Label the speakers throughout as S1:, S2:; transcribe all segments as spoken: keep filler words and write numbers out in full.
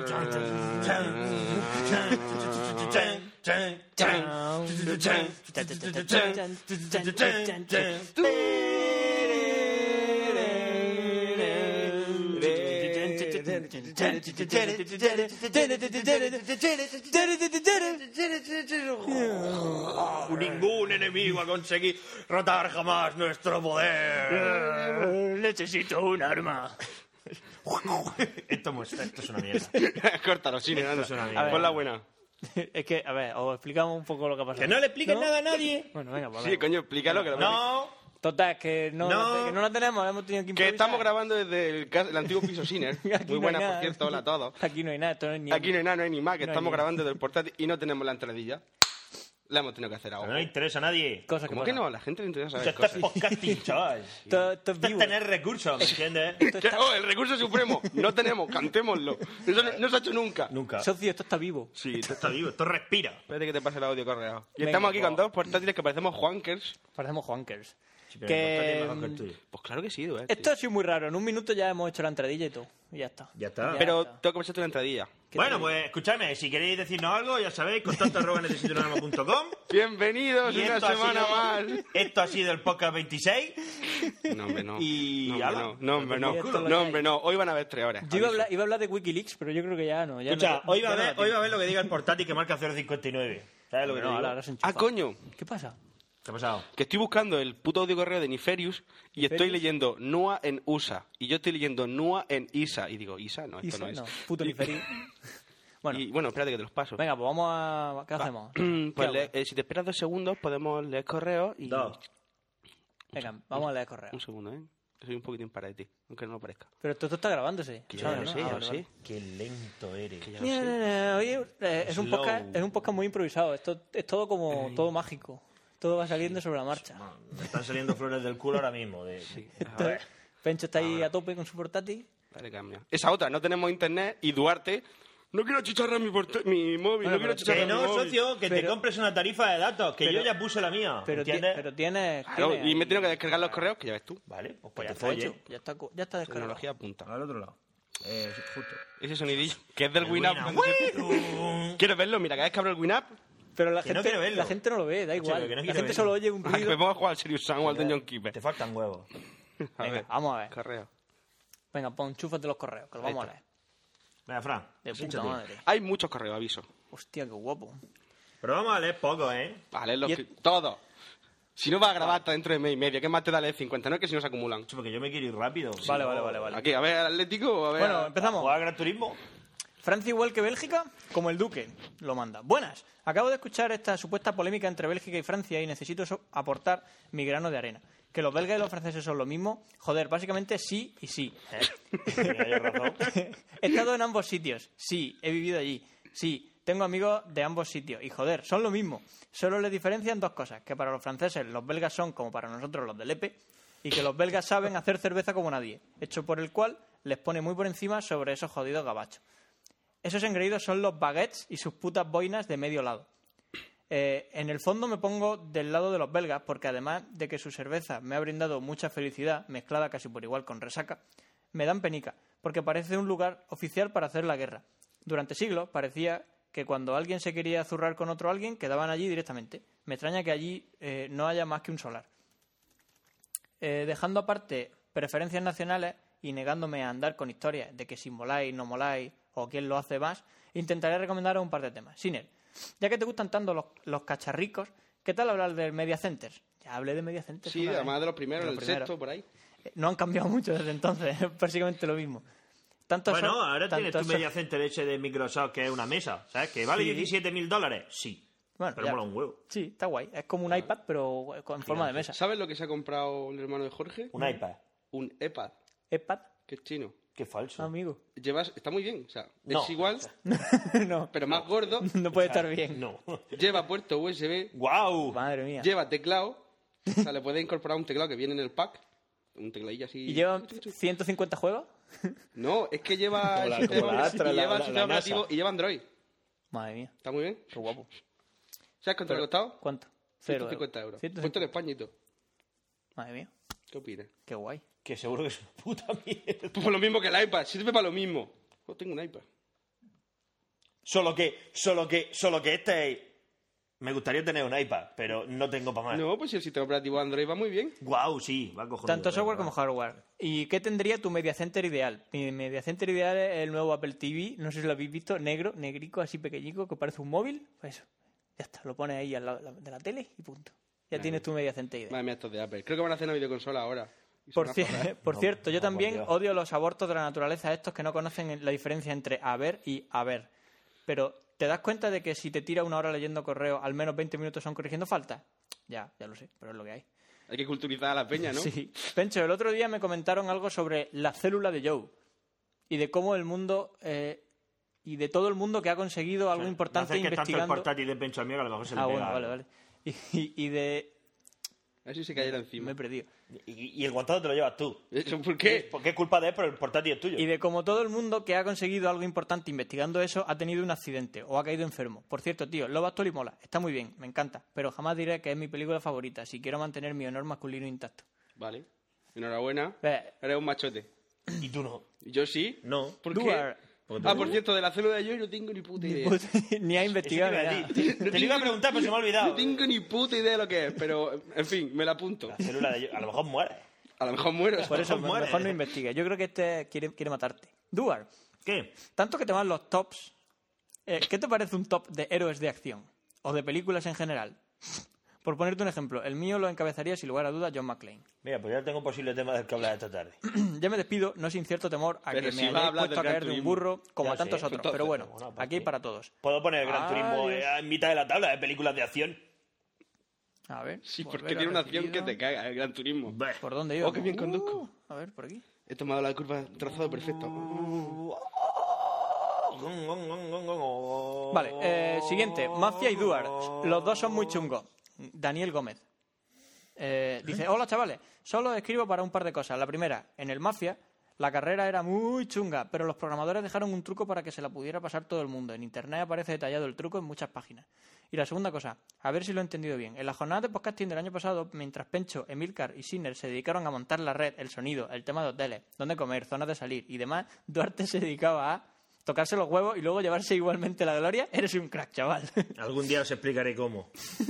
S1: Ningún enemigo ha conseguido rotar jamás nuestro poder.
S2: Necesito un arma.
S1: Esto, esto es una mierda.
S3: Córtalo, sí,
S1: Esto es una mierda.
S3: Pon la buena.
S2: Es que, a ver, os explicamos un poco lo que ha pasado.
S1: Que no le expliques
S2: ¿No?
S1: nada a nadie.
S2: Bueno, venga, pues
S3: Sí,
S2: venga.
S3: coño, explícalo. Que lo
S1: No.
S2: Total, que no,
S1: No.
S2: que no la tenemos, hemos tenido que
S3: Que
S2: improvisar.
S3: estamos grabando desde el, ca- el antiguo piso Siner.
S2: Aquí
S3: Muy
S2: no hay
S3: buena,
S2: nada.
S3: por cierto. Hola a todos.
S2: Aquí no hay nada, esto no es ni...
S3: Aquí no hay nada, no hay ni más, que
S2: No hay
S3: estamos
S2: ni-
S3: grabando desde el portátil y no tenemos la entradilla. La hemos tenido que hacer
S1: Que no
S3: ahora.
S1: le interesa a nadie.
S2: Cosas que
S3: ¿Cómo que
S2: pasan.
S3: no? La gente le interesa
S1: Esto
S3: saber
S1: es
S3: cosas.
S1: podcasting, chaval.
S2: Esto- esto es
S1: Esto es
S2: vivo.
S1: tener recursos, ¿me entiendes?
S2: Esto
S3: ¿Qué?
S2: está-
S3: Oh, el recurso supremo. No tenemos, cantémoslo. Eso no, no se ha hecho nunca.
S1: Nunca.
S2: Socio, esto está vivo.
S3: Sí,
S1: Esto está vivo, esto respira.
S3: espérate que te pase el audio correo. Y
S2: Venga,
S3: estamos aquí
S2: pues.
S3: con dos portátiles que parecemos Juankers.
S2: Parecemos Juankers.
S1: Sí, pero
S2: Que,
S1: el portátil es mejor que el tuyo.
S3: Pues claro que sí, Edu,
S2: Esto ha sido muy raro. En un minuto ya hemos hecho la entradilla y todo. Y ya está.
S1: Ya está.
S3: Pero
S2: está.
S3: tengo que pasarte una entradilla.
S2: ¿Qué
S1: Bueno,
S2: te-
S1: pues escúchame, si queréis decirnos algo, ya sabéis, contacto arroba necesito un arma punto com.
S3: Bienvenidos
S1: Y
S3: una
S1: esto ha
S3: semana
S1: sido-
S3: más.
S1: Esto ha sido el podcast veintiséis.
S3: No, hombre, no.
S1: Y
S3: no, hombre,
S1: ala.
S3: no. No, hombre, no.
S2: Esto es lo
S3: No,
S2: que
S3: hombre, no. Hoy van a haber tres horas.
S2: Yo iba a,
S3: aviso.
S2: hablar, iba a hablar de Wikileaks, pero yo creo que ya no. Ya
S1: Escucha,
S2: no,
S1: hoy va, a
S2: ya no
S1: ver,
S2: da
S1: hoy va a ver lo que diga el portátil que marca cero cincuenta y nueve. ¿Sabes lo que
S2: tiempo.
S1: te
S2: No,
S1: digo?
S2: ahora se enchufa.
S3: Ah, coño.
S2: ¿Qué pasa?
S1: ¿Qué ha pasado?
S3: Que estoy buscando el puto audio correo de Neferius y estoy leyendo N U A en U S A. Y yo estoy leyendo N U A en I S A. Y digo, ¿I S A? No, esto
S2: Isa,
S3: no es.
S2: no, puto Niferi. Bueno,
S3: Y bueno, espérate que te los paso.
S2: venga, pues vamos a... ¿Qué hacemos? ¿Qué
S3: Pues
S2: hago?
S3: le- eh, si te esperas dos segundos, podemos leer correo y...
S1: Dos.
S2: Venga, vamos a leer correo.
S3: Un segundo, ¿eh? Soy un poquitín para de ti, aunque no lo parezca.
S2: Pero esto, esto está grabándose.
S3: Que ya
S2: ¿sabes,
S3: lo
S2: no?
S3: sé,
S2: Ah,
S3: ya lo
S2: vale,
S3: sé.
S2: vale.
S1: Qué lento eres.
S3: Que ya lo
S2: Mira,
S3: sé.
S2: mira, mira, oye, eh, es, un
S1: Slow.
S2: podcast, es un podcast muy improvisado. Esto es todo como todo mágico. Todo va saliendo sobre la marcha.
S1: Man, me están saliendo flores del culo ahora mismo. De...
S2: Esto es- Pencho está ahí a tope con su portátil.
S3: Dale, cambia. Esa otra, no tenemos internet y Duarte... No quiero chicharrar mi, porta- mi móvil,
S2: Bueno,
S3: no quiero
S2: pero-
S3: chicharrar
S1: Que no,
S3: mi móvil.
S1: socio, que te
S2: Pero-
S1: compres una tarifa de datos, que
S2: pero-
S1: yo ya puse la mía.
S2: Pero, ti-
S1: ¿Entiendes?
S2: pero tienes...
S3: Claro,
S2: tienes-
S3: y me he tenido que descargar los correos, que ya ves tú.
S1: Vale, pues,
S2: Pues
S1: pues
S2: ya
S1: te
S2: está
S1: folles.
S2: hecho. Ya está, co- ya está descargado.
S3: Tecnología punta.
S1: Al otro lado. Eh, justo.
S3: Ese sonidillo, que es del
S1: El
S3: Winamp.
S1: Winamp.
S3: ¿Quieres verlo? Mira, cada vez que abro el Winamp,
S2: Pero la
S1: Que no
S2: gente,
S1: quiero verlo.
S2: la gente no lo ve, da igual.
S1: que no
S2: la
S1: quiero
S2: gente
S1: verlo.
S2: solo oye un
S3: a que
S2: ruido.
S3: me pongo a jugar al Serious Sam o al Dungeon Keeper.
S1: Te faltan huevos.
S3: A
S2: Venga,
S3: ver,
S2: vamos a ver.
S3: correo.
S2: Venga, pon chufas de los correos, que lo
S3: Ahí
S2: vamos a
S3: está.
S2: leer.
S1: Venga, Fran.
S2: De puta
S1: siéntate.
S2: madre.
S3: Hay muchos correos, aviso.
S2: Hostia, qué guapo.
S1: Pero vamos a leer poco, ¿eh?
S3: Vale, los
S2: Y
S3: que...
S2: es-
S3: Todos. Si no vas a grabar hasta dentro de mes y medio, ¿qué más te da leer cincuenta? No es que si no se acumulan.
S1: Ocho, porque yo me quiero ir rápido. Si
S2: Vale,
S1: no-
S2: vale, vale, vale.
S3: Aquí, a ver, Atlético o a ver...
S2: Bueno, empezamos.
S1: ¿Jugar a Gran Turismo?
S2: Francia igual que Bélgica, como el Duque lo manda. Buenas. Acabo de escuchar esta supuesta polémica entre Bélgica y Francia y necesito so- aportar mi grano de arena. Que los belgas y los franceses son lo mismo. Joder, básicamente sí y sí.
S1: Tenía yo razón.
S2: He estado en ambos sitios. Sí, he vivido allí. Sí, tengo amigos de ambos sitios. Y joder, son lo mismo. Solo les diferencian dos cosas. Que para los franceses los belgas son como para nosotros los del Lepe. Y que los belgas saben hacer cerveza como nadie. Hecho por el cual les pone muy por encima sobre esos jodidos gabachos. Esos engreídos son los baguettes y sus putas boinas de medio lado. Eh, en el fondo me pongo del lado de los belgas porque además de que su cerveza me ha brindado mucha felicidad, mezclada casi por igual con resaca, me dan penica, porque parece un lugar oficial para hacer la guerra. Durante siglos parecía que cuando alguien se quería zurrar con otro alguien, quedaban allí directamente. Me extraña que allí eh, no haya más que un solar. Eh, dejando aparte preferencias nacionales y negándome a andar con historias de que si moláis, no moláis o quién lo hace más, intentaré recomendaros un par de temas. Siner, ya que te gustan tanto los, los cacharricos, ¿qué tal hablar del Media Center? Ya hablé de Media Center.
S3: Sí,
S2: una vez.
S3: además de los primeros,
S2: De
S3: el
S2: los primeros.
S3: sexto, por ahí.
S2: Eh, No han cambiado mucho desde entonces, es básicamente lo mismo. Tanto
S1: Bueno,
S2: son-
S1: ahora tienes
S2: tanto
S1: tu
S2: son-
S1: Media Center ese de Microsoft, que es una mesa, ¿sabes? Que vale
S2: Sí.
S1: diecisiete mil dólares. Sí.
S2: Bueno,
S1: pero
S2: ya.
S1: mola un huevo.
S2: Sí, está guay. Es como un iPad, pero en forma de mesa.
S3: ¿Sabes lo que se ha comprado el hermano de Jorge?
S1: Un iPad.
S3: Un iPad,
S2: iPad,
S3: que es chino.
S1: Qué falso.
S2: amigo.
S3: Llevas, está muy bien, o sea,
S1: No.
S3: es igual,
S2: no,
S3: pero más gordo.
S2: no puede estar bien.
S1: No.
S3: Lleva puerto U S B,
S1: ¡Guau!
S2: Madre mía.
S3: lleva teclado, o sea, le puedes incorporar un teclado que viene en el pack, un tecladillo así.
S2: ¿Y lleva ciento cincuenta juegos?
S3: No, es que lleva
S1: Como la-
S3: el sistema,
S1: como la Astra,
S3: y
S1: la-
S3: lleva el
S1: la-
S3: sistema
S1: la
S3: operativo
S1: NASA.
S3: y lleva Android.
S2: Madre mía,
S3: Está muy bien.
S2: qué guapo.
S3: ¿Sabes cuánto le ha costado?
S2: ¿Cuánto?
S3: ciento cincuenta euros.
S2: ciento
S3: Puesto en
S2: cincuenta.
S3: España y todo.
S2: Madre mía,
S3: ¿Qué opinas?
S2: qué guay.
S1: Que seguro que es una puta mierda.
S3: Pues lo mismo que el iPad, sirve para lo mismo. Yo tengo un iPad.
S1: Solo que, solo que, solo que este es... Me gustaría tener un iPad, pero no tengo para más.
S3: No, pues si el sistema operativo Android va muy bien.
S1: Guau, sí, va cojonudo.
S2: Tanto software
S1: ¿verdad?
S2: como hardware. ¿Y qué tendría tu media center ideal? Mi media center ideal es el nuevo Apple T V, no sé si lo habéis visto, negro, negrico, así pequeñico, que parece un móvil. Pues eso, ya está, lo pones ahí al lado de la, de la tele y punto. Ya tienes tu media center ideal.
S3: Madre mía, estos de Apple. Creo que van a hacer una videoconsola ahora. Y
S2: Por,
S3: son
S2: cier-
S3: unas porras.
S2: por
S1: No,
S2: cierto, yo
S1: no, por
S2: también
S1: Dios.
S2: odio los abortos de la naturaleza estos que no conocen la diferencia entre haber y haber. Pero, ¿te das cuenta de que si te tiras una hora leyendo correo, al menos veinte minutos son corrigiendo faltas? Ya, ya lo sé, pero es lo que hay.
S3: Hay que culturizar a la peña, ¿no?
S2: Sí. Pencho, el otro día me comentaron algo sobre la célula de Joe y de cómo el mundo eh, y de todo el mundo que ha conseguido algo importante
S1: No hace que tanto el
S2: investigando.
S1: portátil de Pencho al mío que a lo mejor se le
S2: Ah,
S1: pega
S2: bueno, vale,
S1: algo.
S2: vale. Y, y- y de.
S3: A ver si se cayera
S2: Me
S3: encima.
S2: he perdido.
S1: Y, y el guantado te lo llevas tú.
S3: ¿Eso por qué?
S1: ¿Por qué es culpa de él? Pero el portátil es tuyo.
S2: Y de cómo todo el mundo que ha conseguido algo importante investigando eso ha tenido un accidente o ha caído enfermo. Por cierto, tío, Love Actually mola, está muy bien, me encanta, pero jamás diré que es mi película favorita si quiero mantener mi honor masculino intacto.
S3: Vale. Enhorabuena.
S2: Eh,
S3: Eres un machote.
S1: Y tú no.
S3: Yo sí.
S1: No.
S3: ¿Por
S2: Do
S3: qué?
S2: are-
S3: Ah, por cierto, de la célula de yo no tengo ni puta idea.
S2: Ni ha
S1: Eso te
S2: investigado
S1: iba a
S2: ni nada.
S1: decir. Te lo iba a preguntar, pero se me ha
S3: No
S1: olvidado.
S3: tengo ni puta idea de lo que es, pero, en fin, me la apunto.
S1: La célula de... A lo mejor muere.
S3: A lo mejor muero.
S2: Por eso,
S1: Mejor muere.
S2: mejor no investigue. Yo creo que este quiere, quiere matarte. Duar,
S1: ¿Qué?
S2: tanto que te van los tops, eh, ¿qué te parece un top de héroes de acción? O de películas en general. Por ponerte un ejemplo, el mío lo encabezaría sin lugar a dudas John McClane.
S1: Mira, pues ya tengo un posible tema del que hablar esta tarde.
S2: Ya me despido, no sin cierto temor a
S3: Pero
S2: que
S3: si
S2: me
S3: va a
S2: hayáis
S3: hablar
S2: puesto a
S3: del Gran
S2: caer de un
S3: Turismo.
S2: burro como
S1: Ya
S2: a tantos
S1: sé,
S2: otros.
S3: entonces,
S2: Pero bueno,
S1: bueno, pues
S2: aquí hay
S1: sí.
S2: para todos.
S1: ¿Puedo poner el Gran
S2: Ay,
S1: Turismo
S2: Dios.
S1: eh, en mitad de la tabla de películas de acción?
S2: A ver.
S3: Sí,
S2: volver
S3: porque
S2: a
S3: tiene una acción que
S2: referido.
S3: te caga, el Gran Turismo.
S1: Bah.
S2: ¿Por dónde iba?
S3: Oh, qué bien conduzco.
S2: Uh, a ver, por aquí.
S3: He tomado la curva trazado perfecto.
S2: Vale, eh, siguiente. Mafia y Duar. Los dos son muy chungos. Daniel Gómez. Eh, dice, hola chavales, solo escribo para un par de cosas. La primera, en el Mafia, la carrera era muy chunga, pero los programadores dejaron un truco para que se la pudiera pasar todo el mundo. En internet aparece detallado el truco en muchas páginas. Y la segunda cosa, a ver si lo he entendido bien. En la jornada de podcasting del año pasado, mientras Pencho, Emilcar y Sinner se dedicaron a montar la red, el sonido, el tema de hoteles, dónde comer, zonas de salir y demás, Duarte se dedicaba a tocarse los huevos y luego llevarse igualmente la gloria. Eres un crack, chaval.
S1: Algún día os explicaré cómo.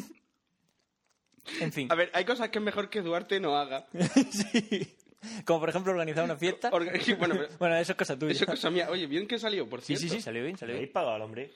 S2: En fin.
S3: A ver, hay cosas que es mejor que Duarte no haga.
S2: Sí. Como por ejemplo organizar una fiesta.
S3: Orga- bueno, pero-
S2: Bueno, eso es cosa tuya.
S3: Eso es cosa mía. Oye, bien que salió, por
S2: Sí,
S3: cierto.
S2: sí, sí, salió bien,
S1: ¿Le
S2: salió
S1: habéis
S2: bien.
S1: pagado al hombre?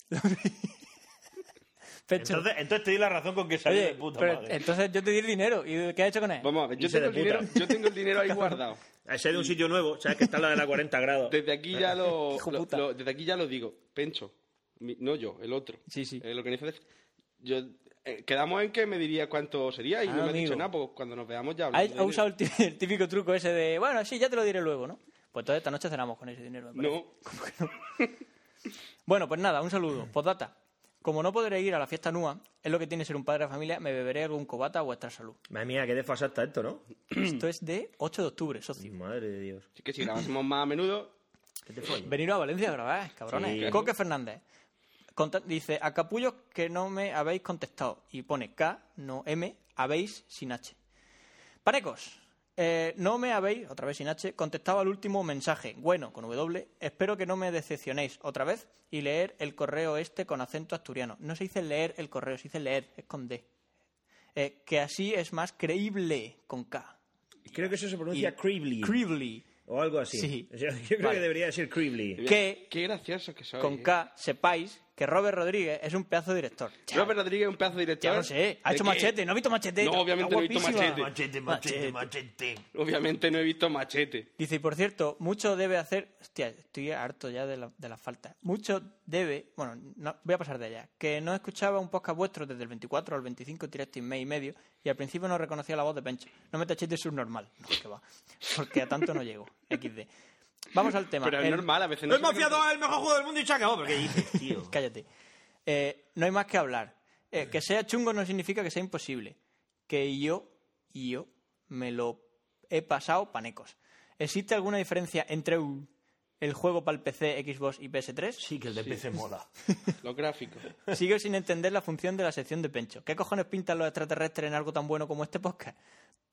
S2: Pencho.
S1: Entonces, entonces te di la razón con que salió
S2: Oye,
S1: de puta
S2: pero
S1: madre.
S2: entonces yo te di el dinero. ¿Y qué has hecho con él?
S3: Vamos a ver, yo
S1: Hice
S3: tengo, el
S1: de
S3: dinero,
S1: puta.
S3: yo tengo el dinero ahí guardado.
S1: Ese de un sitio nuevo, ¿sabes que está la de la cuarenta grados?
S3: Desde aquí ya lo,
S2: Hijo
S3: lo-
S2: puta.
S3: lo- desde aquí ya lo digo. Pencho. Mi- no yo, el otro.
S2: Sí, sí.
S3: El organizador. Yo, eh, quedamos en que me diría cuánto sería y
S2: Ah,
S3: no me ha
S2: amigo.
S3: dicho nada, pues cuando nos veamos ya
S2: Ha,
S3: hablamos. de
S2: ha usado
S3: dinero.
S2: el tí- el típico truco ese de, bueno, sí, ya te lo diré luego, ¿no? Pues entonces esta noche cenamos con ese dinero. me parece.
S3: No,
S2: Bueno, pues nada, un saludo. Postdata. Como no podré ir a la fiesta N U A, es lo que tiene ser un padre de familia, me beberé algún cobata a vuestra salud.
S1: Madre mía, qué desfasado está esto, ¿no?
S2: Esto es de ocho de octubre, socio.
S1: Madre de Dios.
S3: así que si grabásemos más a menudo,
S1: ¿Qué te follas?
S2: Veniros a Valencia a grabar, cabrones.
S1: Sí.
S2: Coque Fernández. Conta- dice, a capullos que no me habéis contestado. Y pone K, no M, habéis sin H. Panecos, eh, no me habéis, otra vez sin H, contestado al último mensaje. Bueno, con W. Espero que no me decepcionéis otra vez y leer el correo este con acento asturiano. No se dice leer el correo, se dice leer, es con D. Eh, que así es más creíble con K.
S1: Creo que eso se pronuncia
S2: Y-
S1: creepily.
S2: Creíble.
S1: O algo así.
S2: Sí.
S1: O sea, yo creo
S2: Vale.
S1: que debería decir creepily.
S2: Que
S3: qué gracioso que soy.
S2: con
S3: eh.
S2: K sepáis que Robert Rodríguez es un pedazo de director.
S3: Robert Rodríguez es un pedazo de director.
S2: Ya lo sé. Ha
S3: ¿De
S2: hecho
S3: qué?
S2: Machete. ¿No has visto Machete?
S3: No, obviamente
S2: Está
S3: no he visto
S2: guapísima.
S3: Machete.
S1: Machete, machete, machete.
S3: Obviamente no he visto Machete.
S2: Dice, y por cierto, mucho debe hacer... Hostia, estoy harto ya de, la- de las faltas. Mucho debe... Bueno, no, voy a pasar de allá. Que no escuchaba un podcast vuestro desde el veinticuatro al veinticinco, tiraste un mes y medio, y al principio no reconocía la voz de Pencho. No me tachéis de subnormal. No, que va. Porque a tanto no llego. equis de. Vamos al tema.
S3: Pero es
S2: El-
S3: normal, a veces no
S1: El
S3: se
S1: Mafia
S3: reconoce.
S1: dos es el mejor juego del mundo y se acabó. ¿Pero qué dices, tío?
S2: Cállate. Eh, no hay más que hablar. Eh, que sea chungo no significa que sea imposible. Que yo, yo, me lo he pasado panecos. ¿Existe alguna diferencia entre un- el juego para el P C, Xbox y P S tres?
S1: Sí, que el de P C mola.
S3: Los gráficos.
S2: Sigo sin entender la función de la sección de Pencho. ¿Qué cojones pintan los extraterrestres en algo tan bueno como este podcast?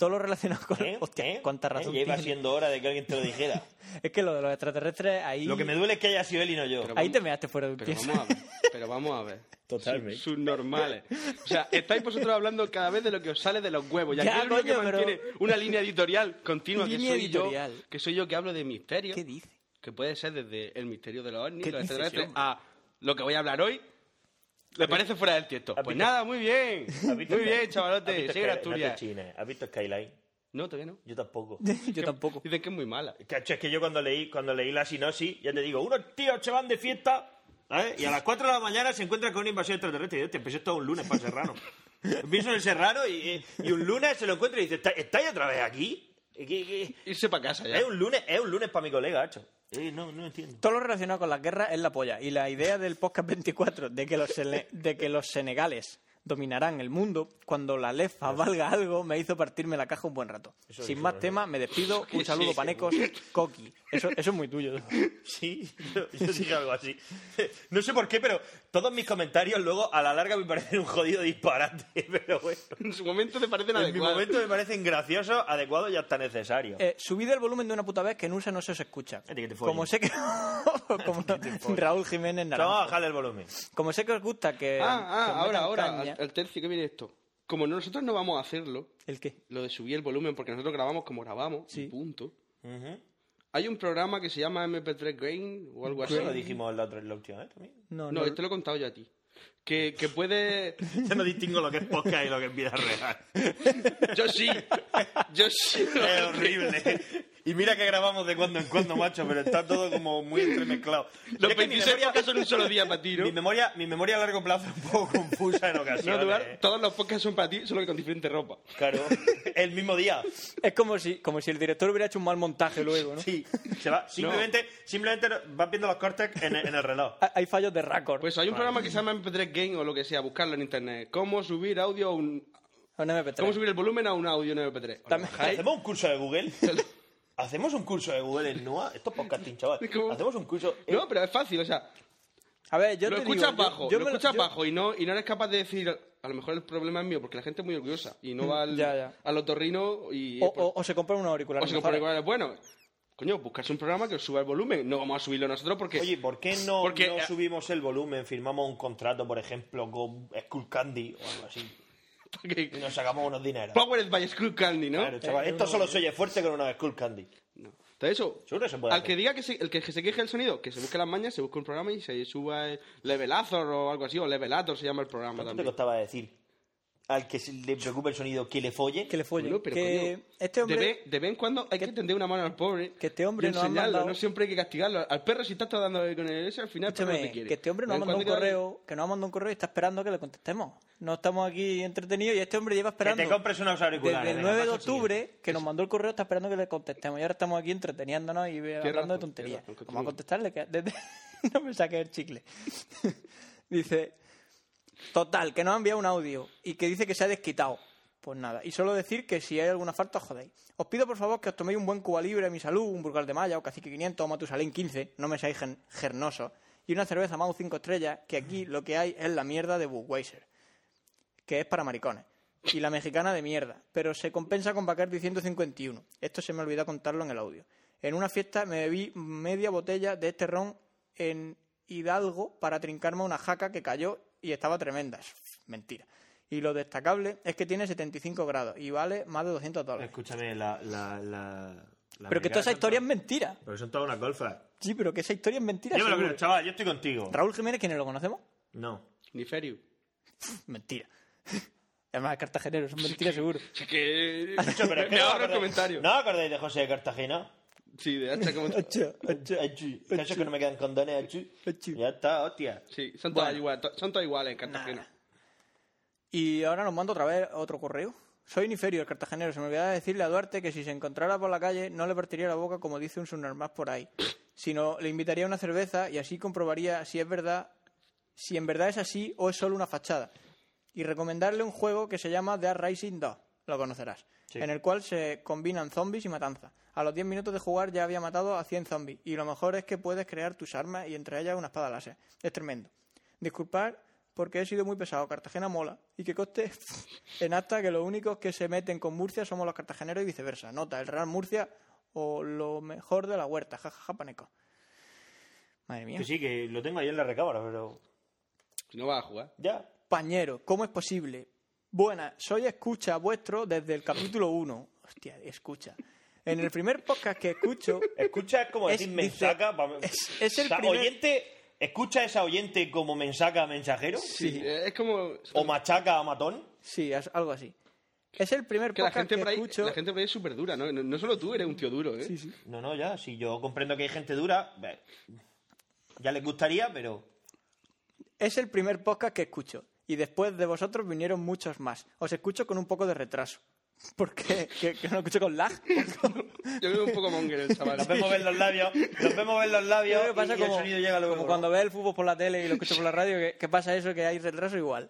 S2: todo lo relacionado con...
S1: ¿Eh?
S2: Hostia,
S1: ¿Eh?
S2: cuánta razón
S1: ¿Eh? Ya iba
S2: tiene.
S1: siendo hora de que alguien te lo dijera.
S2: Es que lo de los extraterrestres, ahí...
S1: Lo que me duele es que haya sido él y no yo.
S3: Pero
S2: Ahí
S3: vamos-
S2: te measte fuera de un
S3: Pero
S2: pienso.
S3: vamos a ver, pero vamos a ver.
S1: Totalmente.
S3: Sus normales. O sea, estáis vosotros hablando cada vez de lo que os sale de los huevos. Y aquí
S2: Ya,
S3: el único que
S2: coño, pero-
S3: mantiene una línea editorial continua, que
S2: Línea
S3: soy
S2: editorial.
S3: yo, que soy yo que hablo de misterios,
S2: ¿Qué dice?
S3: que puede ser desde el misterio de los ovnis,
S2: ¿Qué
S3: los
S2: dices,
S3: extraterrestres,
S2: hombre?
S3: a lo que voy a hablar hoy. ¿Le parece fuera del tiesto?
S1: ¿Has
S3: Pues
S1: visto-
S3: nada, muy bien.
S1: ¿Has visto
S3: Muy
S1: Sky-
S3: bien,
S1: ¿Has
S3: chavalote.
S1: visto
S3: Sigue
S1: Sky-
S3: Asturias.
S1: no te chines. ¿Has visto Skyline?
S3: No, todavía no.
S1: Yo tampoco.
S2: Yo tampoco.
S3: Dicen que es muy mala.
S1: Cacho, es que yo cuando leí, cuando leí la sinopsis, ya te digo, unos tíos se van de fiesta, ¿sabes? Y a las cuatro de la mañana se encuentran con una invasión extraterrestre. Y yo, hostia, pues esto es un lunes para el Serrano. Pienso en el Serrano y, y un lunes se lo encuentra y dice, "¿Está- ¿estáis otra vez aquí? ¿Qué- qué-
S3: Irse para casa ya.
S1: Es un lunes, es un lunes para mi colega, hecho. Eh, no, no entiendo.
S2: Todo lo relacionado con las guerras es la polla. Y la idea del podcast veinticuatro de que los, sene- de que los senegales dominarán el mundo cuando la lefa valga algo me hizo partirme la caja un buen rato.
S1: Eso
S2: Sin
S1: dijo,
S2: más
S1: ¿no?
S2: tema, me despido. Un saludo,
S1: Sí.
S2: panecos. Coqui. Eso, eso es muy tuyo.
S1: Sí, yo, yo dije algo así. No sé por qué, pero todos mis comentarios luego a la larga me parecen un jodido disparate. Pero bueno,
S3: En su momento te parecen
S1: en mi
S3: adecuados.
S1: momento me parecen graciosos, adecuados y hasta necesarios.
S2: Eh, subid el volumen de una puta vez que en U S A no se os escucha.
S1: Vete que te follen.
S2: Como sé que... como Raúl Jiménez
S1: Vamos a
S2: Naranjo.
S1: bajarle el volumen.
S2: Como sé que os gusta que...
S3: Ah,
S2: que
S3: ah,
S2: os
S3: ahora,
S2: metan
S3: ahora,
S2: caña-
S3: al, al tercio que viene esto. Como nosotros no vamos a hacerlo,
S2: ¿El qué?
S3: lo de subir el volumen, porque nosotros grabamos como grabamos,
S2: Sí.
S3: y punto.
S1: Ujú.
S3: Hay un programa que se llama M P tres Gain o algo así.
S1: Eso lo dijimos la, otra, la última vez también.
S2: No,
S3: No,
S2: no.
S3: esto lo he contado yo a ti. Que, que puede...
S1: Yo no distingo lo que es podcast y lo que es vida real.
S3: Yo sí. Yo sí.
S1: Es horrible. Y mira que grabamos de cuando en cuando, macho, pero está todo como muy entremezclado.
S3: Los
S1: Es que mi
S3: veintiséis
S1: memoria-
S3: podcasts son un solo día para ti, ¿no?
S1: Mi memoria, mi memoria a largo plazo es un poco confusa en
S3: No,
S1: ocasiones.
S3: Duar,
S1: ¿eh?
S3: todos los podcasts son para ti, solo que con diferente ropa.
S1: Claro, el mismo día.
S2: Es como si, como si el director hubiera hecho un mal montaje luego, ¿no?
S1: Sí, se va. Simplemente, simplemente vas viendo los cortes en el, en el reloj.
S2: Ha- Hay fallos de récord.
S3: Pues hay un programa que se llama M P tres Gain o lo que sea, buscarlo en internet. Cómo subir audio a un...
S2: Un M P tres.
S3: Cómo subir el volumen a un audio en M P tres. Os lo
S2: También-
S3: bajáis.
S1: ¿Hacemos un curso de Google? ¿Hacemos un curso de Google en N U A? Esto es podcasting, chaval.
S3: ¿Cómo?
S1: Hacemos un curso... eh,
S3: No, pero es fácil, o sea,
S2: A ver, yo
S3: lo
S2: te
S3: escuchas
S2: digo, yo-
S3: bajo,
S2: yo
S3: lo
S2: me
S3: escuchas
S2: yo-
S3: bajo y no, y no eres capaz de decir, a lo mejor el problema es mío, porque la gente es muy orgullosa y no va al,
S2: Ya, ya.
S3: al otorrino y...
S2: O, o- o se compra un auricular.
S3: o se
S2: mejor.
S3: compone igual, bueno, coño, buscarse un programa que os suba el volumen, no vamos a subirlo nosotros porque...
S1: Oye, ¿por qué no,
S3: Porque,
S1: no
S3: eh,
S1: subimos el volumen, firmamos un contrato, por ejemplo, con Skull Candy o algo así? Y nos sacamos unos dineros.
S3: Powered by Screw Candy, ¿no?
S1: Claro, chaval, esto solo se oye fuerte con una Skull Candy.
S3: No. Entonces eso,
S1: Seguro que se puede
S3: al
S1: hacer.
S3: que diga que se, el que se queje el sonido, que se busque las mañas, se busque un programa y se suba el Levelator o algo así, o Levelator se llama el programa
S1: ¿Cuánto te
S3: también.
S1: costaba decir al que se le preocupe el sonido que le folle?
S2: Que le follen.
S3: Bueno, pero,
S2: que
S3: coño,
S2: este hombre...
S3: de, vez, de vez en cuando hay que, tender una mano al pobre
S2: que este hombre
S3: y
S2: nos ha
S3: enseñarlo,
S2: mandado-
S3: no siempre hay que castigarlo. Al perro si estás tratando con el ese, al final el perro no
S2: Escúchame,
S3: te quiere.
S2: que este hombre nos ha
S3: De vez en
S2: mandado un
S3: cuando hay que darle-
S2: correo, que nos ha mandado un correo y está esperando que le contestemos. No estamos aquí entretenidos y este hombre lleva
S1: Que
S2: esperando
S1: te compres unos auriculares.
S2: desde el
S1: venga,
S2: nueve de
S1: paso al
S2: octubre que nos mandó el correo, está esperando que le contestemos y ahora estamos aquí entreteniéndonos y hablando de
S3: razón,
S2: tonterías.
S3: tienes razón,
S2: Vamos a
S3: continúa.
S2: contestarle que desde... no me saques el chicle. Dice, total, que nos ha enviado un audio y que dice que se ha desquitado. Pues nada, y solo decir que si hay alguna falta os jodéis. Os pido por favor que os toméis un buen Cuba Libre a mi salud, un Burgal de Maya o Cacique quinientos o Matusalén quince, no me seáis gen- gernosos, y una cerveza Mau cinco estrellas, que aquí lo que hay es la mierda de Budweiser, que es para maricones, y la mexicana de mierda, pero se compensa con Bacardi ciento cincuenta y uno. Esto se me olvidó contarlo en el audio. En una fiesta me bebí media botella de este ron en Hidalgo para trincarme una jaca que cayó y estaba tremenda. Es mentira. Y lo destacable es que tiene setenta y cinco grados y vale más de doscientos dólares.
S1: Escúchame, la... la, la, la
S2: Pero que toda esa
S1: americana
S2: historia es
S1: son
S2: mentira.
S1: todas- Pero son todas unas golfas.
S2: Sí, pero que esa historia es mentira.
S1: Yo me lo
S2: seguro.
S1: creo, chaval, yo estoy contigo.
S2: Raúl Jiménez, ¿quiénes lo conocemos?
S1: No.
S3: Ni Feriu.
S2: Mentira. Además, cartagenero, es mentira seguro.
S3: Es que...
S1: Macho, pero es que
S3: me
S1: no
S3: ahorro el
S1: acordáis-
S3: comentario.
S1: ¿No acordáis de José de Cartagena?
S3: Sí, de hacha como...
S2: Ocho, ocho.
S1: Achu. Caso que no me quedan condones, achu.
S2: Achu.
S1: Ya está, hostia.
S3: Sí, son todas
S2: Bueno.
S3: iguales, to- son todas iguales en Cartagena.
S2: Nada. Y ahora nos manda otra vez otro correo. Soy Niferio, el cartagenero. Se me olvidaba decirle a Duarte que si se encontrara por la calle no le partiría la boca como dice un subnormal por ahí, sino le invitaría a una cerveza y así comprobaría si es verdad, si en verdad es así o es solo una fachada. Y recomendarle un juego que se llama Dead Rising dos, lo conocerás,
S1: Sí.
S2: en el cual se combinan zombies y matanza. A los diez minutos de jugar ya había matado a cien zombies y lo mejor es que puedes crear tus armas y entre ellas una espada láser. Es tremendo. Disculpad porque he sido muy pesado. Cartagena mola. Y que coste en acta que los únicos que se meten con Murcia somos los cartageneros y viceversa. Nota, el Real Murcia o lo mejor de la huerta. Jajaja, ja, ja, Paneco. Madre mía.
S1: Que sí, que lo tengo ahí en la recámara, pero...
S3: Si no vas a jugar.
S1: Ya.
S2: Pañero, ¿cómo es posible? Buenas, soy escucha vuestro desde el capítulo uno. Hostia, escucha. En el primer podcast que escucho...
S1: Escucha es como
S2: Es-
S1: decir
S2: dice-
S1: mensaca... pa-
S2: es- es el
S1: o sea,
S2: primer-
S1: oyente... ¿Escucha esa oyente como mensaca a mensajero?
S2: Sí.
S3: Eh, Es como...
S1: ¿O machaca a matón?
S2: Sí, es algo así. Es el primer
S3: Que la
S2: podcast
S3: gente,
S2: que
S3: por ahí,
S2: escucho...
S3: la gente por ahí es súper dura, ¿no? ¿no? No solo tú eres un tío duro, ¿eh?
S2: Sí, sí.
S1: No, no, ya. Si yo comprendo que hay gente dura... ve, Ya les gustaría, pero...
S2: Es el primer podcast que escucho. Y después de vosotros vinieron muchos más. Os escucho con un poco de retraso. ¿Por qué? ¿Que, que no escucho con lag?
S3: Yo veo un poco monger el chaval.
S1: Nos vemos ver los labios, nos vemos ver los labios
S2: Creo que pasa
S1: y, y
S2: como,
S1: el sonido llega luego.
S2: como cuando ves el fútbol por la tele y lo escuchas por la radio, que, que pasa eso, que hay retraso igual.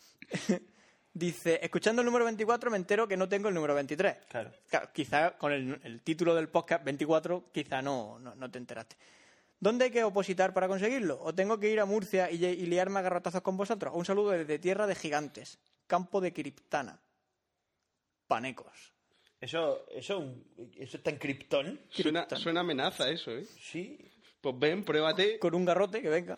S2: Dice, escuchando el número veinticuatro me entero que no tengo el número veintitrés.
S1: Claro.
S2: Claro, quizá con el, el título del podcast veinticuatro, quizá no, no, no te enteraste. ¿Dónde hay que opositar para conseguirlo? ¿O tengo que ir a Murcia y, y liarme a garrotazos con vosotros? Un saludo desde Tierra de Gigantes, campo de Criptana. Panecos.
S1: Eso, eso, eso está en Krypton.
S3: Suena, suena amenaza eso, ¿eh?
S1: Sí.
S3: Pues ven, pruébate.
S2: Con un garrote, que venga.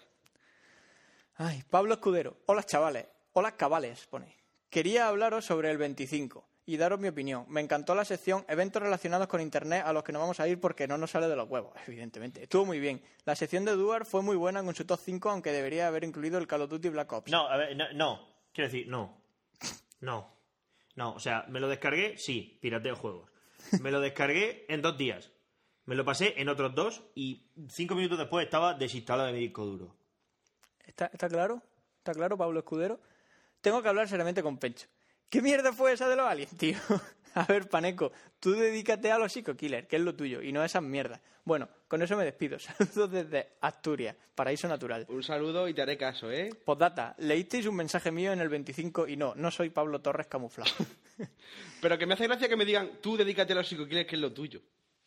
S2: Ay, Pablo Escudero. Hola, chavales. Hola, cabales, pone. Quería hablaros sobre el veinticinco y daros mi opinión. Me encantó la sección eventos relacionados con Internet a los que no vamos a ir porque no nos sale de los huevos, evidentemente. Estuvo muy bien. La sección de Duar fue muy buena con su top cinco, aunque debería haber incluido el Call of Duty Black Ops.
S1: No, a ver, no, no. Quiero decir, no. No. No, o sea, me lo descargué, sí, pirateo juegos. Me lo descargué en dos días. Me lo pasé en otros dos y cinco minutos después estaba desinstalado de mi disco duro.
S2: ¿Está, ¿Está claro? ¿Está claro, Pablo Escudero? Tengo que hablar seriamente con Pencho. ¿Qué mierda fue esa de los aliens, tío? A ver, Paneco, tú dedícate a los psico-killers, que es lo tuyo, y no a esas mierdas. Bueno, con eso me despido. Saludos desde Asturias, paraíso natural.
S3: Un saludo y te haré caso, ¿eh?
S2: Postdata, leísteis un mensaje mío en el veinticinco y no, no soy Pablo Torres camuflado.
S3: Pero que me hace gracia que me digan, tú dedícate a los psico-killers, que es lo tuyo.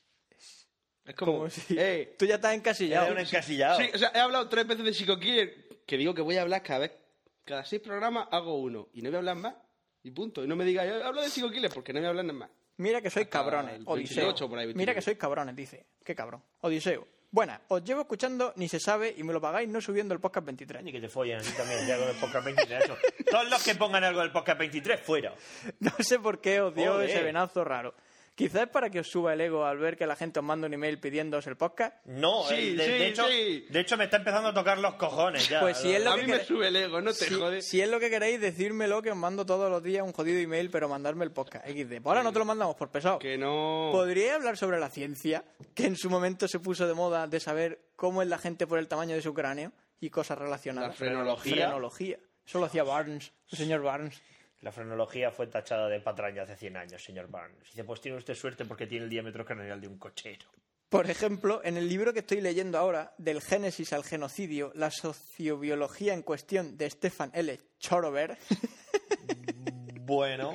S3: Es como,
S2: Como si...
S3: eh,
S2: Tú ya estás
S1: Era
S2: encasillado.
S1: un encasillado.
S3: sí, o sea, he hablado tres veces de psico-killer, que digo que voy a hablar cada vez, cada seis programas hago uno, y no voy a hablar más, y punto. Y no me digas, yo hablo de psico-killer, porque no voy a hablar más.
S2: Mira que sois
S3: Hasta
S2: cabrones.
S3: el
S2: Odiseo.
S3: veintiocho, por ahí,
S2: Mira
S3: veintinueve.
S2: que sois cabrones, dice. Qué cabrón. Odiseo. Buenas, os llevo escuchando, ni se sabe, y me lo pagáis no subiendo el podcast veintitrés.
S1: Ni que te follen así también, ya con el podcast veintitrés. Eso. Todos los que pongan algo del podcast veintitrés, fuera.
S2: No sé por qué os dio
S1: Joder.
S2: ese venazo raro. Quizás es para que os suba el ego al ver que la gente os manda un email pidiéndoos el podcast.
S1: No,
S3: Sí,
S1: eh, de,
S3: sí,
S1: de hecho,
S3: sí.
S1: de hecho me está empezando a tocar los cojones ya.
S2: Pues si es lo
S3: A
S2: que
S3: mí me
S2: quere-
S3: sube el ego, no te
S2: Si,
S3: jodes.
S2: si es lo que queréis, decírmelo, que os mando todos los días un jodido email, pero mandarme el podcast. equis de. Pues ahora no te lo mandamos por pesado.
S3: Que no...
S2: ¿Podría hablar sobre la ciencia, que en su momento se puso de moda de saber cómo es la gente por el tamaño de su cráneo y cosas relacionadas?
S3: La frenología.
S2: Frenología. Eso lo hacía Barnes, el señor Barnes.
S1: La frenología fue tachada de patraña hace cien años, señor Barnes. Dice, pues tiene usted suerte porque tiene el diámetro craneal de un cochero.
S2: Por ejemplo, en el libro que estoy leyendo ahora, Del Génesis al Genocidio, la sociobiología en cuestión de Stefan L. Chorover,
S1: Bueno.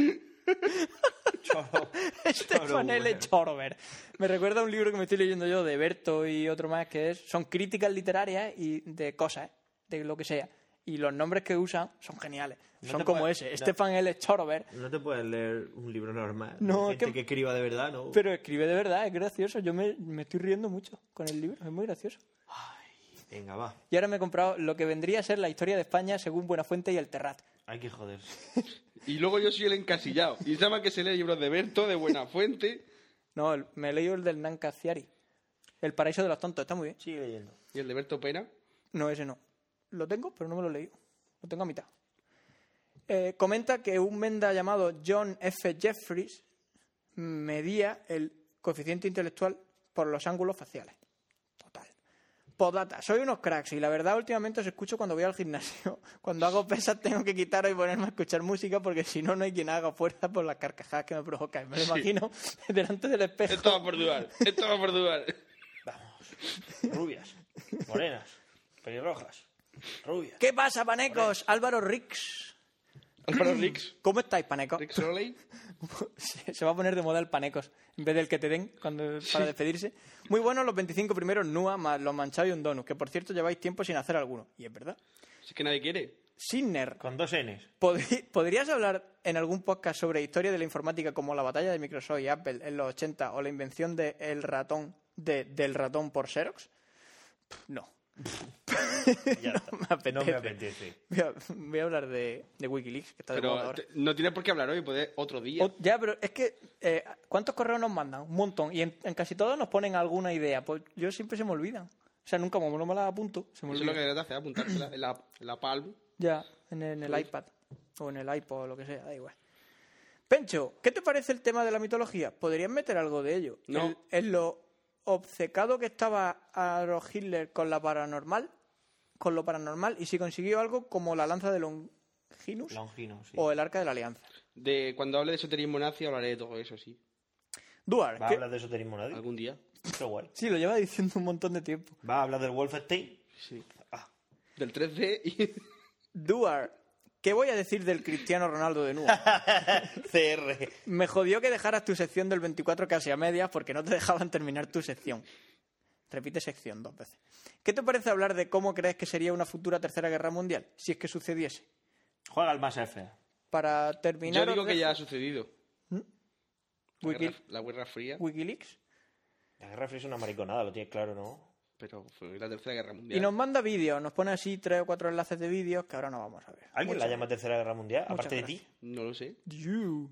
S1: Choro.
S2: Stefan L.
S1: bueno.
S2: Chorover, me recuerda a un libro que me estoy leyendo yo de Berto y otro más, que es, son críticas literarias y de cosas, de lo que sea. Y los nombres que usan son geniales.
S1: No
S2: son
S1: te
S2: como
S1: puedes-
S2: ese,
S1: no.
S2: Stefan L. Chorover,
S1: No te puedes leer un libro normal.
S2: No,
S1: Gente
S2: que-
S1: que... escriba de verdad, ¿no?
S2: pero escribe de verdad, es gracioso. Yo me, me estoy riendo mucho con el libro, es muy gracioso.
S1: Venga, va.
S2: Y ahora me he comprado lo que vendría a ser la historia de España según Buenafuente y el Terrat.
S1: Hay que joderse.
S3: Y luego yo soy el encasillado. Y se llama que se lee libros de Berto, de Buenafuente,
S2: No, el- me he leído el del Nanca Ciari. El paraíso de los tontos, está muy bien.
S1: Sigue leyendo.
S3: y el de Berto Pena.
S2: No, ese no. Lo tengo, pero no me lo he leído. Lo tengo a mitad. Eh, comenta que un menda llamado John F. Jeffries medía el coeficiente intelectual por los ángulos faciales. Total. Podata. Soy unos cracks y la verdad últimamente os escucho cuando voy al gimnasio. Cuando hago pesas tengo que quitar y ponerme a escuchar música porque si no, no hay quien haga fuerza por las carcajadas que me provocan. Me lo imagino delante del espejo.
S3: Esto va por dudar. Esto va por dudar.
S1: Rubias, morenas, pelirrojas, rubias.
S2: ¿Qué pasa, panecos? Álvaro Rix.
S3: Álvaro Rix.
S2: ¿Cómo estáis, panecos?
S3: Rix Roley.
S2: Se se va a poner de moda el panecos en vez del que te den cuando, para despedirse. Muy buenos los veinticinco primeros N U A más los manchados y un donut, que por cierto lleváis tiempo sin hacer alguno. Y es verdad.
S3: Si es que nadie quiere.
S2: Sinner,
S1: Con dos Ns.
S2: ¿podrí- ¿podrías hablar en algún podcast sobre historia de la informática como la batalla de Microsoft y Apple en los ochenta o la invención de el ratón de, del ratón por Xerox? Pff, No.
S1: Ya está.
S2: me apetece.
S1: No me apetece.
S2: Voy a, voy a hablar de, de Wikileaks, que está de moda
S3: Pero
S2: ahora.
S3: te- no tienes por qué hablar hoy, puedes otro día.
S2: O- ya, pero es que, eh, ¿cuántos correos nos mandan? Un montón. Y en, en casi todos nos ponen alguna idea. Pues yo siempre se me olvidan. O sea, nunca, como no me las apunto, se me
S3: Eso es lo
S2: olvida.
S3: que deberías hacer, apuntártela en la, en la Palm.
S2: Ya, en, en el iPad. O en el iPod o lo que sea, da igual. Pencho, ¿qué te parece el tema de la mitología? ¿Podrías meter algo de ello?
S3: No.
S2: El- en lo obcecado que estaba Adolf Hitler con la paranormal, con lo paranormal, y si consiguió algo como la lanza de Longinus
S1: Longino, sí.
S2: o el arca de la alianza.
S3: De, cuando hable de esoterismo nazi hablaré de todo eso, sí.
S2: Duar,
S1: ¿Va a
S2: ¿qué?
S1: hablar de esoterismo nadie?
S3: Algún día.
S1: Qué guay.
S2: Sí, lo lleva diciendo un montón de tiempo.
S1: ¿Va a hablar del Wolfenstein?
S3: Sí.
S1: Ah,
S3: Del tres D y...
S2: Duar, ¿qué voy a decir del Cristiano Ronaldo de Nua?
S1: C R.
S2: Me jodió que dejaras tu sección del veinticuatro casi a medias porque no te dejaban terminar tu sección. Repite sección dos veces. ¿Qué te parece hablar de cómo crees que sería una futura tercera guerra mundial, si es que sucediese?
S1: Juega al más F.
S2: Para terminar...
S3: Yo digo
S2: os
S3: que
S2: dejo
S3: ya ha sucedido. La
S2: Wiki-
S3: guerra, la Guerra Fría,
S2: Wikileaks.
S1: La Guerra Fría es una mariconada, lo tienes claro, ¿no?
S3: pero fue la Tercera Guerra Mundial.
S2: Y nos manda vídeos, nos pone así tres o cuatro enlaces de vídeos que ahora no vamos a ver.
S1: ¿Alguien
S2: Muchas
S1: la llama Tercera Guerra Mundial?
S2: Muchas
S1: Aparte de
S2: gracias.
S1: ti.
S3: No lo sé.
S2: You.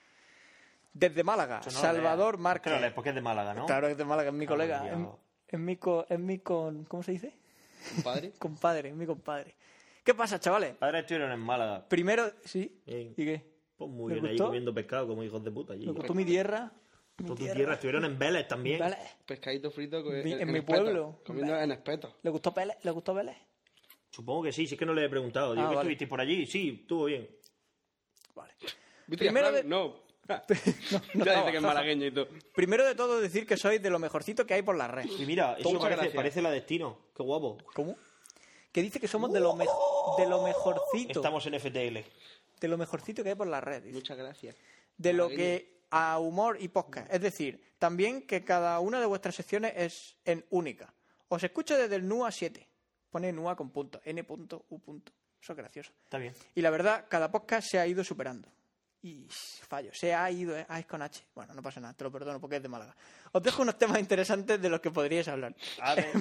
S2: Desde Málaga,
S1: Eso no lo
S2: Salvador
S1: leas.
S2: Márquez.
S1: ¿Por qué no lees? Porque es de Málaga, ¿no?
S2: Claro, es de Málaga, es mi
S1: Ah,
S2: colega.
S1: Dios.
S2: Es, es mi, co- es mi con... ¿Cómo se dice?
S3: Padre.
S2: Compadre, es mi compadre. ¿Qué pasa, chavales?
S1: Padres estuvieron en Málaga.
S2: Primero, sí.
S1: Bien.
S2: ¿Y qué?
S1: Pues muy
S2: ¿Le
S1: bien, ahí
S2: gustó?
S1: comiendo pescado como hijos de puta. Allí.
S2: Me gustó mi tierra. Mi
S1: Por tu tierra, estuvieron en Vélez también.
S2: Vale.
S3: Pescadito frito con-
S2: Mi- en mi
S3: espeto,
S2: pueblo.
S3: Comiendo en espeto.
S2: ¿Le gustó Vélez? ¿Le gustó Vélez?
S1: Supongo que sí, sí que no le he preguntado. Digo,
S2: Ah,
S1: ¿que
S2: vale.
S1: estuvisteis por allí? Sí, estuvo bien.
S2: Vale.
S3: ¿Viste
S2: Primero
S3: a Fran?
S2: de-
S3: No.
S2: no,
S3: ya
S2: estaba,
S3: dice que es malagueño y todo.
S2: Primero de todo, decir que sois de lo mejorcito que hay por la red.
S1: Y mira, eso
S3: Muchas
S1: parece,
S3: gracias.
S1: parece la Destino. Qué guapo.
S2: ¿Cómo? Que dice que somos de lo, me- de lo mejorcito.
S1: Estamos en F T L.
S2: De lo mejorcito que hay por la red. dice.
S3: Muchas gracias.
S2: De lo
S3: Malagueño.
S2: que a humor y podcast. Es decir, también que cada una de vuestras secciones es en única. Os escucho desde el N U A siete. Pone N U A con punto. N punto U punto. Eso es gracioso.
S1: Está bien.
S2: Y la verdad, cada podcast se ha ido superando. Y fallo, se ha ido, ¿eh? Ah, es con H. Bueno, no pasa nada, te lo perdono porque es de Málaga. Os dejo unos temas interesantes de los que podríais hablar.
S1: A ver,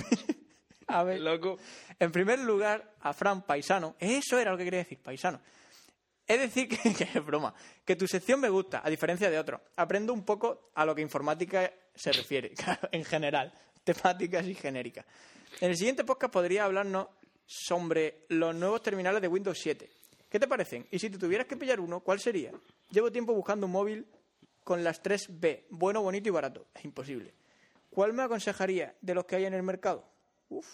S2: A ver,
S3: Loco.
S2: en primer lugar, a Fran Paisano. Eso era lo que quería decir, Paisano. Es decir, que, que es broma, que tu sección me gusta, a diferencia de otros. Aprendo un poco a lo que informática se refiere, claro, en general, temáticas y genéricas. En el siguiente podcast podría hablarnos sobre los nuevos terminales de Windows siete. ¿Qué te parecen? Y si te tuvieras que pillar uno, ¿cuál sería? Llevo tiempo buscando un móvil con las tres B, bueno, bonito y barato. Es imposible. ¿Cuál me aconsejaría de los que hay en el mercado? Uf.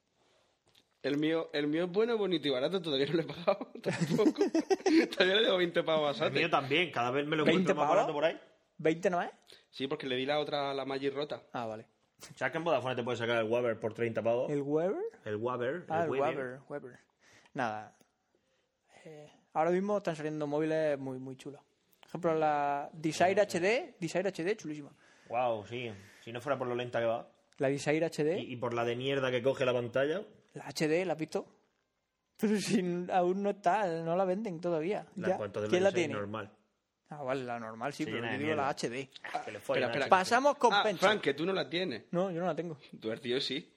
S3: El mío, el mío es bueno, bonito y barato. Todavía no lo he pagado. Tampoco. Todavía le debo veinte pavos a
S1: el mío
S3: Sate.
S1: también. Cada vez me lo
S2: ¿veinte
S1: encuentro más
S2: pavos?
S1: barato por ahí.
S2: ¿veinte no es?
S3: Sí, porque le di la otra, la Magic rota.
S2: Ah, vale.
S1: ¿Sabes que en Vodafone te puedes sacar el Weber por treinta pavos?
S2: ¿El Weber?
S1: El Weber.
S2: Ah, el
S1: Weber.
S2: Weber. Weber. Nada. Eh, ahora mismo están saliendo móviles muy, muy chulos. Por ejemplo, la Desire H D. Desire H D, chulísima.
S1: Wow, sí. Si no fuera por lo lenta que va.
S2: La Desire H D.
S1: Y, y por la de mierda que coge la pantalla.
S2: La H D, ¿la has visto? Pero si aún no está, no la venden todavía.
S1: La,
S2: Ya.
S1: pues entonces
S2: ¿Quién
S1: la
S2: la
S1: diseña
S2: tiene?
S1: normal.
S2: Ah, vale, la normal sí,
S1: Se
S2: pero
S1: llena
S2: yo
S1: de
S2: digo
S1: mierda.
S2: la H D.
S1: Que le follen
S3: espera,
S1: antes.
S2: Pasamos con
S3: Ah,
S2: Pencho.
S3: Frank, que tú no la tienes.
S2: No, yo no la tengo.
S3: Tu tío sí.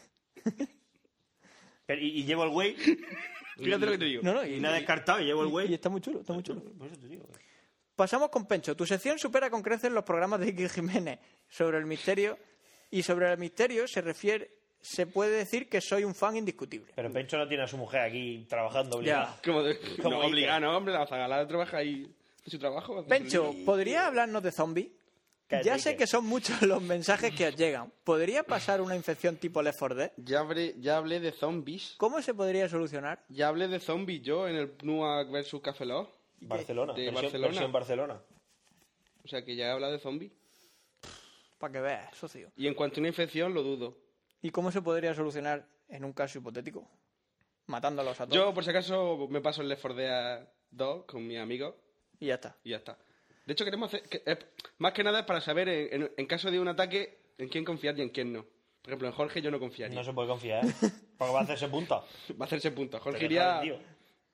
S1: Pero- y, y llevo el Way.
S3: Fíjate lo que te digo.
S2: No, no,
S1: Y
S2: y,
S1: la he descartado y llevo el
S2: y-
S1: Way.
S2: y está muy chulo, está muy chulo.
S1: Por eso te digo.
S2: Pasamos con Pencho. Tu sección supera con creces los programas de Iker Jiménez sobre el misterio. Y sobre el misterio se refiere, se puede decir que soy un fan indiscutible.
S1: Pero Pencho no tiene a su mujer aquí trabajando obligada.
S3: Como de,
S1: Como
S3: no,
S1: Iker.
S3: obligado, no, hombre. La Zagala trabaja ahí. ¿Es su trabajo? hace
S2: Pencho,
S3: su-
S2: ¿podrías hablarnos de zombies?
S1: Cállate,
S2: Ya sé
S1: Iker.
S2: que son muchos los mensajes que os llegan. ¿Podría pasar una infección tipo Left four Dead?
S3: Ya hablé, ya hablé de zombies.
S2: ¿Cómo se podría solucionar?
S3: Ya hablé de zombies yo en el P N U A versus Café Lock.
S1: Barcelona.
S3: De
S1: versión,
S3: Barcelona.
S1: versión Barcelona.
S3: O sea que ya he hablado de zombies.
S2: Para que veas, socio.
S3: Y en cuanto a una infección, lo dudo.
S2: ¿Y cómo se podría solucionar en un caso hipotético? Matándolos a todos.
S3: Yo, por si acaso, me paso el Left four Dead dos con mi amigo
S2: Y ya está.
S3: y ya está. De hecho, queremos hacer... que- eh, más que nada es para saber, en, en- en caso de un ataque, en quién confiar y en quién no. Por ejemplo, en Jorge yo no confiaría.
S1: No se puede confiar, ¿eh? Porque va a hacerse punta.
S3: Va a hacerse punto. Jorge
S1: Pero
S3: iría...
S1: joder, tío.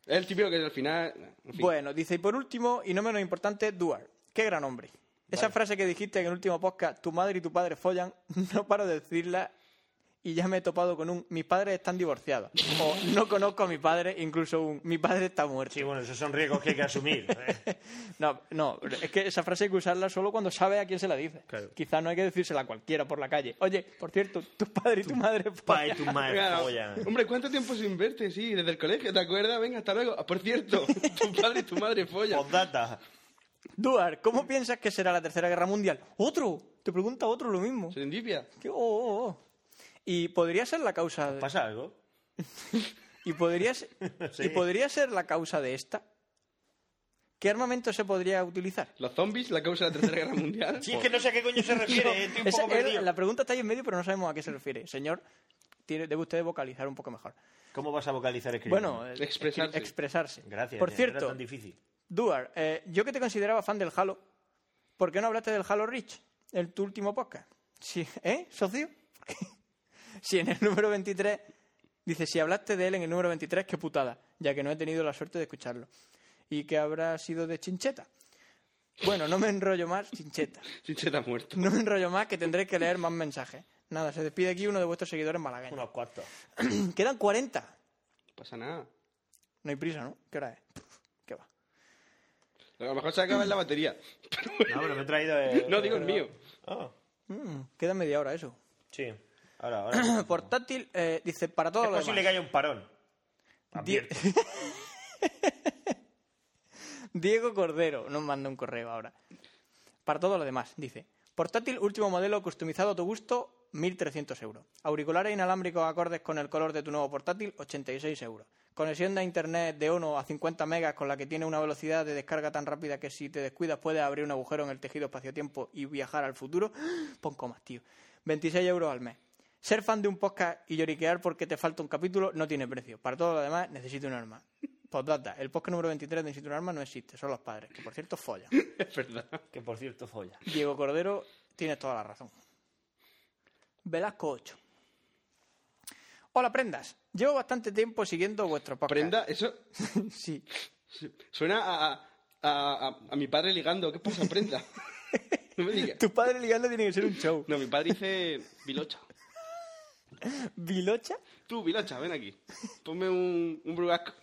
S3: Es el típico que al final... en fin.
S2: Bueno, dice, y por último, y no menos importante, Duar. Qué gran hombre. Esa
S1: Vale.
S2: frase que dijiste en el último podcast, tu madre y tu padre follan, no paro de decirla y ya me he topado con un, mis padres están divorciados. O no conozco a mi padre, incluso un, mi padre está muerto.
S1: Sí, bueno, esos son riesgos que hay que asumir. ¿eh?
S2: No, no, es que esa frase hay que usarla solo cuando sabes a quién se la dice.
S1: Claro.
S2: Quizás no hay que decírsela a cualquiera por la calle. Oye, por cierto, tu padre y tu madre
S1: Pa' y
S2: follan.
S1: tu madre
S3: Venga,
S1: follan.
S3: hombre, ¿cuánto tiempo sin verte? Sí, desde el colegio, ¿te acuerdas? Venga, hasta luego. Ah, por cierto, tu padre y tu madre follan.
S1: Postdata.
S2: Duar, ¿cómo piensas que será la Tercera Guerra Mundial? ¿Otro? Te pregunta otro lo mismo.
S3: ¿Serendipia?
S2: ¿Qué? Oh, oh, oh. Y podría ser la causa de...
S1: ¿Pasa algo?
S2: ¿Y podría, ser...
S1: Sí.
S2: ¿Y podría ser la causa de esta? ¿Qué armamento se podría utilizar?
S3: ¿Los zombies, la causa de la Tercera Guerra Mundial?
S1: Sí, es que no sé a qué coño se refiere. Estoy un
S2: Esa-
S1: poco
S2: él-
S1: perdido.
S2: la pregunta está ahí en medio, pero no sabemos a qué se refiere. Señor, tiene, debe usted vocalizar un poco mejor.
S1: ¿Cómo vas a vocalizar escribiendo?
S2: Bueno, eh,
S3: Expresarse.
S2: escri- expresarse.
S1: Gracias.
S2: Por
S1: era
S2: cierto,
S1: tan difícil.
S2: Duar, eh, yo que te consideraba fan del Halo, ¿por qué no hablaste del Halo Reach en tu último podcast? Sí, ¿eh, socio? ¿Por qué? Si en el número veintitrés, dice, si hablaste de él en el número veintitrés, qué putada, ya que no he tenido la suerte de escucharlo. ¿Y que habrá sido de Chincheta? Bueno, no me enrollo más, Chincheta.
S3: Chincheta muerto.
S2: No me enrollo más, que tendré que leer más mensajes. Nada, se despide aquí uno de vuestros seguidores malagueños.
S1: Unos cuantos.
S2: Quedan cuarenta.
S3: No pasa nada.
S2: No hay prisa, ¿no? ¿Qué hora es? Puf, ¿qué va?
S3: A lo mejor se acaba en la batería.
S1: No, pero me he traído... eh,
S3: No, digo el mío.
S1: Ah,
S2: Mm, queda media hora eso.
S1: sí. Ahora, ahora.
S2: Portátil, eh, dice, para todo
S1: Es
S2: lo
S1: posible
S2: demás.
S1: que haya un parón.
S2: Die-
S1: Advierto.
S2: Diego Cordero nos manda un correo ahora. Para todo lo demás, dice. Portátil, último modelo, customizado a tu gusto, mil trescientos euros. Auriculares inalámbricos acordes con el color de tu nuevo portátil, ochenta y seis euros. Conexión de internet de ONO a cincuenta megas con la que tiene una velocidad de descarga tan rápida que si te descuidas puedes abrir un agujero en el tejido espacio-tiempo y viajar al futuro. Pon comas, tío. veintiséis euros al mes. Ser fan de un podcast y lloriquear porque te falta un capítulo no tiene precio. Para todo lo demás, necesito un arma. Postdata, el podcast número veintitrés de Necesito un arma no existe, son los padres, que por cierto follan.
S3: Es verdad.
S1: Que por cierto folla.
S2: Diego Cordero, tienes toda la razón. Velasco ocho. Hola, prendas. Llevo bastante tiempo siguiendo vuestro podcast.
S3: Prenda, eso
S2: Sí.
S3: suena a, a, a, a mi padre ligando. ¿Qué pasa, Prenda? No me digas.
S2: Tu padre ligando tiene que ser un show.
S3: No, mi padre dice Bilocha.
S2: ¿Vilocha?
S3: Tú, Bilocha, ven aquí. Ponme un, un brugasco.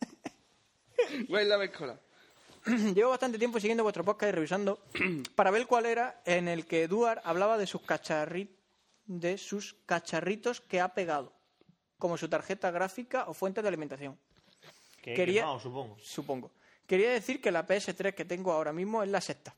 S3: Güey, la escola.
S2: Llevo bastante tiempo siguiendo vuestro podcast y revisando para ver cuál era en el que Duar hablaba de sus cacharritos de sus cacharritos que ha pegado, como su tarjeta gráfica o fuente de alimentación.
S1: Que
S2: Quería-
S1: quemado, supongo.
S2: Supongo. Quería decir que la P S tres que tengo ahora mismo es la sexta.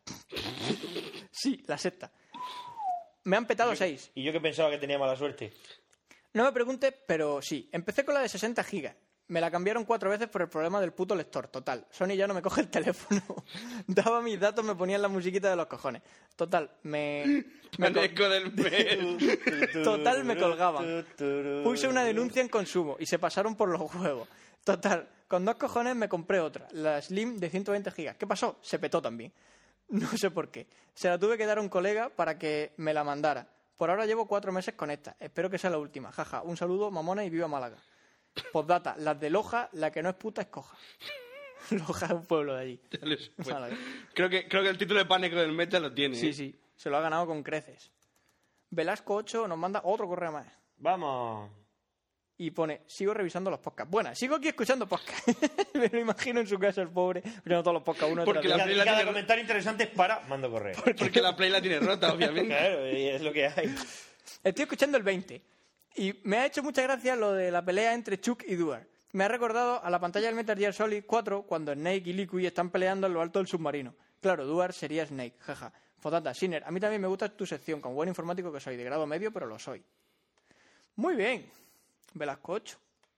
S2: Sí, la sexta. Me han petado seis.
S1: Y yo que pensaba que tenía mala suerte.
S2: No me preguntes, pero sí. Empecé con la de sesenta gigas. Me la cambiaron cuatro veces por el problema del puto lector. Total. Sony ya no me coge el teléfono. Daba mis datos, me ponían la musiquita de los cojones. Total. Me... me col-
S3: Maneco del mes.
S2: Total, me colgaban. Puse una denuncia en consumo y se pasaron por los huevos. Total. Con dos cojones me compré otra. La Slim de ciento veinte gigas. ¿Qué pasó? Se petó también. No sé por qué. Se la tuve que dar a un colega para que me la mandara. Por ahora llevo cuatro meses con esta. Espero que sea la última. Jaja. Un saludo, mamona, y viva Málaga. Postdata. Las de Loja, la que no es puta es coja. Loja es un pueblo de allí.
S3: Ya lo supe.
S2: Málaga.
S3: Creo que, creo que el título de Pánico del mes ya lo tiene.
S2: Sí,
S3: ¿eh?
S2: sí. Se lo ha ganado con creces. Velasco ocho nos manda otro correo más.
S1: Vamos.
S2: Y pone, sigo revisando los podcasts. Bueno, sigo aquí escuchando podcasts. Me lo imagino en su casa el pobre, viendo todos los podcasts uno
S3: Porque
S2: tras
S3: la
S2: otro.
S1: Y
S3: Play
S1: cada
S3: tiene-
S1: comentario interesante es para mando correo.
S3: Porque la Play la tiene rota, obviamente.
S1: Claro, y es lo que hay.
S2: Estoy escuchando el veinte. Y me ha hecho mucha gracia lo de la pelea entre Chuck y Duar. Me ha recordado a la pantalla del Metal Gear Solid cuatro cuando Snake y Liquid están peleando en lo alto del submarino. Claro, Duar sería Snake, jaja. Fotata, Sinner, a mí también me gusta tu sección, con buen informático que soy, de grado medio, pero lo soy. Muy bien. Velasco ocho.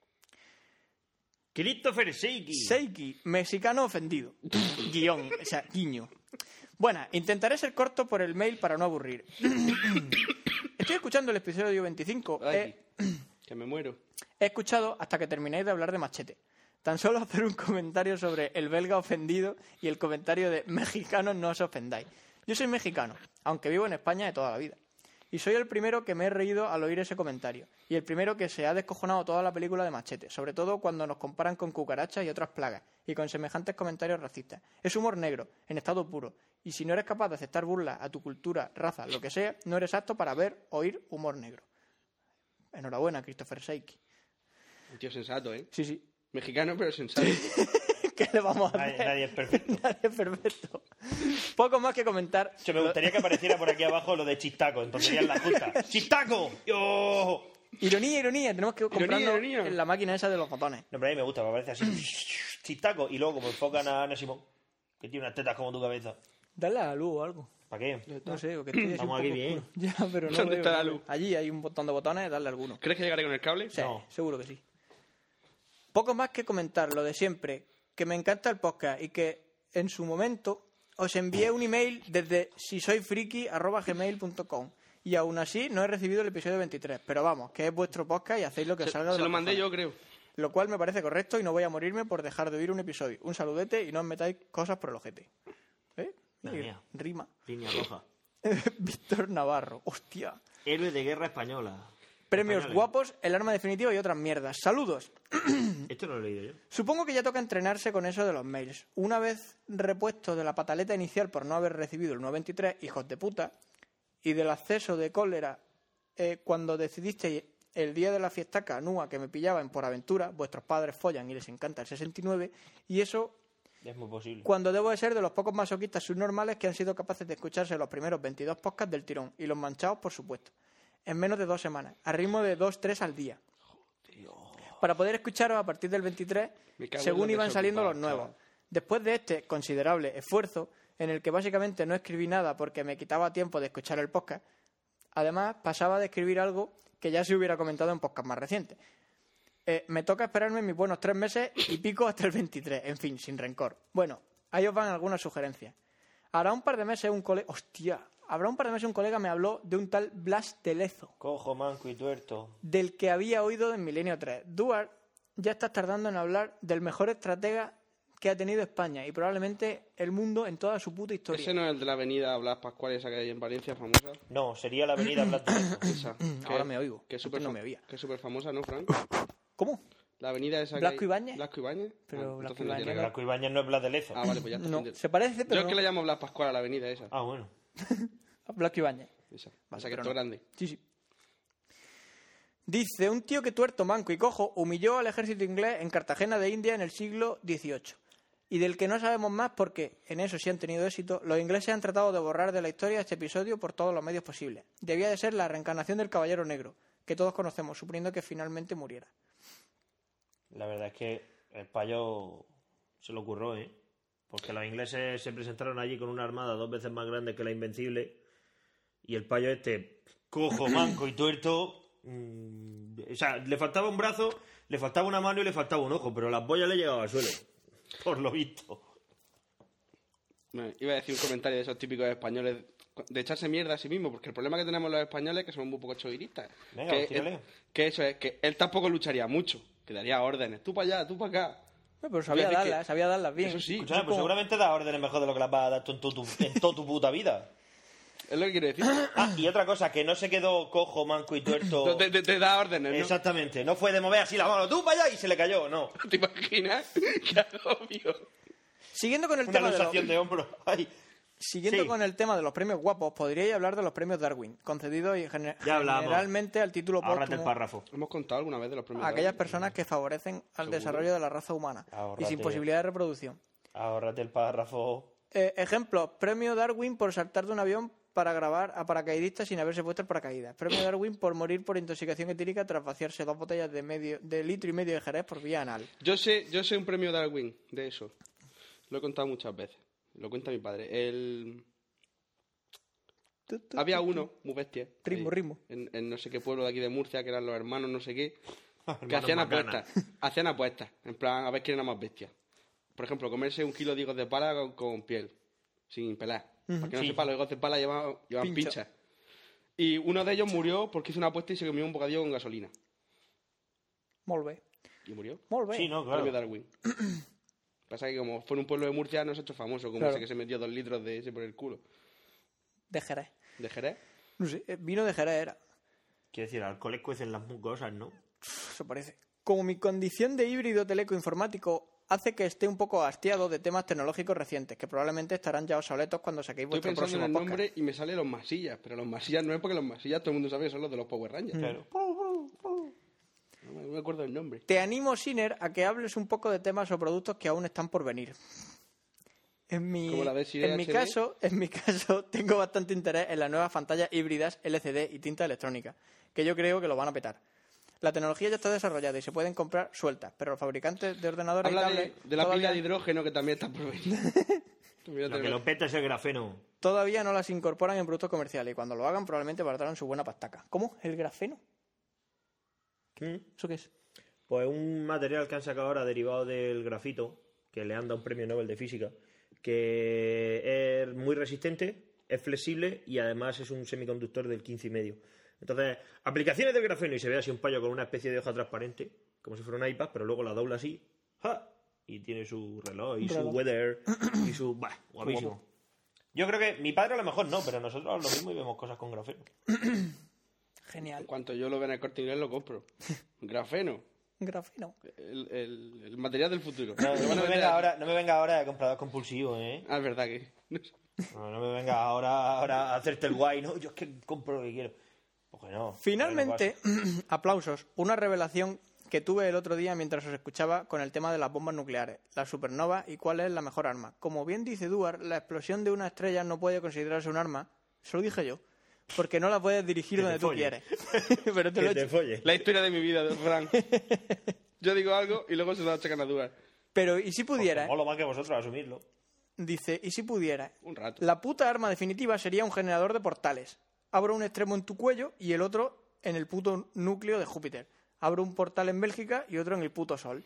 S1: Christopher Seiki.
S2: Seiki, mexicano ofendido. Guión, o sea, guiño. Bueno, intentaré ser corto por el mail para no aburrir. Estoy escuchando el episodio veinticinco.
S3: Ay,
S2: He,
S3: que me muero.
S2: he escuchado hasta que terminéis de hablar de Machete. Tan solo hacer un comentario sobre el belga ofendido y el comentario de mexicanos no os ofendáis. Yo soy mexicano, aunque vivo en España de toda la vida. Y soy el primero que me he reído al oír ese comentario. Y el primero que se ha descojonado toda la película de Machete. Sobre todo cuando nos comparan con cucarachas y otras plagas. Y con semejantes comentarios racistas. Es humor negro, en estado puro. Y si no eres capaz de aceptar burlas a tu cultura, raza, lo que sea, no eres apto para ver o oír humor negro. Enhorabuena, Christopher Seiki.
S3: Un tío sensato, ¿eh?
S2: Sí, sí.
S3: Mexicano, pero sensato.
S2: ¿Qué le vamos a
S1: Nadie,
S2: hacer?
S1: nadie es perfecto.
S2: Nadie es perfecto. Poco más que comentar.
S1: Se me gustaría que apareciera por aquí abajo lo de chistaco, entonces sería la justa. ¡Chistaco! ¡Yo!
S2: Ironía, ironía. Tenemos que comprarnos
S3: ironía.
S2: en la máquina esa de los botones.
S1: No, pero a mí me gusta, me parece así. Chistaco. Y luego, como enfocan a Ana Simón, que tiene unas tetas como tu cabeza.
S2: Dale a la luz o algo.
S1: ¿Para qué?
S2: No sé, porque estoy así
S1: Estamos
S2: un
S1: aquí
S2: poco
S1: bien.
S2: oscuro. Ya, pero no
S3: ¿Dónde
S2: veo.
S3: está la luz?
S2: Allí hay un montón de botones, darle alguno.
S3: ¿Crees que llegaré con el cable?
S2: Sí,
S1: No.
S2: seguro que sí. Poco más que comentar, lo de siempre, que me encanta el podcast y que en su momento os envié un email desde sisoyfriki arroba gmail punto com y aún así no he recibido el episodio veintitrés, pero vamos, que es vuestro podcast y hacéis lo que os
S3: Se,
S2: salga de
S3: se lo
S2: los
S3: mandé
S2: cojones.
S3: yo, creo.
S2: Lo cual me parece correcto y no voy a morirme por dejar de oír un episodio. Un saludete y no os metáis cosas por el ojete. ¿Eh?
S1: Madre
S2: Y
S1: mía.
S2: rima.
S1: Línea roja.
S2: Víctor Navarro. Hostia.
S1: Héroe de guerra española.
S2: Premios
S1: Españoles.
S2: guapos, el arma definitiva y otras mierdas. Saludos.
S1: Esto no lo he leído yo.
S2: Supongo que ya toca entrenarse con eso de los mails. Una vez repuesto de la pataleta inicial por no haber recibido el nueve veintitrés, hijos de puta, y del acceso de cólera eh, cuando decidisteis el día de la fiestaca nua que me pillaban por aventura, vuestros padres follan y les encanta el sesenta y nueve, y eso
S1: Es muy posible.
S2: cuando debo de ser de los pocos masoquistas subnormales que han sido capaces de escucharse los primeros veintidós podcasts del tirón, y los manchados, por supuesto, en menos de dos semanas, a ritmo de dos tres al día. Para poder escucharos a partir del veintitrés,
S3: Me cago en
S2: según
S3: los
S2: iban saliendo los
S3: desocupados,
S2: nuevos.
S3: chaval.
S2: Después de este considerable esfuerzo, en el que básicamente no escribí nada porque me quitaba tiempo de escuchar el podcast, además pasaba de escribir algo que ya se hubiera comentado en podcast más recientes. Eh, me toca esperarme mis buenos tres meses y pico hasta el veintitrés, en fin, sin rencor. Bueno, ahí os van algunas sugerencias. Hará un par de meses un colega... ¡Hostia! Habrá un par de meses un colega me habló de un tal Blas Telezo,
S1: Cojo, manco y tuerto.
S2: del que había oído en Milenio tres. Duarte, ya estás tardando en hablar del mejor estratega que ha tenido España y probablemente el mundo en toda su puta historia.
S3: Ese no es el de la avenida Blas Pascual, esa que hay en Valencia, famosa.
S1: No, sería la avenida Blas de Lezo.
S3: Esa.
S2: Ahora me oigo.
S3: Que es
S2: Antes
S3: súper
S2: no
S3: fam-
S2: me oía.
S3: Que es súper famosa, ¿no, Frank?
S2: ¿Cómo?
S3: La avenida esa
S2: ¿Blasco
S3: que hay-
S2: Ibáñez?
S3: Blasco Ibáñez.
S2: Pero
S3: Ah,
S2: Blasco
S3: entonces no
S2: Ibáñez
S3: tiene
S2: no-
S3: que-
S1: Blasco Ibáñez no es Blas de Lezo.
S3: Ah, vale, pues ya está.
S2: No,
S3: entendido.
S2: se parece, pero
S3: Yo es que
S2: no.
S3: la llamo Blas Pascual a la avenida esa.
S1: Ah, bueno.
S2: Blasco Ibáñez.
S3: Esa.
S2: Vale,
S3: Esa que
S2: pero
S3: es todo
S2: no.
S3: grande.
S2: Sí, sí. Dice, un tío que tuerto, manco y cojo humilló al ejército inglés en Cartagena de India en el siglo dieciocho. Y del que no sabemos más porque, en eso sí han tenido éxito, los ingleses han tratado de borrar de la historia este episodio por todos los medios posibles. Debía de ser la reencarnación del Caballero Negro, que todos conocemos, suponiendo que finalmente muriera.
S1: La verdad es que el payo se lo ocurrió, ¿eh? Porque los ingleses se presentaron allí con una armada dos veces más grande que la Invencible y el payo este, cojo, manco y tuerto... mmm, o sea, le faltaba un brazo, le faltaba una mano y le faltaba un ojo, pero las boyas le llegaban al suelo. Por lo visto.
S3: Bueno, iba a decir un comentario de esos típicos españoles de echarse mierda a sí mismo, porque el problema que tenemos los españoles es que somos muy poco choviristas.
S1: Venga,
S3: que,
S1: pues tírale.
S3: es- que eso es, que él tampoco lucharía mucho, que daría órdenes. Tú para allá, tú para acá.
S2: Eh, Pero sabía
S3: decir que-
S2: darlas, sabía darlas bien.
S3: Eso sí.
S1: Escucha, pues
S2: como-
S1: seguramente da órdenes mejor de lo que las vas a dar tú en, tu, tu- en toda tu puta vida.
S3: Es lo que quiero decir.
S1: Ah, y otra cosa, que no se quedó cojo, manco y tuerto.
S3: Te, te- te da órdenes, ¿no?
S1: Exactamente, no fue de mover así la mano, tú para allá y se le cayó, no.
S3: ¿Te imaginas? Qué agobio.
S2: Siguiendo con el
S1: Una
S2: tema de los...
S1: luxación de hombro. Ay.
S2: Siguiendo
S1: Sí.
S2: con el tema de los premios guapos, podríais hablar de los premios Darwin, concedidos y gener-
S1: Ya hablamos.
S2: generalmente al título
S1: Ahórrate el
S2: póstumo
S1: párrafo.
S3: Hemos contado alguna vez de los premios
S2: a aquellas
S3: Darwin?
S2: personas que favorecen al desarrollo de la raza humana y
S1: Ahórrate.
S2: sin posibilidad de reproducción.
S1: Ahórrate el párrafo.
S2: Eh, ejemplo, premio Darwin por saltar de un avión para grabar a paracaidistas sin haberse puesto el paracaídas. Premio Darwin por morir por intoxicación etílica tras vaciarse dos botellas de medio de litro y medio de Jerez por vía anal.
S3: Yo sé, yo sé un premio Darwin de eso. Lo he contado muchas veces. Lo cuenta mi padre. El... Había uno, muy bestia.
S2: Ritmo,
S3: ahí,
S2: ritmo.
S3: En, en no sé qué pueblo de aquí de Murcia, que eran los hermanos no sé qué, que
S1: Hermanos
S3: hacían
S1: Macana.
S3: apuestas. Hacían apuestas. En plan, a ver quién era más bestia. Por ejemplo, comerse un kilo de higos de pala con, con piel, sin pelar. Para que no
S1: Sí.
S3: sepa, los higos de pala llevan, llevan
S2: Pincho.
S3: pinchas. Y uno de ellos murió porque hizo una apuesta y se comió un bocadillo con gasolina.
S2: Molt bé.
S3: Y murió.
S2: Molt bé.
S1: Sí, no,
S3: Premio
S1: claro.
S3: Darwin. Pasa que como fue en un pueblo de Murcia, no se ha hecho famoso como
S2: Claro.
S3: ese que se metió dos litros de ese por el culo.
S2: De Jerez.
S3: ¿De Jerez?
S2: No sé, eh, vino de Jerez era.
S1: Quiero decir, alcoholes cuecen las mucosas, ¿no?
S2: Eso parece. Como mi condición de híbrido teleco-informático hace que esté un poco hastiado de temas tecnológicos recientes, que probablemente estarán ya obsoletos cuando saquéis
S3: Estoy
S2: vuestro
S3: pensando
S2: próximo
S3: en el
S2: podcast.
S3: nombre y me sale los masillas, pero los masillas no es porque los masillas todo el mundo sabe que son los de los Power Rangers.
S1: Claro.
S3: No me, no me acuerdo el nombre.
S2: Te animo, Siner, a que hables un poco de temas o productos que aún están por venir. En mi,
S3: ¿Como la de Siner
S2: en mi
S3: H D?
S2: caso, en mi caso, tengo bastante interés en las nuevas pantallas híbridas L C D y tinta electrónica, que yo creo que lo van a petar. La tecnología ya está desarrollada y se pueden comprar sueltas, pero los fabricantes de ordenadores y
S3: Habla de,
S2: tablets
S3: de la
S2: todavía,
S3: pila de hidrógeno que también está por venir. Mira,
S1: Lo
S3: te
S1: que
S3: veo.
S1: lo peta es el grafeno.
S2: todavía no las incorporan en productos comerciales y cuando lo hagan probablemente baratarán su buena pastaca. ¿Cómo? ¿El grafeno?
S1: ¿Mm?
S2: ¿Eso qué es?
S1: Pues un material que han sacado ahora derivado del grafito, que le han dado un premio Nobel de Física, que es muy resistente, es flexible y además es un semiconductor del quince y medio. Entonces, aplicaciones del grafeno y se ve así un payo con una especie de hoja transparente, como si fuera un iPad, pero luego la dobla así, ¡ja! Y tiene su reloj y su
S2: Reloj.
S1: weather y su... ¡Bah! Guapísimo. Yo creo que mi padre a lo mejor no, pero nosotros lo mismo y vemos cosas con grafeno.
S2: Genial.
S3: En cuanto yo lo vea en el Corte Inglés lo compro. Grafeno.
S2: Grafeno.
S3: El, el, el material del futuro.
S1: No,
S3: Lo
S1: no
S3: van a
S1: me
S3: meter
S1: venga
S3: aquí.
S1: ahora, no me venga ahora de comprador compulsivo, ¿eh?
S3: Ah, es verdad que... no sé.
S1: No, no me venga ahora, ahora a hacerte el guay, ¿no? Yo es que compro lo que quiero. Pues que no.
S2: Finalmente, aplausos, una revelación que tuve el otro día mientras os escuchaba con el tema de las bombas nucleares, las supernovas y cuál es la mejor arma. Como bien dice Duar, la explosión de una estrella no puede considerarse un arma, se lo dije yo, porque no la puedes dirigir
S1: Que te
S2: donde tú
S1: folle.
S2: quieres. Pero te lo
S1: Que
S2: he
S1: te
S2: hecho.
S1: folle.
S3: La historia de mi vida, Frank. Yo digo algo y luego se lo achacan a Duar.
S2: Pero, ¿y si pudiera?
S1: Molo más que vosotros asumirlo.
S2: Dice, ¿y si pudiera?
S3: Un rato.
S2: La puta arma definitiva sería un generador de portales. Abro un extremo en tu cuello y el otro en el puto núcleo de Júpiter. Abro un portal en Bélgica y otro en el puto Sol.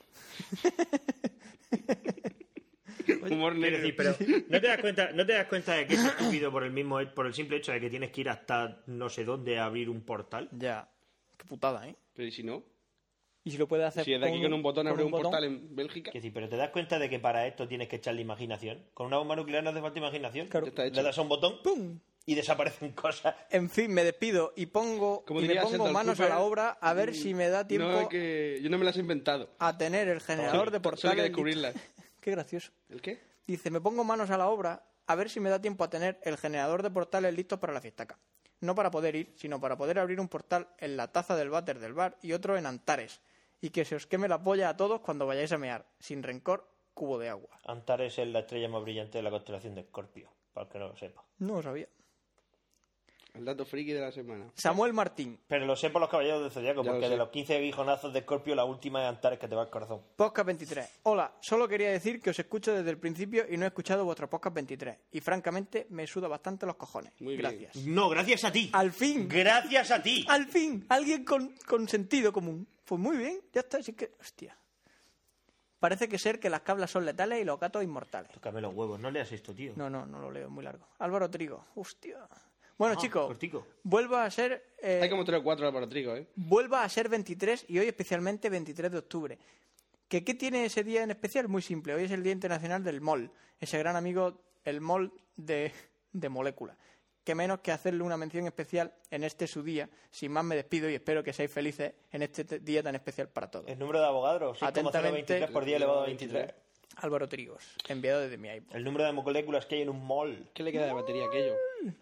S3: Humor
S1: Quiero
S3: negro.
S1: decir, pero ¿no te das cuenta, no te das cuenta de que es estúpido por el mismo por el simple hecho de que tienes que ir hasta no sé dónde a abrir un portal?
S2: Ya. Qué putada, ¿eh?
S3: Pero ¿y si no?
S2: Y si lo puede hacer
S3: Si es de aquí con un botón abre un,
S2: botón.
S3: portal en Bélgica.
S1: Quiero decir, pero ¿te das cuenta de que para esto tienes que echarle imaginación? Con una bomba nuclear no hace falta imaginación.
S2: Claro.
S3: Ya está hecho.
S1: Le das a un botón
S2: ¡Pum!
S1: y desaparecen cosas.
S2: En fin, me despido y pongo
S3: Como
S2: y me
S3: diría
S2: pongo
S3: Sheldon
S2: manos
S3: Cooper,
S2: a la obra a ver si me da tiempo
S3: No, es que yo no me las he inventado.
S2: a tener el generador de
S3: Solo hay que
S2: portales.
S3: descubrirlas.
S2: Qué gracioso.
S3: ¿El qué?
S2: Dice, me pongo manos a la obra a ver si me da tiempo a tener el generador de portales listos para la fiestaca. No para poder ir, sino para poder abrir un portal en la taza del váter del bar y otro en Antares. Y que se os queme la polla a todos cuando vayáis a mear. Sin rencor, cubo de agua.
S1: Antares es la estrella más brillante de la constelación de Escorpio, para el que no lo sepa.
S2: No lo sabía.
S3: El dato friki de la semana.
S2: Samuel Martín,
S1: Pero lo sé por los caballeros del Zodiaco,
S3: Ya lo
S1: porque
S3: sé.
S1: de los quince guijonazos de Escorpio, la última es Antares que te va al corazón.
S2: Podcast veintitrés. Hola, solo quería decir que os escucho desde el principio y no he escuchado vuestro Podcast veintitrés. Y francamente me suda bastante los cojones.
S3: Muy bien.
S2: Gracias.
S1: No, gracias a ti.
S2: Al fin,
S1: Gracias a ti.
S2: al fin, alguien con, con sentido común. Pues muy bien, ya está, así que, hostia. Parece que ser que las cablas son letales y los gatos inmortales.
S1: Tócame los huevos, no leas esto, tío.
S2: No, no, no lo leo, es muy largo. Álvaro Trigo, hostia. Bueno,
S1: Ah,
S2: chicos,
S1: cortico.
S2: vuelva a ser eh,
S3: Hay como tres o cuatro para trigo, ¿eh?
S2: vuelva a ser veintitrés y hoy especialmente veintitrés de octubre. ¿Que ¿Qué tiene ese día en especial? Muy simple, hoy es el Día Internacional del MOL, ese gran amigo, el MOL de, de molécula. Que menos que hacerle una mención especial en este su día. Sin más me despido y espero que seáis felices en este te- día tan especial para todos.
S1: El número de Avogadro, seis coma cero veintitrés por día elevado a veintitrés.
S2: Álvaro Trigos, enviado desde mi iPod.
S1: El número de moléculas que hay en un mol.
S3: ¿Qué le queda de batería a aquello?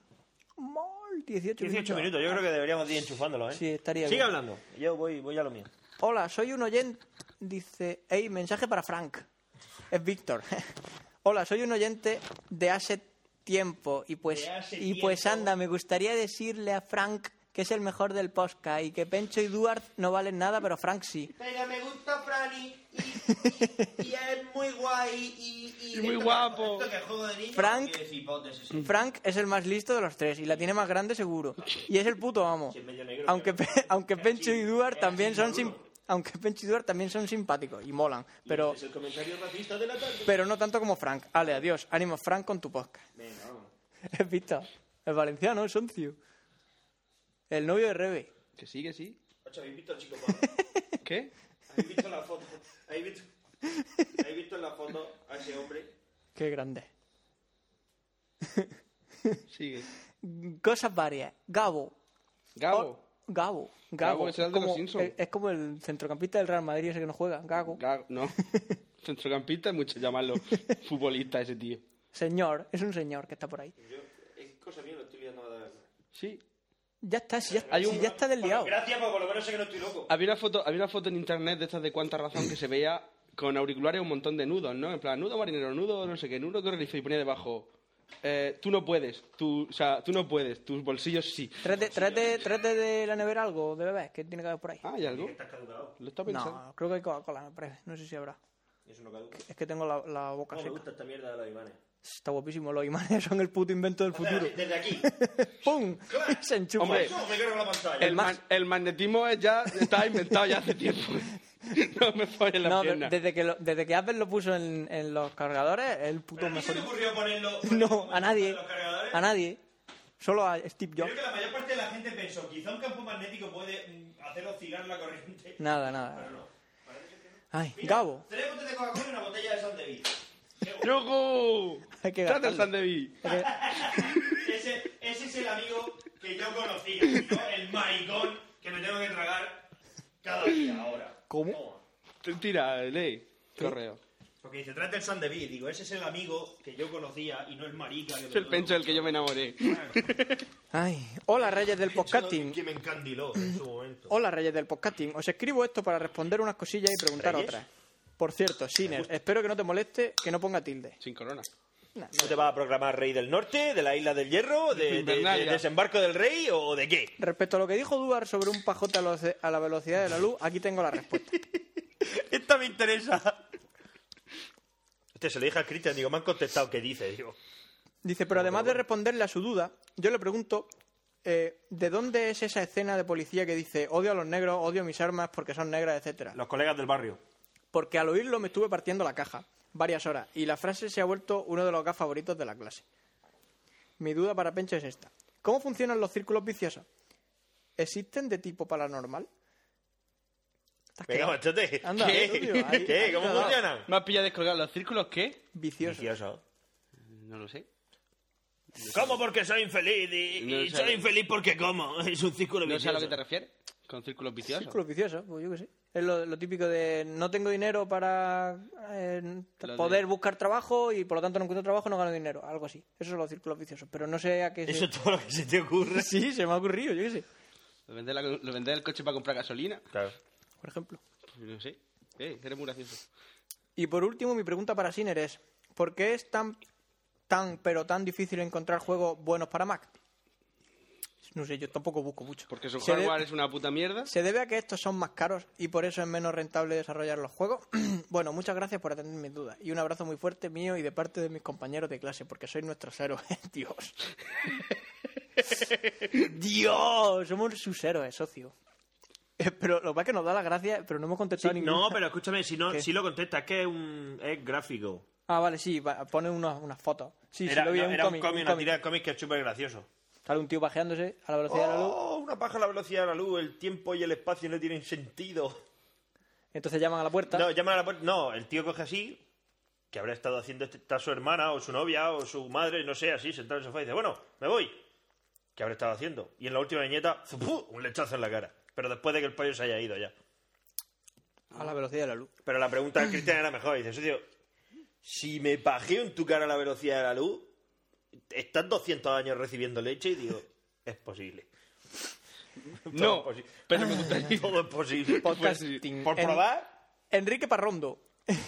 S2: MOL, dieciocho,
S1: dieciocho minutos, yo creo que deberíamos ir enchufándolo, ¿eh?
S2: Sí, estaría
S1: Sigue
S2: bien.
S1: hablando, yo voy, voy a lo mío.
S2: Hola, soy un oyente. Dice, hey, mensaje para Frank. Es Víctor. Hola, soy un oyente de hace tiempo y pues
S1: De hace
S2: y pues
S1: tiempo.
S2: anda, me gustaría decirle a Frank que es el mejor del podcast y que Pencho y Duarte no valen nada, pero Frank sí.
S1: Pero me gusta Franny y, y, y es muy guay y,
S3: Y muy guapo.
S1: Esto que juego de niño,
S2: Frank-
S1: quiero decir, botes, ese.
S2: Frank es el más listo de los tres y la tiene más grande seguro. Y es el puto amo.
S1: Sí, es medio negro,
S2: Aunque,
S1: pero-
S2: Pe- aunque
S1: es
S2: Pencho
S1: así,
S2: y Duarte
S1: es
S2: también
S1: así,
S2: son
S1: maduro.
S2: sim- aunque Pencho y Duarte también son simpáticos y molan, pero
S1: Es el comentario racista de la tarde.
S2: pero no tanto como Frank. Ale, adiós. Ánimo, Frank, con tu podcast.
S1: Venga, vamos.
S2: ¿Has visto? El valenciano, el Soncio. El novio de Rebe.
S3: Que sí, que sí.
S1: Ocho, ¿habéis visto al chico Juan?
S3: ¿Qué?
S1: ¿Habéis visto la foto? ¿Habéis visto, ¿Habéis visto en la foto a ese hombre?
S2: Qué grande.
S3: Sigue.
S2: Cosas varias. Gabo.
S3: Gabo.
S2: O- Gabo.
S3: Gabo,
S2: Gabo.
S3: ese es el de los
S2: como,
S3: Simpsons.
S2: es, es como el centrocampista del Real Madrid ese que no juega. Gago.
S3: Gago. No. Centrocampista es mucho llamarlo futbolista ese tío.
S2: Señor. Es un señor que está por ahí.
S1: Yo, es cosa mía, lo estoy liando a dar.
S3: Sí.
S2: Ya está, si ya,
S3: Hay
S2: si
S3: un-
S2: ya está desliado.
S1: Gracias, porque por lo menos sé que no estoy loco.
S3: Había una foto, había una foto en internet de estas de cuánta razón que se veía con auriculares un montón de nudos, ¿no? En plan, nudo marinero, nudo no sé qué, nudo correlife y ponía debajo. Eh, tú no puedes, tú, o sea, tú no puedes, tus bolsillos sí.
S2: Tráete, tráete, tráete de la nevera algo de bebé, que tiene que haber por ahí.
S3: Ah, ¿hay algo?
S1: Estás caducado.
S3: Lo estaba pensando.
S2: No, creo que hay Coca-Cola, me parece. No sé si habrá.
S1: Eso no caduca.
S2: Es que tengo la, la boca
S1: No me
S2: seca.
S1: gusta esta mierda de los imanes.
S2: Está guapísimo. Los imanes son el puto invento del
S1: O sea,
S2: futuro.
S1: desde aquí.
S2: ¡Pum! Se enchufa.
S3: Hombre,
S1: Eso me cargo la pantalla.
S3: El, man- el magnetismo es ya está inventado ya hace tiempo. No me follen la
S2: No, de-
S3: pierna.
S2: desde que, lo- desde que Apple lo puso en, en los cargadores, es el puto
S1: ¿Pero a ti se
S2: mejor.
S1: te ocurrió ponerlo?
S2: No, a nadie.
S1: ¿Los cargadores?
S2: A nadie. Solo a Steve
S1: Creo
S2: Jobs.
S1: que la mayor parte de la gente pensó, quizá un campo magnético puede mm, hacer oscilar la corriente.
S2: Nada, nada.
S1: Pero no. Parece que no.
S2: Ay,
S1: Mira,
S2: Gabo.
S1: Tres botes de Coca-Cola y una botella de Sandeví.
S3: ¡Truco!
S2: Hay que
S3: ¡Trata el
S2: gastarlo.
S3: Sandeví!
S1: ese, ese es el amigo que yo conocía, y no el maricón que me tengo que tragar cada día ahora.
S2: ¿Cómo?
S1: Toma.
S3: Tira, lee. Correo.
S1: Porque dice, trata el Sandeví. Digo, ese es el amigo que yo conocía y no el marica. Que me
S3: Es el
S1: tengo
S3: pencho
S1: que-
S3: del que yo me enamoré.
S2: Ay. Hola, Reyes del podcasting.
S1: Que me encandiló en su momento.
S2: Hola, Reyes del podcasting. Os escribo esto para responder unas cosillas y preguntar
S1: ¿Reyes?
S2: otras. Por cierto, Siner, espero que no te moleste que no ponga tilde.
S3: Sin corona.
S2: Nah,
S1: ¿No te vas a proclamar rey del norte, de la isla del hierro, de, de- de-
S3: Invernalia.
S1: desembarco del rey o de qué?
S2: Respecto a lo que dijo Duar sobre un pajote a, lo- a la velocidad de la luz, aquí tengo la respuesta.
S1: Esta me interesa. Este se lo dije a Cristian, digo, me han contestado, ¿qué dice? Digo,
S2: Dice, pero además de responderle a su duda, yo le pregunto eh, ¿de dónde es esa escena de policía que dice odio a los negros, odio mis armas porque son negras, etcétera?
S1: los colegas del barrio.
S2: Porque al oírlo me estuve partiendo la caja varias horas y la frase se ha vuelto uno de los gags favoritos de la clase. Mi duda para Pencho es esta. ¿Cómo funcionan los círculos viciosos? ¿Existen de tipo paranormal? ¿Estás
S1: Venga,
S2: quedado?
S1: machote.
S2: Anda,
S1: ¿Qué?
S2: eso, tío, ahí-
S1: ¿Qué?
S2: ahí
S1: ¿Cómo
S2: te ha dado.
S1: funcionan?
S3: ¿Me has pillado descolgado los círculos qué?
S2: Vicioso.
S1: Vicioso.
S3: No lo sé.
S1: ¿Cómo porque soy infeliz? Y,
S3: No
S1: y
S3: sé.
S1: soy infeliz porque como. Es un círculo
S3: No sé a
S1: vicioso.
S3: lo que te refieres. Con círculos viciosos.
S2: Círculos viciosos, pues yo qué sé. Es lo, lo típico de no tengo dinero para eh,
S3: Lo
S2: poder
S3: de-
S2: buscar trabajo y por lo tanto no encuentro trabajo, no gano dinero. Algo así. Esos son los círculos viciosos. Pero no sé a qué...
S1: Eso
S2: se...
S1: es todo lo que se te ocurre.
S2: Sí, se me ha ocurrido, yo qué sé.
S3: Lo vender, la- lo vender el coche para comprar gasolina.
S1: Claro.
S2: Por ejemplo.
S3: Pues no sé. Eh, eres muy gracioso.
S2: Y por último, mi pregunta para Siner es ¿por qué es tan, tan, pero tan difícil encontrar juegos buenos para Mac? No sé, yo tampoco busco mucho.
S3: Porque su
S2: Se de-
S3: hardware es una puta mierda.
S2: ¿Se debe a que estos son más caros y por eso es menos rentable desarrollar los juegos? Bueno, muchas gracias por atender mis dudas. Y un abrazo muy fuerte mío y de parte de mis compañeros de clase, porque sois nuestros héroes. Dios. Dios, somos sus héroes, socio. Eh, Pero lo que pasa es que nos da la gracia, pero no hemos contestado
S1: Sí,
S2: ninguna.
S1: no, pero escúchame, si no,
S2: ¿Qué?
S1: si lo contestas, es que es un es gráfico.
S2: Ah, vale, sí, va- pone unos- unas fotos. Sí,
S1: era
S2: sí, lo vi
S1: no,
S2: en un
S1: era
S2: cómic.
S1: un cómic,
S2: un
S1: una
S2: cómic.
S1: tira de cómic que es súper gracioso.
S2: Sale un tío pajeándose a la velocidad de la luz.
S1: Oh, una paja a la velocidad de la luz, el tiempo y el espacio no tienen sentido.
S2: Entonces llaman a la puerta.
S1: No, llaman a la puerta. No, el tío coge así, que habrá estado haciendo, este- está su hermana o su novia o su madre, no sé, así, sentado en el sofá y dice, bueno, me voy. ¿Qué habrá estado haciendo? Y en la última viñeta, ¡zupú! Un lechazo en la cara. Pero después de que el pollo se haya ido ya.
S2: A la velocidad de la luz.
S1: Pero la pregunta de Cristian era mejor. Dice, socio, si me pajeo en tu cara a la velocidad de la luz, estás doscientos años recibiendo leche y digo, es posible.
S3: No,
S1: Todo es posi-
S3: pero me gustaría.
S1: Todo es posible.
S2: Podcasting.
S1: Por
S2: En-
S1: probar,
S2: Enrique Parrondo.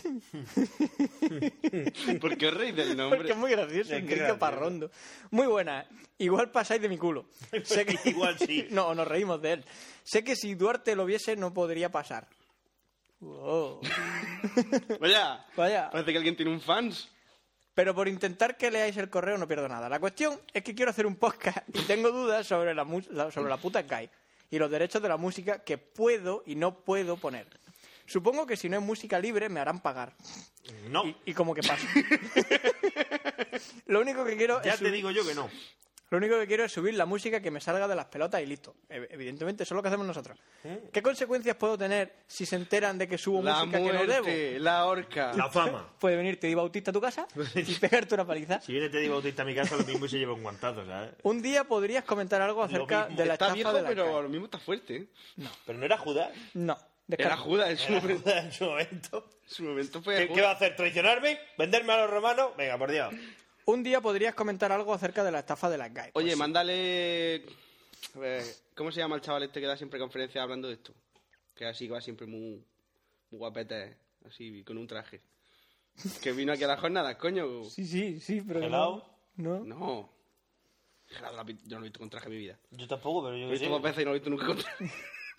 S3: Porque os reís del nombre.
S2: Porque es muy gracioso,
S1: Es que
S2: Enrique
S1: gracioso.
S2: Parrondo. Muy buena. Igual pasáis de mi culo. Sé que...
S1: Igual sí.
S2: No, nos reímos de él. Sé que si Duarte lo viese no podría pasar. Wow.
S3: Vaya,
S2: Vaya.
S3: parece que alguien tiene un fans.
S2: Pero por intentar que leáis el correo no pierdo nada. La cuestión es que quiero hacer un podcast y tengo dudas sobre la, mu- la- sobre la puta Sky y los derechos de la música que puedo y no puedo poner. Supongo que si no es música libre me harán pagar.
S1: no.
S2: Y, y como que pasa. Lo único que quiero
S1: Ya
S2: es
S1: te
S2: subir-
S1: digo yo que no.
S2: Lo único que quiero es subir la música que me salga de las pelotas y listo. Ev- Evidentemente, eso es lo que hacemos nosotros. ¿Qué consecuencias puedo tener si se enteran de que subo
S3: La
S2: música que no debo?
S3: muerte, la horca.
S1: La fama.
S2: Puede venir Teddy Bautista a tu casa y pegarte una paliza.
S1: Si viene Teddy Bautista a mi casa, lo mismo y se lleva un guantazo, ¿sabes?
S2: Un día podrías comentar algo acerca
S1: mismo.
S2: de la
S3: Está
S2: estafa
S3: viejo,
S2: de la
S3: pero
S2: calle.
S3: lo mismo está fuerte. ¿eh?
S1: Pero no era Judas.
S2: No,
S3: Era
S2: descarta.
S3: Judas en su
S1: Era
S3: momento.
S1: Judas en su momento.
S3: En su momento fue
S1: ¿Qué,
S3: Judas.
S1: qué va a hacer? ¿Traicionarme? ¿Venderme a los romanos? Venga, por Dios.
S2: Un día podrías comentar algo acerca de la estafa de las G A E.
S3: Oye,
S2: Pues sí.
S3: mándale... A ver, ¿cómo se llama el chaval este que da siempre conferencias hablando de esto? Que así que va siempre muy, muy guapete, así, con un traje. Que vino aquí a las jornadas, coño.
S2: Sí, sí, sí, pero que
S1: ¿Gelao?
S2: no. no.
S3: No. Gerardo, la pi- yo no lo he visto con traje en mi vida.
S1: Yo tampoco, pero yo
S3: Lo he
S1: qué
S3: visto
S1: sé.
S3: dos veces y no lo he visto nunca con traje.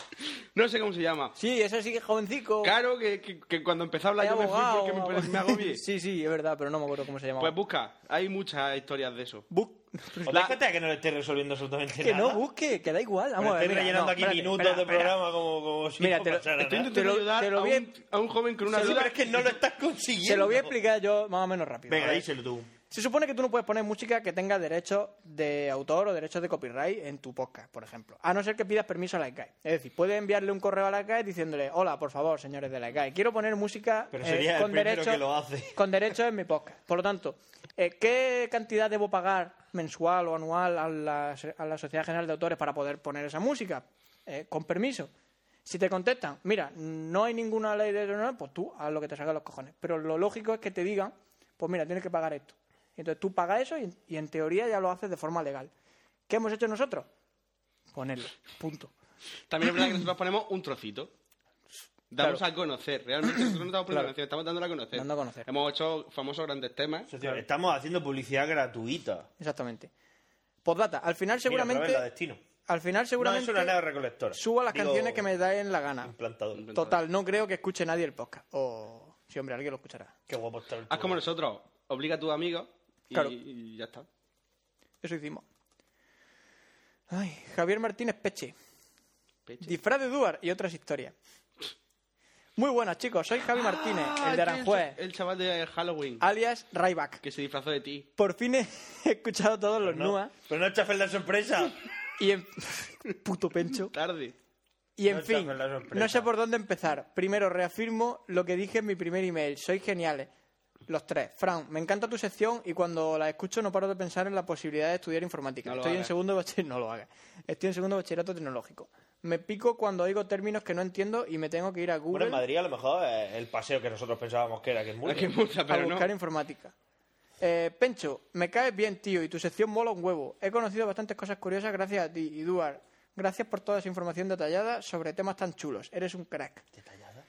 S3: No sé cómo se llama.
S2: Sí, ese sí que es jovencico.
S3: Claro, que, que, que cuando empezó a hablar
S2: Es
S3: yo me fui
S2: abogado,
S3: porque me,
S2: abogado.
S3: me agobie.
S2: Sí, sí, es verdad, pero no me acuerdo cómo se llama.
S3: Pues busca, hay muchas historias de eso.
S2: Bu-
S1: ¿Os dais cuenta de que no le estoy resolviendo absolutamente
S2: que
S1: nada?
S2: no busque, que da igual. Vamos
S1: Me
S2: a ver,
S1: estoy
S2: mira,
S1: rellenando
S2: no,
S1: aquí
S2: espérate,
S1: minutos
S2: espera,
S1: de
S2: espera.
S1: programa como, como si
S2: Mira,
S1: no
S2: te lo-
S1: pasara
S3: Estoy
S1: nada.
S3: intentando
S2: Te lo-
S3: ayudar
S2: te lo
S3: a,
S2: voy a-
S3: un, a un joven con una
S1: Sí,
S3: duda.
S1: pero es que no lo estás consiguiendo.
S2: Se lo voy a explicar yo más o menos rápido.
S1: Venga,
S2: A ver.
S1: díselo tú.
S2: Se supone que tú no puedes poner música que tenga derechos de autor o derechos de copyright en tu podcast, por ejemplo. A no ser que pidas permiso a la I C A E. Es decir, puedes enviarle un correo a la I C A E diciéndole: hola, por favor, señores de la I C A E, quiero poner música
S1: Pero
S2: eh,
S1: sería el
S2: con,
S1: primero
S2: derechos,
S1: que lo hace.
S2: con derechos en mi podcast. Por lo tanto, eh, ¿qué cantidad debo pagar mensual o anual a la, a la Sociedad General de Autores para poder poner esa música? Eh, con permiso. Si te contestan, mira, no hay ninguna ley de eso, pues tú haz lo que te salga de los cojones. Pero lo lógico es que te digan, pues mira, tienes que pagar esto. Entonces tú pagas eso y, y en teoría ya lo haces de forma legal. ¿Qué hemos hecho nosotros? Ponerlo. Punto.
S3: También es verdad que nosotros ponemos un trocito. Damos
S2: Claro.
S3: a conocer. Realmente nosotros no estamos poniendo
S2: Claro.
S3: canciones, estamos dándola a conocer.
S2: Dando a conocer.
S3: Hemos hecho famosos grandes temas.
S1: Socio, Estamos haciendo publicidad gratuita.
S2: Exactamente. Postdata. Al final
S1: Mira,
S2: seguramente...
S1: pero es la destino.
S2: al final
S1: No,
S2: seguramente...
S1: es una neo recolectora.
S2: subo las
S1: Digo,
S2: canciones que me den la gana.
S1: Implantador.
S2: Total, no creo que escuche nadie el podcast. O... Sí, hombre, alguien lo escuchará.
S1: Qué guapo está el
S3: Haz como nosotros. Obliga a tus amigos y,
S2: Claro.
S3: y ya está.
S2: Eso hicimos. Ay, Javier Martínez Peche.
S3: Peche.
S2: Disfraz de Duar y otras historias. Muy buenas, chicos. Soy Javi Martínez,
S3: Ah,
S2: el de
S3: el-
S2: Aranjuez,
S3: El chaval de Halloween.
S2: alias Ryback.
S3: Que se disfrazó de ti.
S2: Por fin he escuchado todos los
S1: No,
S2: Nua
S1: pero no echas la sorpresa.
S2: y en... Puto pencho.
S3: Tarde.
S2: Y en
S1: No
S2: fin,
S1: chafes la sorpresa.
S2: no sé por dónde empezar. Primero, reafirmo lo que dije en mi primer email. Sois geniales. Los tres. Fran, me encanta tu sección y cuando la escucho no paro de pensar en la posibilidad de estudiar informática.
S3: No lo
S2: Estoy en
S3: hagas.
S2: segundo bachillerato... No lo hagas. Estoy en segundo bachillerato tecnológico. Me pico cuando oigo términos que no entiendo y me tengo que ir a
S1: Bueno,
S2: Google
S1: en Madrid a lo mejor es el paseo que nosotros pensábamos que era, que es muy
S3: Aquí en Murcia,
S2: a
S3: pero no.
S2: buscar informática. Eh, Pencho, me caes bien, tío, y tu sección mola un huevo. He conocido bastantes cosas curiosas gracias a ti, y Duar. Gracias por toda esa información detallada sobre temas tan chulos. Eres un crack.
S1: ¿Detallada?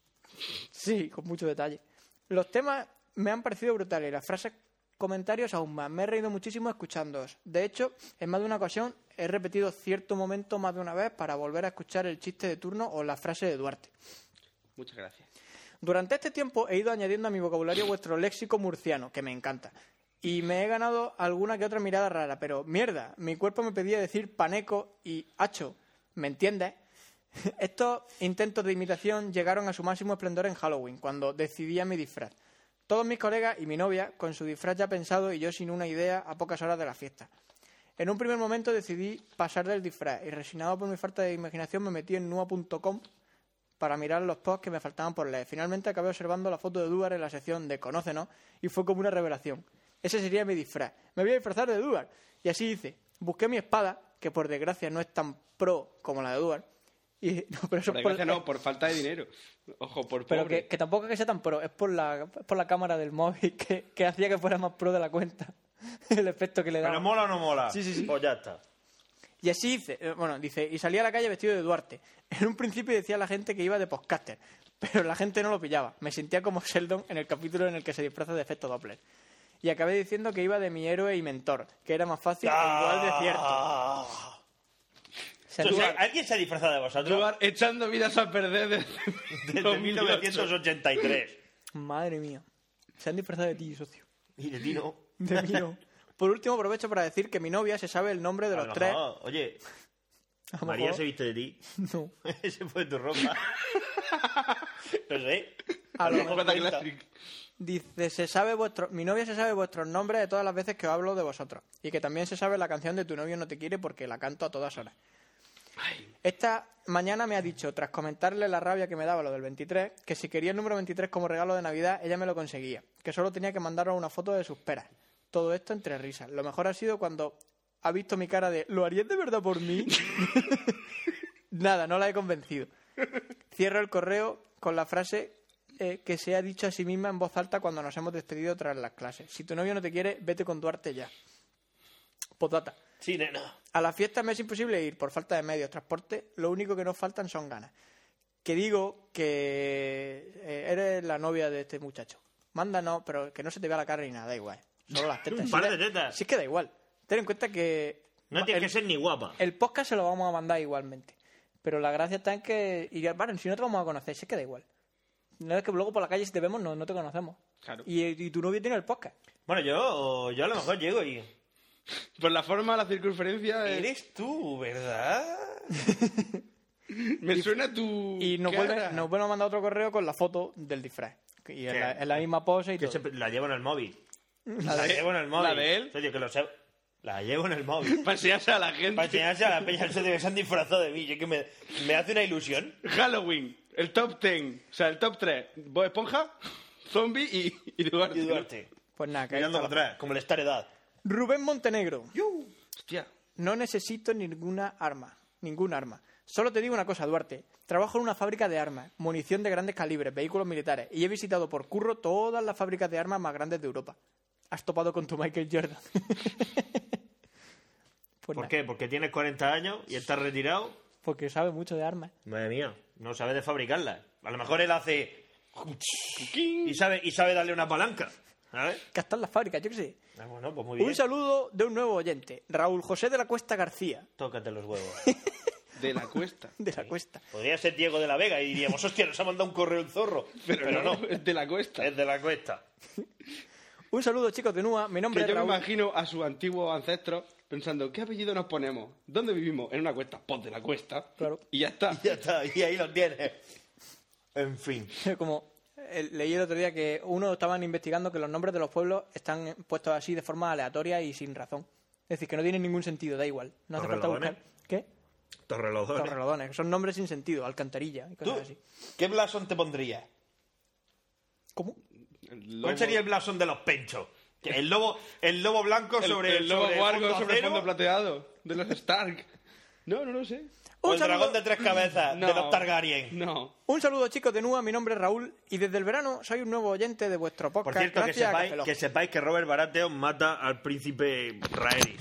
S2: Sí, con mucho detalle. Los temas me han parecido brutales y las frases, comentarios aún más. Me he reído muchísimo escuchándoos. De hecho, en más de una ocasión he repetido cierto momento más de una vez para volver a escuchar el chiste de turno o la frase de Duarte.
S3: Muchas gracias.
S2: Durante este tiempo he ido añadiendo a mi vocabulario vuestro léxico murciano, que me encanta. Y me he ganado alguna que otra mirada rara, pero mierda, mi cuerpo me pedía decir paneco y hacho. ¿Me entiendes? Estos intentos de imitación llegaron a su máximo esplendor en Halloween, cuando decidía mi disfraz. Todos mis colegas y mi novia, con su disfraz ya pensado y yo sin una idea a pocas horas de la fiesta. En un primer momento decidí pasar del disfraz y, resignado por mi falta de imaginación, me metí en nua punto com para mirar los posts que me faltaban por leer. Finalmente acabé observando la foto de Duar en la sección de Conócenos y fue como una revelación. Ese sería mi disfraz. Me voy a disfrazar de Duar. Y así hice. Busqué mi espada, que por desgracia no es tan pro como la de Duar. Y, no, pero eso
S3: Por
S2: es por,
S3: desgracia no, por falta de dinero. Ojo, por
S2: pero
S3: pobre.
S2: que, que tampoco es que sea tan pro, es por la, es por la cámara del móvil que, que hacía que fuera más pro de la cuenta. El efecto que le daba.
S1: ¿Pero mola o no mola?
S2: Sí, sí, sí.
S1: Pues ya está.
S2: Y así hice, eh, bueno, dice, y salí a la calle vestido de Duarte. En un principio decía la gente que iba de podcaster, pero la gente no lo pillaba. Me sentía como Sheldon en el capítulo en el que se disfraza de efecto Doppler. Y acabé diciendo que iba de mi héroe y mentor, que era más fácil e igual de cierto.
S1: Ah.
S2: Se
S1: Entonces,
S2: anduvo-
S1: ¿alguien se ha disfrazado de vosotros?
S3: Duar echando vidas a perder desde,
S1: Desde mil novecientos ochenta y tres.
S2: Madre mía. Se han disfrazado de ti, socio.
S1: Y de ti no.
S2: De mí no. Por último, aprovecho para decir que mi novia se sabe el nombre de
S1: A
S2: los
S1: lo
S2: tres.
S1: mejor, Oye,
S2: A lo
S1: María
S2: mejor-
S1: se viste de ti.
S2: No.
S1: Ese fue tu ropa. No sé.
S2: A lo
S1: No me
S2: mejor-
S3: Pata
S1: cuenta.
S3: Electric.
S2: Dice, se sabe vuestro, mi novia se sabe vuestros nombres de todas las veces que os hablo de vosotros. Y que también se sabe la canción de Tu novio no te quiere porque la canto a todas horas. Esta mañana me ha dicho, tras comentarle la rabia que me daba lo del veintitrés, que si quería el número veintitrés como regalo de Navidad, ella me lo conseguía. Que solo tenía que mandaros una foto de sus peras. Todo esto entre risas. Lo mejor ha sido cuando ha visto mi cara de, ¿lo harías de verdad por mí? Nada, no la he convencido. Cierro el correo con la frase eh, que se ha dicho a sí misma en voz alta cuando nos hemos despedido tras las clases. Si tu novio no te quiere, vete con Duarte ya. Postdata.
S1: Sí, nena.
S2: A la fiesta me es imposible ir por falta de medios, transporte. Lo único que nos faltan son ganas. Que digo que eh, eres la novia de este muchacho. Mándanos, pero que no se te vea la cara ni nada, da igual. Solo las tetas.
S1: Un
S2: Si
S1: par
S2: da-
S1: de tetas.
S2: Si es que da igual. Ten en cuenta que
S1: No tienes que ser ni guapa.
S2: el podcast se lo vamos a mandar igualmente. Pero la gracia está en que... Y, vale, si no te vamos a conocer, si es que da igual. No es que luego por la calle si te vemos no, no te conocemos.
S3: Claro.
S2: Y, y tu novio tiene el podcast.
S1: Bueno, yo, yo a lo mejor llego y...
S3: Por la forma, la circunferencia... eh,
S1: Eres tú, ¿verdad?
S3: Me suena tu...
S2: Y nos
S3: cara.
S2: vuelve, nos vuelve a mandar otro correo con la foto del disfraz. Y en
S1: ¿Qué?
S2: la, en la misma pose y
S1: Que
S2: todo.
S1: se- la llevo en el móvil.
S3: ¿La
S1: La
S3: de-
S1: llevo en el móvil.
S3: ¿La de él?
S1: En serio, que lo sé. La llevo en el móvil.
S3: Para enseñarse a la gente.
S1: Para enseñarse a la peña en serio que se han disfrazado de mí. Yo que me, me hace una ilusión.
S3: Halloween, el top ten. O sea, el top tres. Bob Esponja, Zombie y, y Duarte.
S1: Y Duarte.
S2: Pues nada, que ahí
S1: Mirando
S2: está
S1: para
S2: la-
S1: atrás, como el Star Edad.
S2: Rubén Montenegro.
S3: Hostia.
S2: No necesito ninguna arma. Ningún arma. Solo te digo una cosa, Duarte. Trabajo en una fábrica de armas, munición de grandes calibres, vehículos militares. Y he visitado por curro todas las fábricas de armas más grandes de Europa. Has topado con tu Michael Jordan. Pues
S1: ¿Por
S2: nada,
S1: qué? Porque tienes cuarenta años y estás retirado.
S2: porque sabe mucho de armas.
S1: Madre mía, no sabe de fabricarlas. A lo mejor él hace... Y sabe, y sabe darle una palanca. ¿Sabes?
S2: Que hasta en las fábricas, yo qué sé.
S1: Ah, bueno, pues muy bien.
S2: Un saludo de un nuevo oyente, Raúl José de la Cuesta García,
S1: Tócate los huevos.
S3: De la cuesta.
S2: de la Cuesta.
S1: Podría ser Diego de la Vega y diríamos, hostia, nos ha mandado un correo el zorro. Pero, no,
S3: Es de la cuesta.
S1: es de la cuesta.
S2: Un saludo, chicos de Nua. Mi nombre
S3: Que
S2: es
S3: yo me
S2: Raúl.
S3: imagino a sus antiguos ancestros pensando, ¿qué apellido nos ponemos? ¿Dónde vivimos? En una cuesta. Pues de la cuesta.
S2: Claro.
S3: Y ya está.
S1: Ya está, y ahí lo tienes. En fin.
S2: Como eh, leí el otro día que uno estaban investigando que los nombres de los pueblos están puestos así de forma aleatoria y sin razón. Es decir, que no tienen ningún sentido, da igual. No hace falta
S1: Torrelodones.
S2: buscar. ¿Qué?
S1: Torrelodones.
S2: Torrelodones. Son nombres sin sentido. Alcantarilla y
S1: ¿Tú
S2: cosas así.
S1: qué blasón te pondrías?
S2: ¿Cómo?
S3: El
S1: ¿Cuál
S3: lobo-
S1: sería el blasón de los penchos? El lobo, el lobo blanco
S3: el,
S1: sobre
S3: el lobo
S1: sobre
S3: guargo
S1: fondo
S3: sobre
S1: acero,
S3: fondo plateado? De los Stark. No, no lo sé.
S1: o
S2: Un
S1: el
S2: saludo-
S1: dragón de tres cabezas
S3: No.
S1: de los Targaryen.
S3: No.
S2: Un saludo, chicos de Nua. Mi nombre es Raúl y desde el verano soy un nuevo oyente de vuestro podcast.
S1: Por cierto, que
S2: gracias a
S1: sepáis,
S2: Café Lock.
S1: que sepáis que Robert Baratheon mata al príncipe Rhaenys.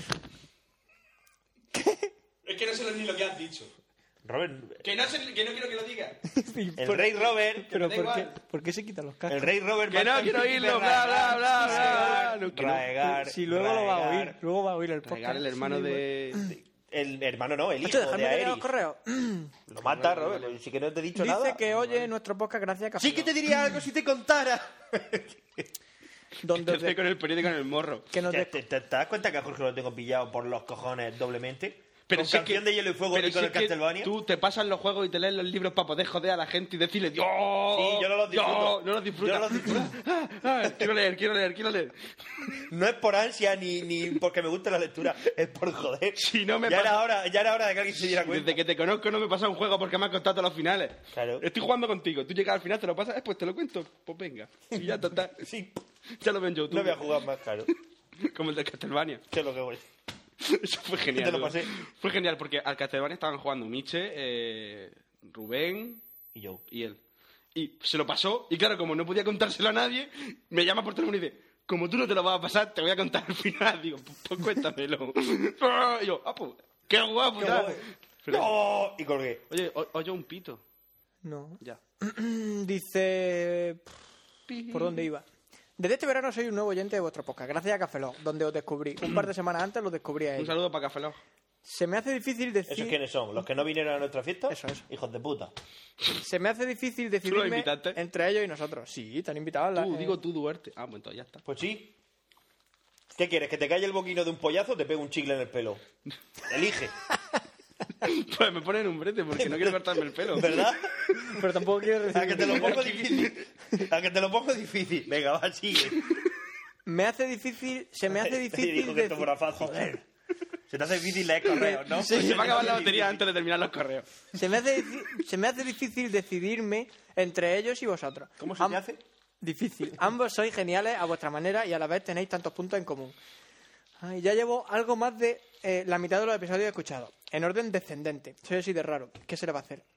S3: Es que no sé ni lo que has dicho.
S1: Robert,
S3: Que no, sé, que no quiero que lo digas.
S1: el rey Robert,
S2: Pero
S3: da
S2: ¿por qué,
S3: igual.
S2: ¿por qué se quitan los cascos?
S1: el rey Robert
S3: Que no
S1: mata al
S3: quiero
S1: príncipe
S3: oírlo, bla, bla,
S1: Rhaegar,
S3: bla, bla. No, que no.
S1: Rhaegar,
S2: Si luego lo va a
S1: Rhaegar.
S2: oír. Luego va a oír el podcast.
S3: Regar el hermano
S2: Sí,
S3: de...
S1: El hermano no, el hijo
S2: Macho,
S1: de
S2: dejadme leer los
S1: Aerys.
S2: correos.
S1: Lo mata, Robert. pues, Sí que no te he dicho
S2: Dice
S1: nada.
S2: que oye nuestro podcast gracias a Café
S1: Sí que te
S2: Lock,
S1: diría algo si te contara.
S2: donde os
S3: Estoy
S2: de-
S3: con el periódico en el morro.
S2: que nos
S1: ¿Te,
S2: de-
S1: te- te- te das cuenta que a Jorge lo tengo pillado por los cojones doblemente?
S3: Pero
S1: con
S3: si es
S1: canción
S3: que-
S1: de Hielo y Fuego
S3: pero
S1: y con
S3: si
S1: el
S3: es que
S1: Castlevania.
S3: Tú te pasas los juegos y te lees los libros para poder joder a la gente y decirle ¡Dios!
S1: Sí, yo no los disfruto.
S3: No los disfruto.
S1: Yo no los disfruto.
S3: Ah, ah, quiero leer, quiero leer, quiero leer.
S1: No es por ansia ni, ni porque me guste la lectura, es por joder.
S3: Si no me
S1: ya,
S3: pasa-
S1: era hora, ya era hora de que alguien se diera cuenta.
S3: Desde que te conozco no me pasa un juego porque me has contado todos los finales.
S1: Claro.
S3: Estoy jugando contigo. Tú llegas al final, te lo pasas, eh, pues te lo cuento. Pues venga. Y ya total.
S1: Sí,
S3: Ya lo ven yo.
S1: no voy a jugar más, claro.
S3: Como el de Castlevania.
S1: Que es lo que voy.
S3: Eso fue genial.
S1: Te lo
S3: ¿no?
S1: pasé.
S3: Fue genial porque al Castlevania estaban jugando Miche, eh, Rubén
S1: Y yo.
S3: y él. Y se lo pasó, y claro, como no podía contárselo a nadie, me llama por teléfono y dice, como tú no te lo vas a pasar, te voy a contar al final. Digo, pues, pues cuéntamelo. Y yo, ah, pues, qué guapo,
S1: Qué
S3: tal.
S1: guay.
S3: Pero-
S1: ¡No! Y colgué.
S3: Oye, o- oye un pito.
S2: No.
S3: Ya.
S2: Dice... ¿Por dónde iba? Desde este verano soy un nuevo oyente de vuestro podcast, gracias a Café Lock, donde os descubrí. Un par de semanas antes lo descubrí a
S3: Un
S2: él.
S3: saludo para Café Lock.
S2: Se me hace difícil decir...
S1: ¿Esos quiénes son? ¿Los que no vinieron a nuestra fiesta?
S2: Eso, eso.
S1: Hijos de puta.
S2: Se me hace difícil
S3: ¿Tú los
S2: decidirme
S3: invitaste?
S2: entre ellos y nosotros. Sí, te han invitado a la...
S3: Tú,
S2: eh,
S3: digo tú, Duarte. Ah, pues entonces ya está.
S1: Pues sí. ¿Qué quieres? ¿Que te calle el boquino de un pollazo o te pegue un chicle en el pelo? Elige.
S3: Pues me ponen un brete porque no quiero cortarme el pelo.
S1: ¿Verdad?
S2: Pero tampoco quiero
S1: A que
S2: recibir...
S1: te lo pongo difícil. A que te lo pongo difícil. Venga, va, sigue.
S2: Me hace difícil... Se me hace
S1: Te
S2: difícil...
S1: dijo que esto
S2: deci-
S1: fuera fácil.
S2: Joder.
S1: Se te hace difícil leer correos, ¿no?
S3: Se va a acabar la batería antes de terminar los correos.
S2: Se me hace, difi- se me hace difícil decidirme entre ellos y vosotros.
S1: ¿Cómo se
S2: Am-
S1: te hace?
S2: Difícil. Ambos sois geniales a vuestra manera y a la vez tenéis tantos puntos en común. Ay, ya llevo algo más de eh, la mitad de los episodios escuchados. En orden descendente. Soy así de raro. ¿Qué se le va a hacer?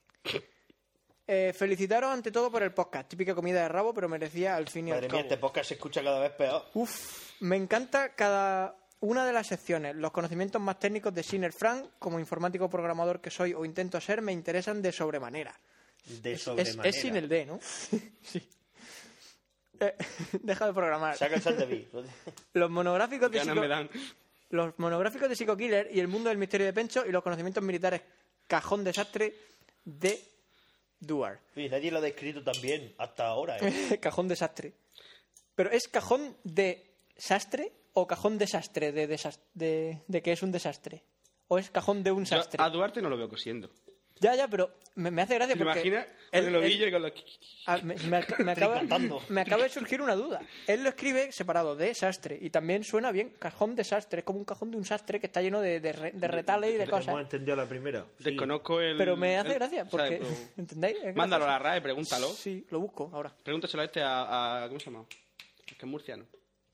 S2: Eh, felicitaros ante todo por el podcast. Típica comida de rabo, pero merecía al fin y
S1: Madre
S2: al
S1: mía,
S2: cabo.
S1: este podcast se escucha cada vez peor.
S2: Uf, me encanta cada una de las secciones. Los conocimientos más técnicos de Siner Frank, como informático programador que soy o intento ser, me interesan de sobremanera.
S1: De
S2: Es,
S1: sobremanera.
S2: es sin el D, ¿no? Sí. Eh, deja de programar.
S1: Saca el Santa Beat.
S2: Los monográficos de
S3: Ganas
S2: Psico-
S3: me dan.
S2: los monográficos de Psycho Killer y el mundo del misterio de Pencho y los conocimientos militares cajón desastre de Duar.
S1: Sí, nadie lo ha descrito tan bien hasta ahora, ¿eh?
S2: Cajón desastre. Pero ¿es cajón de sastre o cajón desastre de, desas- de, de que es un desastre? ¿O es cajón de un
S3: Yo
S2: sastre?
S3: a Duarte no lo veo cosiendo.
S2: Ya, ya, pero me, me hace gracia
S3: ¿Te
S2: porque...
S3: imaginas?
S2: él-
S3: Con el
S2: él-
S3: ovillo y con los...
S2: Ah, me, me ac- me acaba,
S1: Tricotando.
S2: me acaba de surgir una duda. Él lo escribe separado de sastre y también suena bien cajón de sastre. Es como un cajón de un sastre que está lleno de, de, re- de retales y de
S1: Hemos
S2: cosas.
S1: entendido la primera. Sí.
S3: Desconozco el...
S2: Pero me hace
S3: el-
S2: gracia
S3: o sea,
S2: porque...
S3: pero-
S2: ¿Entendéis? Es
S3: Mándalo a la
S2: gracioso.
S3: R A E, pregúntalo.
S2: Sí, lo busco ahora.
S3: Pregúntaselo a este a, a- ¿cómo se llama? Es que es murciano.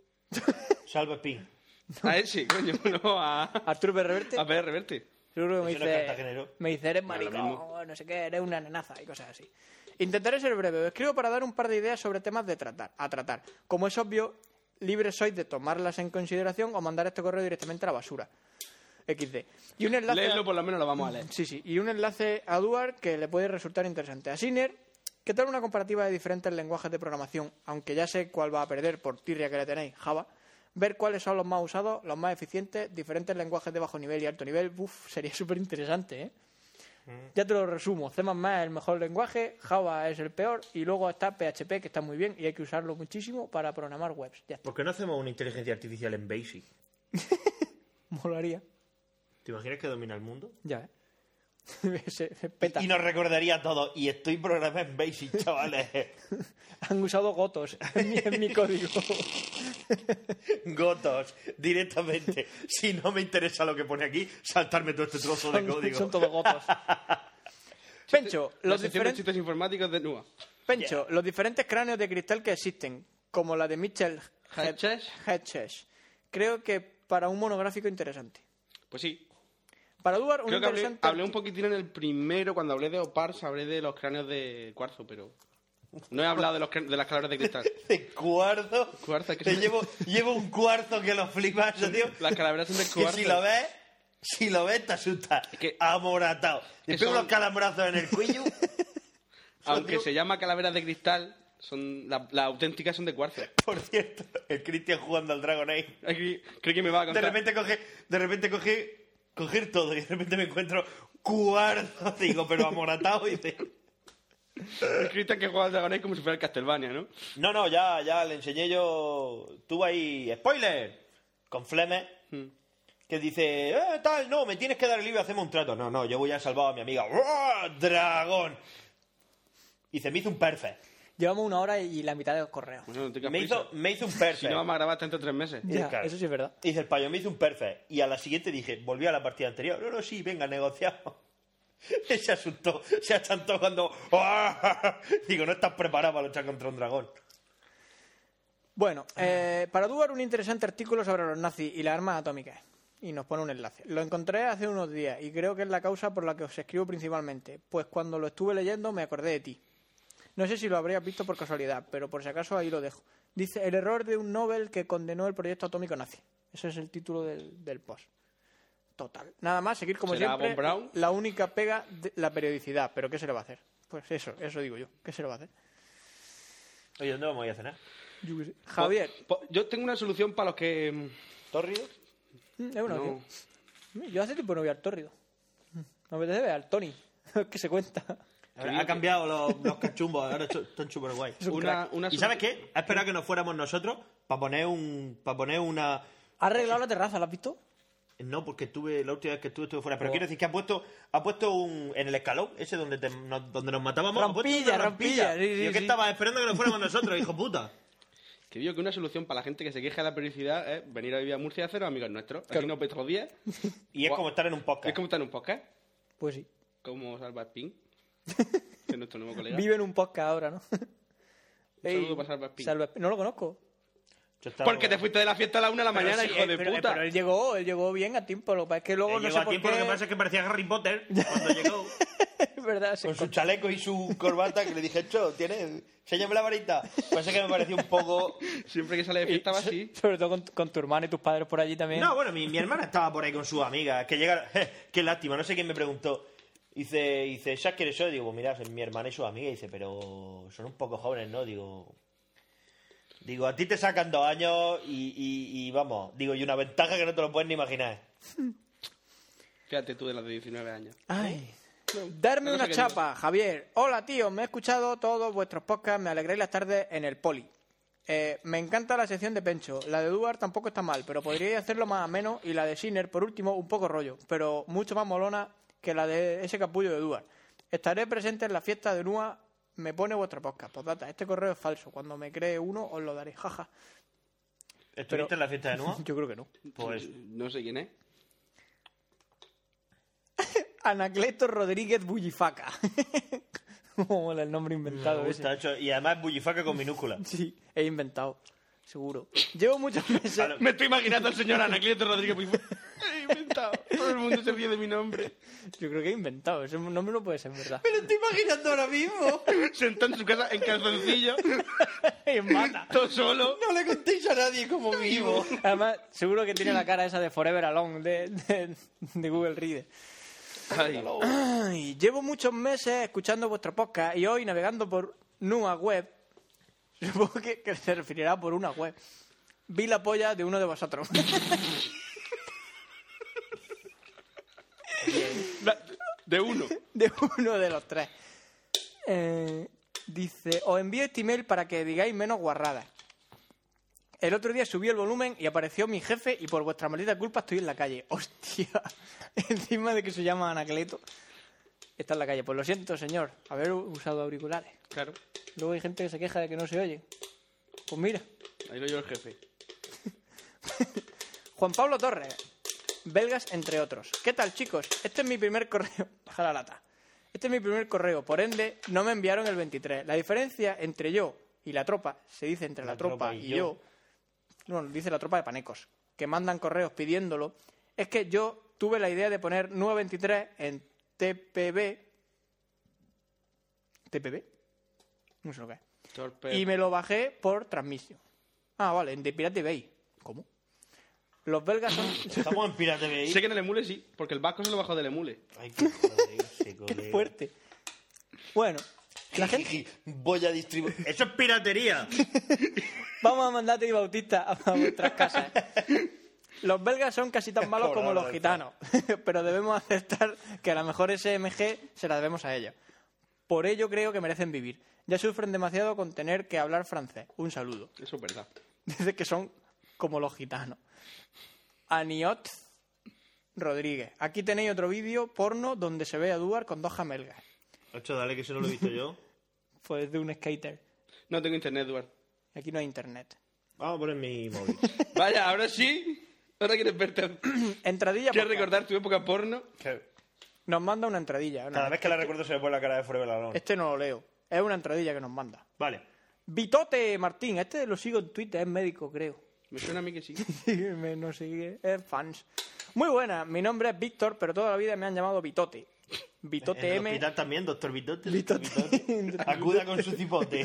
S1: Salve Pin.
S3: A él sí, coño, no a...
S2: Arturo P. Reverte.
S3: A P R Reverte.
S2: Seguro que me
S1: Eso no es
S2: dice,
S1: cartagenero.
S2: me dice, eres
S3: lo
S2: maricón,
S3: mismo.
S2: o no sé qué, eres una nenaza y cosas así. Intentaré ser breve. Os escribo para dar un par de ideas sobre temas de tratar, a tratar. Como es obvio, libres sois de tomarlas en consideración o mandar este correo directamente a la basura. equis de. Y un enlace... a-
S3: Léelo, por lo menos lo vamos a leer.
S2: Sí, sí. Y un enlace a Duar que le puede resultar interesante. A Siner, ¿qué tal una comparativa de diferentes lenguajes de programación? Aunque ya sé cuál va a perder por tirria que le tenéis, Java. Ver cuáles son los más usados, los más eficientes, diferentes lenguajes de bajo nivel y alto nivel. Uf, sería súper interesante, ¿eh? Ya te lo resumo. C++ es el mejor lenguaje, Java es el peor y luego está P H P, que está muy bien y hay que usarlo muchísimo para programar webs. Ya está.
S1: ¿Por qué no hacemos una inteligencia artificial en Basic?
S2: Molaría.
S1: ¿Te imaginas que domina el mundo?
S2: Ya, ¿eh? se, se peta.
S1: Y nos recordaría a todos. Y estoy programado en Basic, chavales.
S2: Han usado gotos en mi, en mi código.
S1: Gotos, directamente. Si no me interesa lo que pone aquí, saltarme todo este trozo de
S2: Son,
S1: código.
S2: son todos gotos. Pencho,
S3: La
S2: los,
S3: sección de
S2: diferen-
S3: chistes informáticos de N U A.
S2: Pencho los diferentes cráneos de cristal que existen, como la de Mitchell
S3: Hedges.
S2: Hedges, creo que para un monográfico interesante.
S3: Pues sí.
S2: Para Duar, un
S3: Creo que hablé,
S2: interesante...
S3: hablé un poquitín en el primero, cuando hablé de Opars, hablé de los cráneos de cuarzo, pero... No he hablado de, los, cr- de las calabras de cristal.
S1: De cuarzo.
S3: Cuarzo, que
S1: Te
S3: son-
S1: llevo, llevo un cuarzo que lo flipas, tío.
S3: Las calaveras son de
S1: Que
S3: cuarzo.
S1: si lo ves, si lo ves, te asusta.
S3: que-
S1: Amoratado. Te
S3: que
S1: pego
S3: son-
S1: unos calambrazos en el cuello.
S3: Aunque se llama calaveras de cristal, son las la auténticas son de cuarzo.
S1: Por cierto, el Cristian jugando al Dragon Age.
S3: Aquí, creo que me va a
S1: De
S3: contar.
S1: repente coge, de repente coge, coger todo y de repente me encuentro cuarzo. Digo, pero amoratado y dice...
S3: El Cristian que juega al Dragon Age como si fuera el Castlevania, ¿no?
S1: No, no, ya, ya le enseñé yo. Tuvo ahí. ¡Spoiler! Con Fleme.
S3: Mm.
S1: Que dice, eh, tal, no, me tienes que dar el libro y hacemos un trato. No, no, yo voy a salvar a mi amiga. ¡Oh, dragón! Y se me hizo un perfect.
S2: Llevamos una hora y la mitad de los correos.
S3: Pues no, no tengas
S1: Me
S3: prisa.
S1: hizo, me hizo un perfect.
S3: Si no vamos a grabar hasta dentro de tres meses.
S2: Ya,
S1: claro.
S2: eso sí es verdad.
S1: Dice el payo, me hizo un perfect. Y a la siguiente dije, volví a la partida anterior. No, no, sí, venga, negociamos. Se asustó, se achantó cuando... ¡Ah! Digo, no estás preparado para luchar contra un dragón.
S2: Bueno, eh, para Duar un interesante artículo sobre los nazis y las armas atómicas. Y nos pone un enlace. Lo encontré hace unos días y creo que es la causa por la que os escribo principalmente. Pues cuando lo estuve leyendo me acordé de ti. No sé si lo habrías visto por casualidad, pero por si acaso ahí lo dejo. Dice, el error de un Nobel que condenó el proyecto atómico nazi. Ese es el título del, del post. Total. Nada más, seguir como
S3: ¿Será
S2: siempre.
S3: Von Braun?
S2: La única pega de la periodicidad. ¿Pero qué se le va a hacer? Pues eso, eso digo yo. ¿Qué se le va a hacer?
S1: Oye, ¿dónde vamos a ir a cenar?
S2: Yo qué sé. Javier.
S3: Po- po- Yo tengo una solución para los que...
S1: ¿Tórrido?
S2: Mm, Es una
S3: No.
S2: opción. Yo hace tiempo no voy al Tórrido. Me apetece ver al Tony. ¿Qué se cuenta?
S1: Ha cambiado los, los cachumbos, ahora cho- están súper guay.
S2: Es un
S3: Una,
S2: crack.
S3: una
S1: ¿Y sabes qué? Ha esperado que nos fuéramos nosotros para poner un para poner una...
S2: ¿Ha arreglado la terraza? ¿La has visto?
S1: No, porque estuve, la última vez que estuve, estuve fuera. Pero
S2: Oh.
S1: quiero decir que ha puesto, ha puesto un, en el escalón, ese donde, te- nos, donde nos matábamos, ha puesto
S2: Rampilla,
S1: una
S2: rampilla, sí, sí,
S1: Yo que
S2: sí.
S1: estaba esperando que nos fuéramos nosotros, hijo puta.
S3: Que digo que una solución para la gente que se queja de la periodicidad es venir a vivir a Murcia y hacer amigos nuestros. Aquí nos ves todos los días.
S1: Y es
S3: Guau.
S1: como estar en un podcast.
S3: Es como estar en un podcast.
S2: Pues sí.
S3: Como Salva Spin. Que es nuestro nuevo colega.
S2: Vive en un podcast ahora, ¿no?
S3: Un saludo para Salva Spin.
S2: Salva Espín. No lo conozco.
S1: Yo estaba-
S3: Porque te fuiste de la fiesta a la una de la
S2: Pero
S3: mañana,
S2: sí,
S3: hijo
S2: eh,
S3: de
S2: pero,
S3: puta.
S2: pero él llegó, él llegó bien a tiempo. Lo que pasa es que luego
S1: Eh,
S2: no
S1: llegó
S2: sé
S1: a
S2: por
S1: tiempo,
S2: qué...
S1: lo que pasa es que parecía Harry Potter cuando llegó.
S2: Es verdad, se
S1: Con su
S2: encont-
S1: chaleco y su corbata que le dije, Cho, ¿tienes? Séñame la varita. Pasa que me pareció un poco...
S3: Siempre que sale de fiesta va así.
S2: Sobre todo con, con tu hermano y tus padres por allí también.
S1: No, bueno, mi, mi hermana estaba por ahí con sus amigas. Que llegaron... Qué lástima, no sé quién me preguntó. Dice, dice, ¿sabes quién soy? Digo, pues mira, son mi hermana y sus amigas. Dice, pero son un poco jóvenes, ¿no? Digo... Digo, a ti te sacan dos años y, y, y vamos, digo, y una ventaja que no te lo puedes ni imaginar.
S3: Fíjate tú de las de diecinueve años.
S2: Ay. Darme
S3: Una
S2: una
S3: cosa que
S2: chapa, Javier. Hola, tío. Me he escuchado todos vuestros podcasts. Me alegréis las tardes en el poli. Eh, me encanta la sección de Pencho. La de Duar tampoco está mal, pero podríais hacerlo más ameno. Y la de Sinner, por último, un poco rollo, pero mucho más molona que la de ese capullo de Duar. Estaré presente en la fiesta de Nua. Me pone vuestro podcast. Postdata, este correo es falso. Cuando me cree uno, os lo daré. Jaja.
S1: ¿Estuviste
S2: Pero-
S1: en la fiesta de Nua?
S2: Yo creo que no.
S1: Pues...
S3: No sé quién es.
S2: Anacleto Rodríguez Bullifaca. Como mola el nombre inventado
S1: Me
S2: ese.
S1: gusta, hecho, y además bullifaca con minúscula.
S2: Sí, he inventado. Seguro. Llevo muchos meses...
S3: Me estoy imaginando al señor Anacleto Rodríguez. Pues, he inventado. Todo el mundo se ríe de mi nombre.
S2: Yo creo que he inventado. Ese nombre no puede ser verdad.
S1: Me lo estoy imaginando ahora mismo.
S3: Sentado en su casa en calzoncillo,
S2: Y mata.
S3: todo solo.
S1: No le contéis a nadie como vivo.
S2: Además, seguro que tiene la cara esa de Forever Alone de, de, de Google Reader.
S3: Ay,
S2: Ay, llevo muchos meses escuchando vuestro podcast y hoy navegando por Nua Web, supongo que, que se referirá por una web, vi la polla de uno de vosotros.
S3: la- de uno.
S2: De uno de los tres. Eh, dice, os envío este email para que digáis menos guarradas. El otro día subí el volumen y apareció mi jefe y por vuestra maldita culpa estoy en la calle. Hostia, encima de que se llama Anacleto, está en la calle. Pues lo siento, señor, haber usado auriculares.
S3: Claro.
S2: Luego hay gente que se queja de que no se oye. Pues mira,
S3: Ahí lo yo el jefe.
S2: Juan Pablo Torres, belgas entre otros. ¿Qué tal, chicos? Este es mi primer correo. Baja la lata. Este es mi primer correo, por ende, no me enviaron el veintitrés. La diferencia entre yo y la tropa, se dice entre la,
S1: La
S2: tropa,
S1: tropa y
S2: y
S1: yo.
S2: yo, no, dice la tropa de panecos, que mandan correos pidiéndolo, es que yo tuve la idea de poner nueve veintitrés en T P B. ¿T P B? No sé lo que es.
S3: Torpe.
S2: Y me lo bajé por transmisión. Ah, vale, en The Pirate Bay. ¿Cómo? Los belgas son...
S1: Estamos en Pirate Bay.
S3: Sé que en el emule sí, porque el vasco se lo bajó del emule.
S1: Ay, qué joderse,
S2: ¡Qué
S1: colega.
S2: fuerte! Bueno, la gente...
S1: Voy a distribuir... ¡Eso es piratería!
S2: Vamos a mandarte y Bautista a vuestras casas. Los belgas son casi tan malos como los gitanos, pero debemos aceptar que a lo mejor ese M G se la debemos a ellos. Por ello creo que merecen vivir. Ya sufren demasiado con tener que hablar francés. Un saludo.
S3: Eso es verdad.
S2: Dice que son como los gitanos. Aniot Rodríguez. Aquí tenéis otro vídeo porno donde se ve a Duar con dos jamelgas.
S1: Ocho, dale, que eso no lo he visto yo.
S2: Pues de un skater.
S3: No tengo internet, Eduard.
S2: Aquí no hay internet.
S1: Vamos a poner mi móvil.
S3: Vaya, ahora sí. Ahora quieres verte.
S2: Entradilla.
S3: ¿Quieres
S2: podcast.
S3: recordar tu época porno?
S2: Nos manda una entradilla. una-
S1: Cada vez que la recuerdo se me pone la cara de Forever Alone.
S2: Este no lo leo. Es una entradilla que nos manda.
S1: Vale.
S2: Vitote Martín. Este lo sigo en Twitter. Es médico, creo.
S3: Me suena a mí que sí.
S2: Me no sigue. Es fans. Muy buena. Mi nombre es Víctor, pero toda la vida me han llamado Vitote. Vitote
S1: En el
S2: M.
S1: hospital también, doctor Vitote.
S2: Vitote.
S1: doctor Vitote. Acuda con su cipote.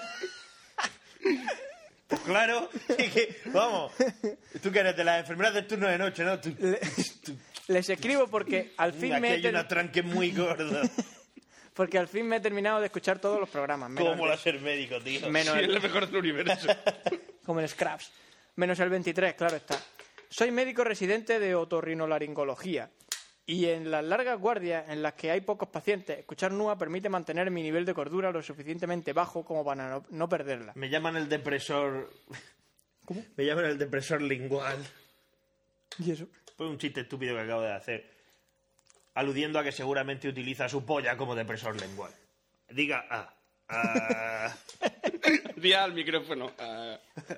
S1: Pues claro, es que, vamos, tú que eres de las enfermeras del turno de noche, ¿no? Tú-
S2: Le- Les escribo porque al fin
S1: Aquí
S2: me he
S1: hay
S2: ter-
S1: una tranque muy gorda.
S2: porque al fin me he terminado de escuchar todos los programas. Menos
S1: ¿Cómo
S2: el-
S1: la ser médico, tío?
S2: menos
S3: Sí,
S2: el-
S3: es lo mejor del universo.
S2: como en Scraps. Menos el veintitrés, claro está. Soy médico residente de otorrinolaringología y en las largas guardias en las que hay pocos pacientes, escuchar N U A permite mantener mi nivel de cordura lo suficientemente bajo como para no, no perderla.
S1: Me llaman el depresor...
S2: ¿Cómo?
S1: Me llaman el depresor lingual.
S2: ¿Y eso?
S1: Fue un chiste estúpido que acabo de hacer, aludiendo a que seguramente utiliza su polla como depresor lengual. Diga ah. ah
S3: Di al micrófono. ah.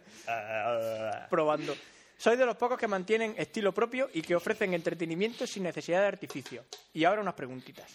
S1: ah,
S2: Probando. Soy de los pocos que mantienen estilo propio y que ofrecen entretenimiento sin necesidad de artificio. Y ahora unas preguntitas.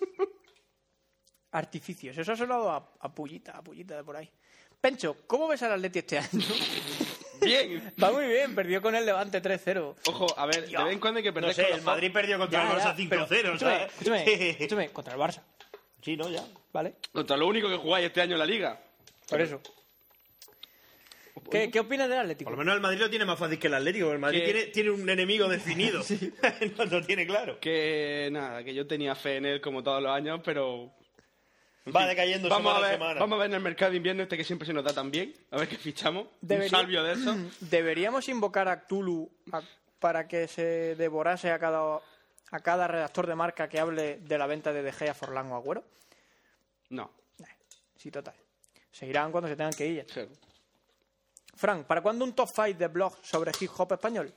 S2: Artificios. Eso ha sonado a, a pullita, a pullita de por ahí. Pencho, ¿cómo ves al Atleti este año?
S3: Bien.
S2: Va muy bien, perdió con el Levante tres cero.
S3: Ojo, a ver, de vez en cuando hay que perder
S1: No sé,
S3: con
S1: el
S3: los
S1: Madrid perdió contra
S2: Ya,
S1: el
S2: ya,
S1: Barça cinco
S2: pero,
S1: cero,
S2: escúchame,
S1: ¿sabes?
S2: escúchame, escúchame, contra el Barça,
S1: Sí, no, ya.
S2: ¿vale?
S3: Contra lo único que jugáis este año en la Liga.
S2: Por eso. ¿Qué, ¿Qué opinas del Atlético?
S1: Por lo menos el Madrid lo tiene más fácil que el Atlético. El Madrid
S3: Que-
S1: tiene, tiene un enemigo definido. No lo tiene claro.
S3: Que nada, que yo tenía fe en él como todos los años, pero... en
S1: Va
S3: fin,
S1: decayendo
S3: vamos
S1: semana
S3: a
S1: a
S3: ver,
S1: semana.
S3: Vamos a ver en el mercado de invierno este que siempre se nos da tan bien. A ver qué fichamos.
S2: Debería-
S3: Un salvio de eso.
S2: ¿Deberíamos invocar a Cthulhu a- para que se devorase a cada, a cada redactor de marca que hable de la venta de De Gea, Forlán o Agüero?
S3: No.
S2: Sí, total. Seguirán cuando se tengan que ir. ya está.
S3: Claro.
S2: Fran, ¿para cuándo un top cinco de blogs sobre hip hop español?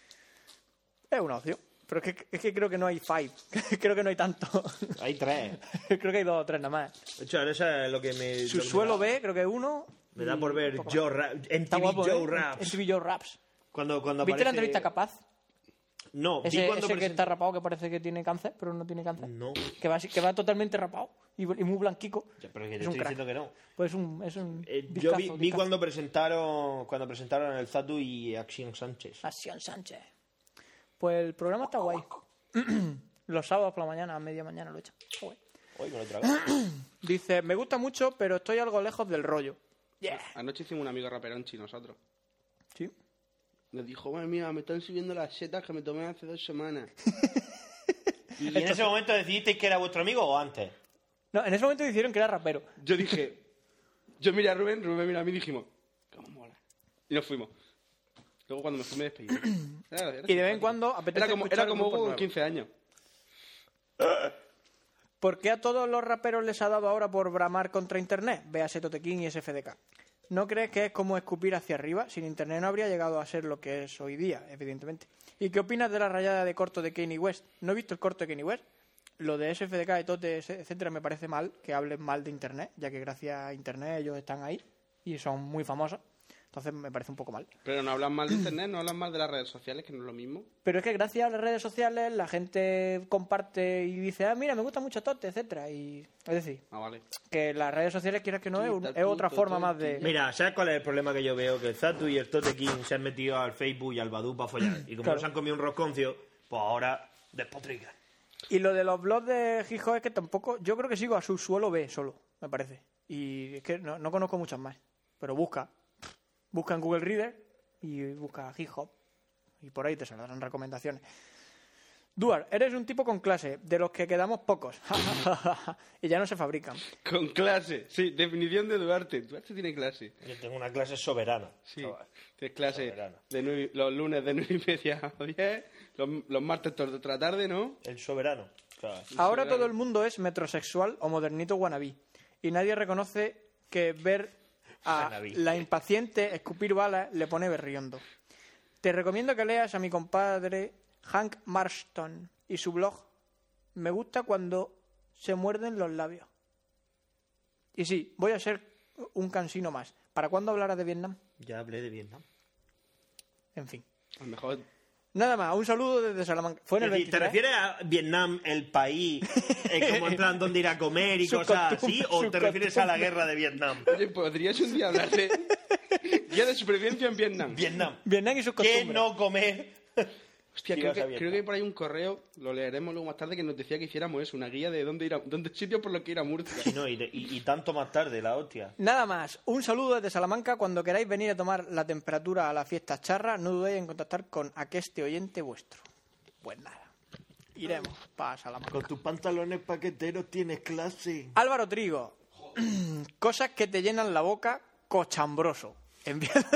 S2: Es una opción. Pero es que, es que creo que no hay five. Creo que no hay tanto.
S1: Hay tres.
S2: Creo que hay dos o tres nada más.
S1: De hecho, ahora eso es lo que me...
S2: Su
S1: lo que
S2: suelo
S1: me da,
S2: B, creo que es uno.
S1: Me da
S2: y
S1: por
S2: un
S1: ver
S2: poco
S1: Joe
S2: más.
S1: Ra-
S2: Está
S1: M T V
S2: guapo,
S1: Joe
S2: ¿eh?
S1: Raps.
S2: M T V Joe Raps.
S1: Cuando, cuando
S2: ¿Viste la
S1: aparece-
S2: entrevista Capaz?
S1: No, vi
S2: Ese,
S1: cuando
S2: ese que
S1: present-
S2: está rapado que parece que tiene cáncer, pero no tiene cáncer.
S1: No.
S2: Que va, así- que va totalmente rapado y, y muy blanquico.
S1: Ya, pero es que te
S2: Es un
S1: estoy
S2: crack.
S1: diciendo que no.
S2: Pues es un, es un
S1: Eh, yo
S2: discazo,
S1: vi, vi
S2: discazo.
S1: cuando presentaron cuando presentaron el Zatu y Acción Sánchez.
S2: Acción Sánchez. Pues el programa está guay. Los sábados por la mañana, a media mañana lo he hecho. Está guay.
S1: Hoy me lo he tragado.
S2: Dice, me gusta mucho, pero estoy algo lejos del rollo. Yeah.
S3: Anoche hicimos un amigo raperonchi nosotros.
S2: Sí.
S3: Nos dijo, madre mía, me están subiendo las setas que me tomé hace dos semanas.
S1: ¿Y en ese momento decidisteis que era vuestro amigo o antes?
S2: No, en ese momento dijeron que era rapero.
S3: Yo dije, yo miré a Rubén, Rubén me mira a mí y dijimos, cómo mola. Y nos fuimos. Luego cuando me fui me despedí. Era- era
S2: Y de vez en
S3: simpático.
S2: cuando apetece
S3: Era como,
S2: escuchar
S3: era como
S2: grupos
S3: Hugo con
S2: nuevos.
S3: quince años.
S2: ¿Por qué a todos los raperos les ha dado ahora por bramar contra Internet? Véase Totequín y S F D K. ¿No crees que es como escupir hacia arriba? Sin Internet no habría llegado a ser lo que es hoy día, evidentemente. ¿Y qué opinas de la rayada de corto de Kanye West? ¿No he visto el corto de Kanye West? Lo de S F D K, de Tote, etcétera, me parece mal que hablen mal de Internet, ya que gracias a Internet ellos están ahí y son muy famosos. Entonces me parece un poco mal.
S3: Pero no hablan mal de internet, no hablan mal de las redes sociales, que no es lo mismo.
S2: Pero es que gracias a las redes sociales la gente comparte y dice, ah, mira, me gusta mucho Tote, etcétera. Y es decir,
S3: Ah, vale.
S2: que las redes sociales, quieras que no, es, un-
S3: Quita el
S2: es otra
S3: puto
S2: forma más
S3: tonti.
S2: de...
S1: Mira, ¿sabes cuál es el problema que yo veo? Que el Zatu y el Tote King se han metido al Facebook y al Badoo para follar. Y como
S2: Claro.
S1: no se han comido un rosconcio, pues ahora despotrican.
S2: Y lo de los blogs de Hijo es que tampoco... Yo creo que sigo a su suelo B solo, me parece. Y es que no, no conozco muchas más. Pero busca. Busca en Google Reader y busca Hip Hop. Y por ahí te saldrán recomendaciones. Duar, eres un tipo con clase, de los que quedamos pocos. Y ya no se fabrican.
S3: Con clase, sí, definición de Duarte. Duarte tiene clase.
S1: Yo tengo una clase soberana.
S3: Sí,
S1: chaval.
S3: tienes clase
S1: Soberano.
S3: de nueve- los lunes de nueve y media a diez, los, los martes todos de otra tarde, ¿no?
S1: El soberano. chaval.
S2: Ahora
S3: Sí,
S2: todo
S3: claro.
S2: el mundo es metrosexual o modernito wannabe. Y nadie reconoce que ver a
S1: Wannabe.
S2: la impaciente escupir balas le pone berriondo. Te recomiendo que leas a mi compadre Hank Marston y su blog Me gusta cuando se muerden los labios. Y sí, voy a ser un cansino más. ¿Para cuándo hablarás de Vietnam?
S1: Ya hablé de Vietnam.
S2: En fin.
S3: A lo mejor
S2: Nada más, un saludo desde Salamanca. Fue en el
S1: Es decir, ¿te
S2: veintitrés.
S1: refieres a Vietnam, el país, eh, como en plan dónde ir a comer y
S2: Sus
S1: cosas
S2: costumbres,
S1: así? ¿O
S2: sus
S1: te refieres a la
S2: costumbres.
S1: guerra de Vietnam?
S3: Oye, ¿podrías un día hablar de guía de supervivencia en Vietnam?
S1: Vietnam.
S2: Vietnam y sus
S1: ¿Qué
S2: costumbres.
S1: no comer?
S3: Hostia,
S1: Sí,
S3: creo
S1: vas a
S3: que,
S1: Vietnam.
S3: creo que hay por ahí un correo, lo leeremos luego más tarde, que nos decía que hiciéramos eso, una guía de dónde ir a, dónde sitios por los que ir a Murcia.
S1: Y, no, y, de- y- y tanto más tarde, la hostia.
S2: Nada más, un saludo desde Salamanca. Cuando queráis venir a tomar la temperatura a la fiesta charra, no dudéis en contactar con aqueste oyente vuestro. Pues nada, iremos para Salamanca.
S1: Con tus pantalones paqueteros tienes clase.
S2: Álvaro Trigo, cosas que te llenan la boca, cochambroso. Envía-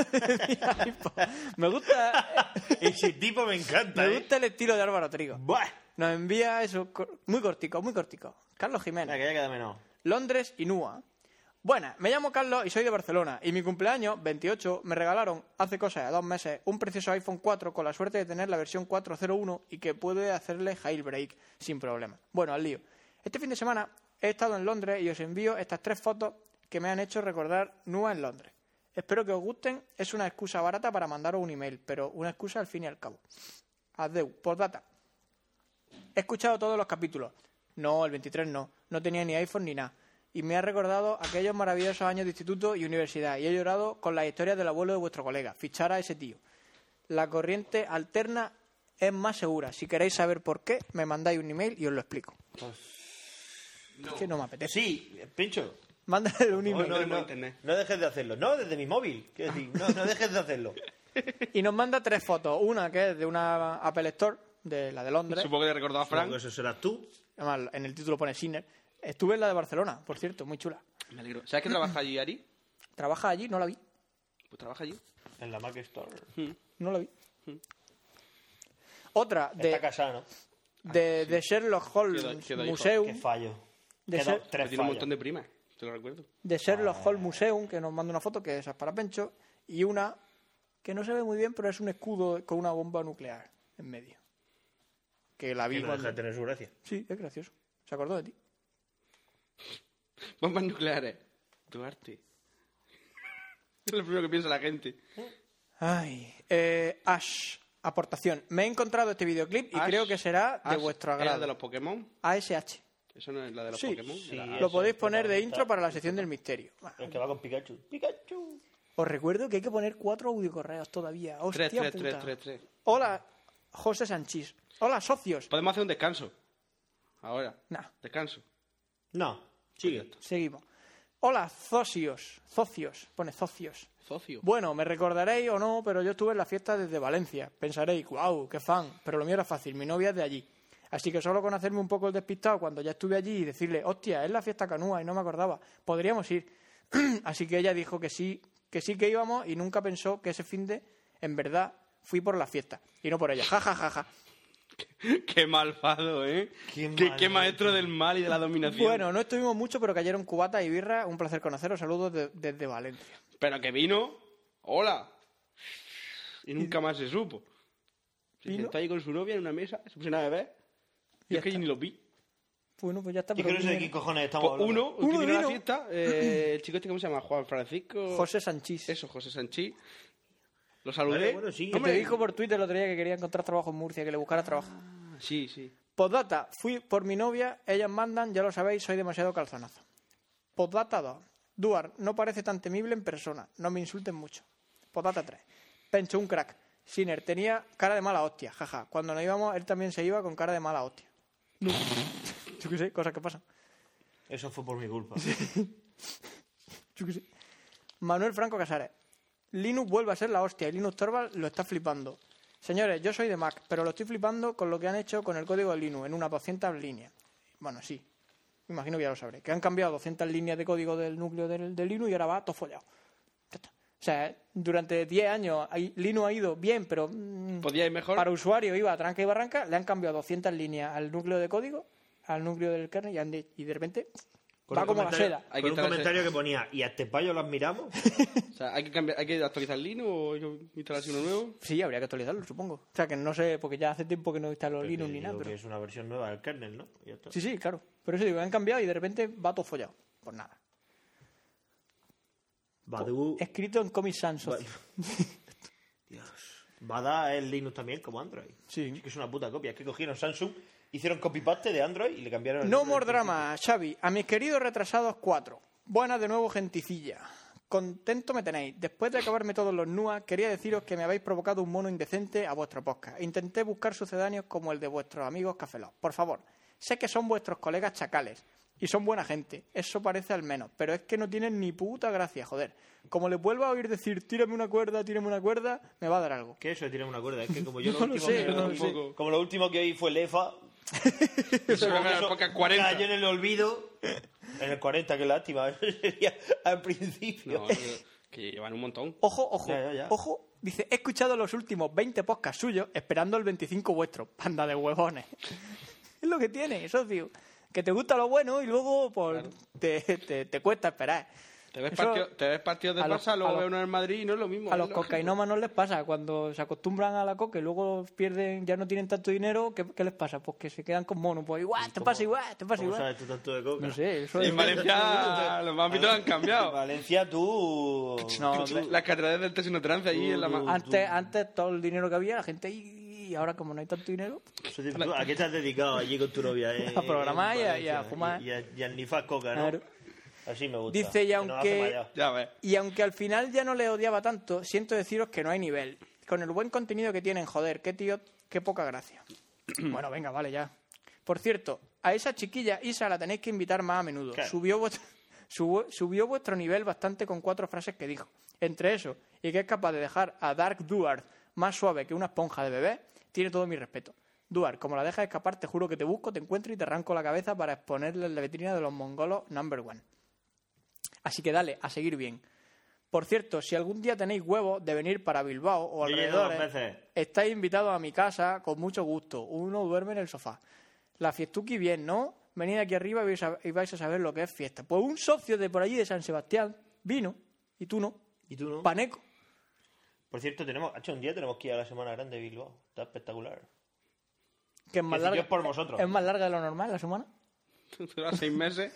S2: me gusta,
S1: Ese tipo me encanta,
S2: me
S1: ¿eh?
S2: gusta el estilo de Álvaro Trigo.
S1: Buah.
S2: Nos envía eso, cor- muy cortico, muy cortico. Carlos
S1: Venga,
S2: Jiménez,
S1: que ya queda menos.
S2: Londres y Nua. Buenas, me llamo Carlos y soy de Barcelona. Y mi cumpleaños, veintiocho, me regalaron hace cosa de dos meses un precioso iPhone cuatro con la suerte de tener la versión cuatro punto cero uno y que puede hacerle jailbreak sin problema. Bueno, al lío. Este fin de semana he estado en Londres y os envío estas tres fotos que me han hecho recordar Nua en Londres. Espero que os gusten. Es una excusa barata para mandaros un email, pero una excusa al fin y al cabo. Adeu. Postdata. He escuchado todos los capítulos. No, el veintitrés no. No tenía ni iPhone ni nada. Y me ha recordado aquellos maravillosos años de instituto y universidad. Y he llorado con las historias del abuelo de vuestro colega. Fichar a ese tío. La corriente alterna es más segura. Si queréis saber por qué, me mandáis un email y os lo explico.
S1: Pues,
S2: no. Es que no me apetece.
S1: Sí, Pincho.
S2: Mándale un email.
S1: No, no, no, no, no dejes de hacerlo. No, desde mi móvil. Quiero decir, no, no dejes de hacerlo.
S2: Y nos manda tres fotos. Una que es de una Apple Store, de la de Londres.
S3: Supongo que le he recordado a Frank.
S1: Supongo que eso serás tú.
S2: Además, en el título pone Sinner. Estuve en la de Barcelona, por cierto, muy chula.
S3: Me alegro. ¿Sabes que trabaja allí, Ari?
S2: ¿Trabaja allí? No la vi.
S3: Pues trabaja allí.
S1: En la Mac Store.
S3: Hmm.
S2: No la vi. Hmm. Otra de,
S1: Está casada, ¿no?
S2: de, de Sherlock Holmes
S3: Queda- queda hijo.
S2: Museum.
S1: Qué fallo.
S2: De
S1: Queda
S2: ser-
S1: tres
S3: Tiene un
S1: fallos.
S3: montón de primas. Te lo recuerdo.
S2: De Sherlock Holmes Museum, que nos manda una foto, que esa es para Pencho. Y una que no se ve muy bien, pero es un escudo con una bomba nuclear en medio. Que la vi
S1: Que no
S2: cuando...
S1: deja de tener su gracia.
S2: Sí, es gracioso. Se acordó de ti.
S3: Bombas nucleares. Duarte. Es lo primero que piensa la gente.
S2: Ay, eh, Ash, aportación. Me he encontrado este videoclip y
S3: Ash,
S2: creo que será de
S3: Ash,
S2: vuestro
S3: ¿era
S2: agrado.
S3: de los Pokémon?
S2: A S H.
S3: ¿Eso no es la de los
S2: Sí,
S3: Pokémon?
S1: sí.
S3: Era-
S2: Lo
S1: eso,
S2: podéis poner de
S1: está-
S2: intro para la sección del misterio.
S1: El que va con Pikachu. ¡Pikachu!
S2: Os recuerdo que hay que poner cuatro audiocorreos todavía. Hostia
S3: Tres, tres,
S2: puta.
S3: tres, tres, tres.
S2: Hola, José Sanchís. Hola, socios.
S3: Podemos hacer un descanso. Ahora.
S2: Nah,
S3: Descanso.
S1: No, sigue.
S2: seguimos. Hola, socios. Socios. Pone socios.
S3: Socio.
S2: Bueno, me recordaréis o no, pero yo estuve en la fiesta desde Valencia. Pensaréis, wow, qué fan. Pero lo mío era fácil, mi novia es de allí. Así que solo con hacerme un poco el despistado cuando ya estuve allí y decirle, hostia, es la fiesta Canúa y no me acordaba, podríamos ir. Así que ella dijo que sí, que sí que íbamos y nunca pensó que ese finde, en verdad, fui por la fiesta y no por ella. Ja, ja, ja, ja.
S3: Qué malvado, ¿eh?
S1: Qué
S3: Qué,
S1: mal,
S3: qué
S1: ¿eh?
S3: maestro del mal y de la dominación.
S2: Bueno, no estuvimos mucho, pero cayeron cubatas y birra. Un placer conoceros. Saludos de- desde Valencia.
S3: Pero que vino. Hola. Y nunca más se supo. Se
S2: ¿Vino?
S3: sentó ahí con su novia en una mesa, se pusieron a beber. Y
S2: Ya
S3: es que
S2: está.
S3: yo ni los vi.
S2: Bueno, pues ya está.
S1: Yo
S2: pero
S1: que no sé de
S2: viene
S1: qué cojones estamos
S3: Pues
S1: hablando.
S3: uno, el que
S2: Uno
S3: vino a la
S2: vino.
S3: fiesta, eh, el chico este, ¿cómo se llama? Juan Francisco.
S2: José Sanchís.
S3: Eso, José Sanchí. Lo saludé.
S1: Vale, bueno, sí.
S2: Que te dijo por Twitter el otro día que quería encontrar trabajo en Murcia, que le buscara trabajo.
S3: Sí, sí.
S2: Postdata, fui por mi novia, ellas mandan, ya lo sabéis, soy demasiado calzonazo. Postdata dos, Duar, no parece tan temible en persona, no me insulten mucho. Postdata tres, Pencho, un crack. Sinner, tenía cara de mala hostia, jaja. Cuando nos íbamos, él también se iba con cara de mala hostia. No. Yo qué sé, cosas que pasan.
S1: Eso fue por mi culpa.
S2: Yo qué sé. Manuel Franco Casares, Linux vuelve a ser la hostia y Linux Torvald lo está flipando. Señores, yo soy de Mac, pero lo estoy flipando con lo que han hecho con el código de Linux en unas doscientas líneas. Bueno, sí. Me imagino que ya lo sabré. Que han cambiado doscientas líneas de código del núcleo del, del Linux y ahora va todo follado. Ya está. O sea, durante diez años ahí- Linux ha ido bien, pero mm,
S3: ¿Podía ir mejor?
S2: para usuario iba a tranca y barranca. Le han cambiado doscientas líneas al núcleo de código, al núcleo del kernel y, han de, y de repente
S1: Con
S2: va
S1: un
S2: como la
S1: comentario-
S2: seda.
S3: Hay
S1: Con
S3: que
S1: un
S3: instalarse-
S1: comentario que ponía, ¿y a este payo lo admiramos?
S3: O sea, ¿hay que, cambiar, ¿hay que actualizar Linux o hay que instalarse uno nuevo?
S2: Sí, habría que actualizarlo, supongo. O sea, que no sé, porque ya hace tiempo que no instalo Linux
S1: Que
S2: ni nada.
S1: digo
S2: Pero...
S1: que es una versión nueva del kernel, ¿no? Y ya está.
S2: Sí, sí, claro. Pero eso digo, han cambiado y de repente va todo follado. Pues nada.
S1: Badu...
S2: Escrito en Comic Sans. socio.
S1: Dios. Bada es Linux también, como Android.
S2: Sí.
S1: Es que es una puta copia. Es que cogieron Samsung, hicieron copy-paste de Android y le cambiaron el
S2: No
S1: nombre
S2: more
S1: del
S2: drama, Xavi. A mis queridos retrasados cuatro. Buenas de nuevo, genticilla. Contento me tenéis. Después de acabarme todos los N U A, quería deciros que me habéis provocado un mono indecente a vuestro podcast. Intenté buscar sucedáneos como el de vuestros amigos Cafeló. Por favor, sé que son vuestros colegas chacales y son buena gente. Eso parece al menos. Pero es que no tienen ni puta gracia, joder. Como les vuelva a oír decir, tírame una cuerda, tírame una cuerda, me va a dar algo.
S1: ¿Qué eso de tirar una cuerda? Es que como yo lo
S2: No lo
S1: último
S2: sé,
S1: que
S2: no lo
S3: sé.
S1: como lo último que oí fue Lefa,
S3: Eso
S1: como
S3: era
S1: que
S3: la
S1: eso
S3: época cuarenta.
S1: cayó en el olvido. En el cuarenta, qué lástima. Eso sería al principio.
S3: No, no, que llevan un montón.
S2: Ojo, ojo,
S1: Ya, ya, ya.
S2: ojo. Dice, he escuchado los últimos veinte podcasts suyos esperando el veinticinco vuestro. Panda de huevones. Es lo que tiene, socio. Que te gusta lo bueno y luego pues, te, te, te cuesta esperar.
S3: Te ves,
S2: Eso-
S3: partido, te ves partidos de
S2: a los-
S3: Barça, luego
S2: a los-
S3: ves uno en el Madrid y no es lo mismo.
S2: A
S3: es
S2: los
S3: lógico.
S2: cocainómanos les pasa, cuando se acostumbran a la coca y luego pierden, ya no tienen tanto dinero, ¿qué, qué les pasa? Pues que se quedan con mono, pues igual, te pasa igual, te pasa
S1: ¿Cómo
S2: igual.
S1: sabes tú tanto de coca?
S2: No sé, eso
S3: Y
S2: es...
S3: en Valencia los ámbitos han
S1: En
S3: cambiado.
S1: Valencia tú...
S2: No,
S1: tú-
S3: Las catedrales del Tesino Trance allí en la ma-
S2: Antes, antes todo el dinero que había, la gente y, y ahora como no hay tanto dinero,
S1: Eso dices tú, ¿a qué te has dedicado allí con tu novia? Eh?
S2: A programar y a- y a
S1: Valencia?
S2: fumar.
S1: Y, y a, y a nifar coca, ¿no?
S2: Claro.
S1: Así me gusta.
S2: Dice, y
S1: que nos hace
S2: aunque-
S1: mayar.
S3: Ya ves.
S2: y aunque al final ya no le odiaba tanto, siento deciros que no hay nivel. Con el buen contenido que tienen, joder, qué tío, qué poca gracia. Bueno, venga, vale, ya. Por cierto, a esa chiquilla Isa la tenéis que invitar más a menudo.
S1: Claro.
S2: Subió, vuestro, subió, subió vuestro nivel bastante con cuatro frases que dijo. Entre eso, y que es capaz de dejar a Dark Duard más suave que una esponja de bebé, tiene todo mi respeto. Duard, como la dejas escapar, te juro que te busco, te encuentro y te arranco la cabeza para exponerle en la vitrina de los mongolos number one. Así que dale, a seguir bien. Por cierto, si algún día tenéis huevos de venir para Bilbao o
S1: Yo he ido dos
S2: alrededores,
S1: veces.
S2: estáis invitados a mi casa con mucho gusto. Uno duerme en el sofá. La fiestuki bien, ¿no? Venid aquí arriba y vais, a, y vais a saber lo que es fiesta. Pues un socio de por allí de San Sebastián vino, y tú no,
S1: ¿Y tú no?
S2: Paneco.
S1: Por cierto, tenemos, hace un día tenemos que ir a la Semana Grande de Bilbao. Está espectacular.
S2: Que es más
S1: Que si
S2: larga,
S1: yo es por vosotros.
S2: es más larga de lo normal la semana.
S3: Dura seis meses.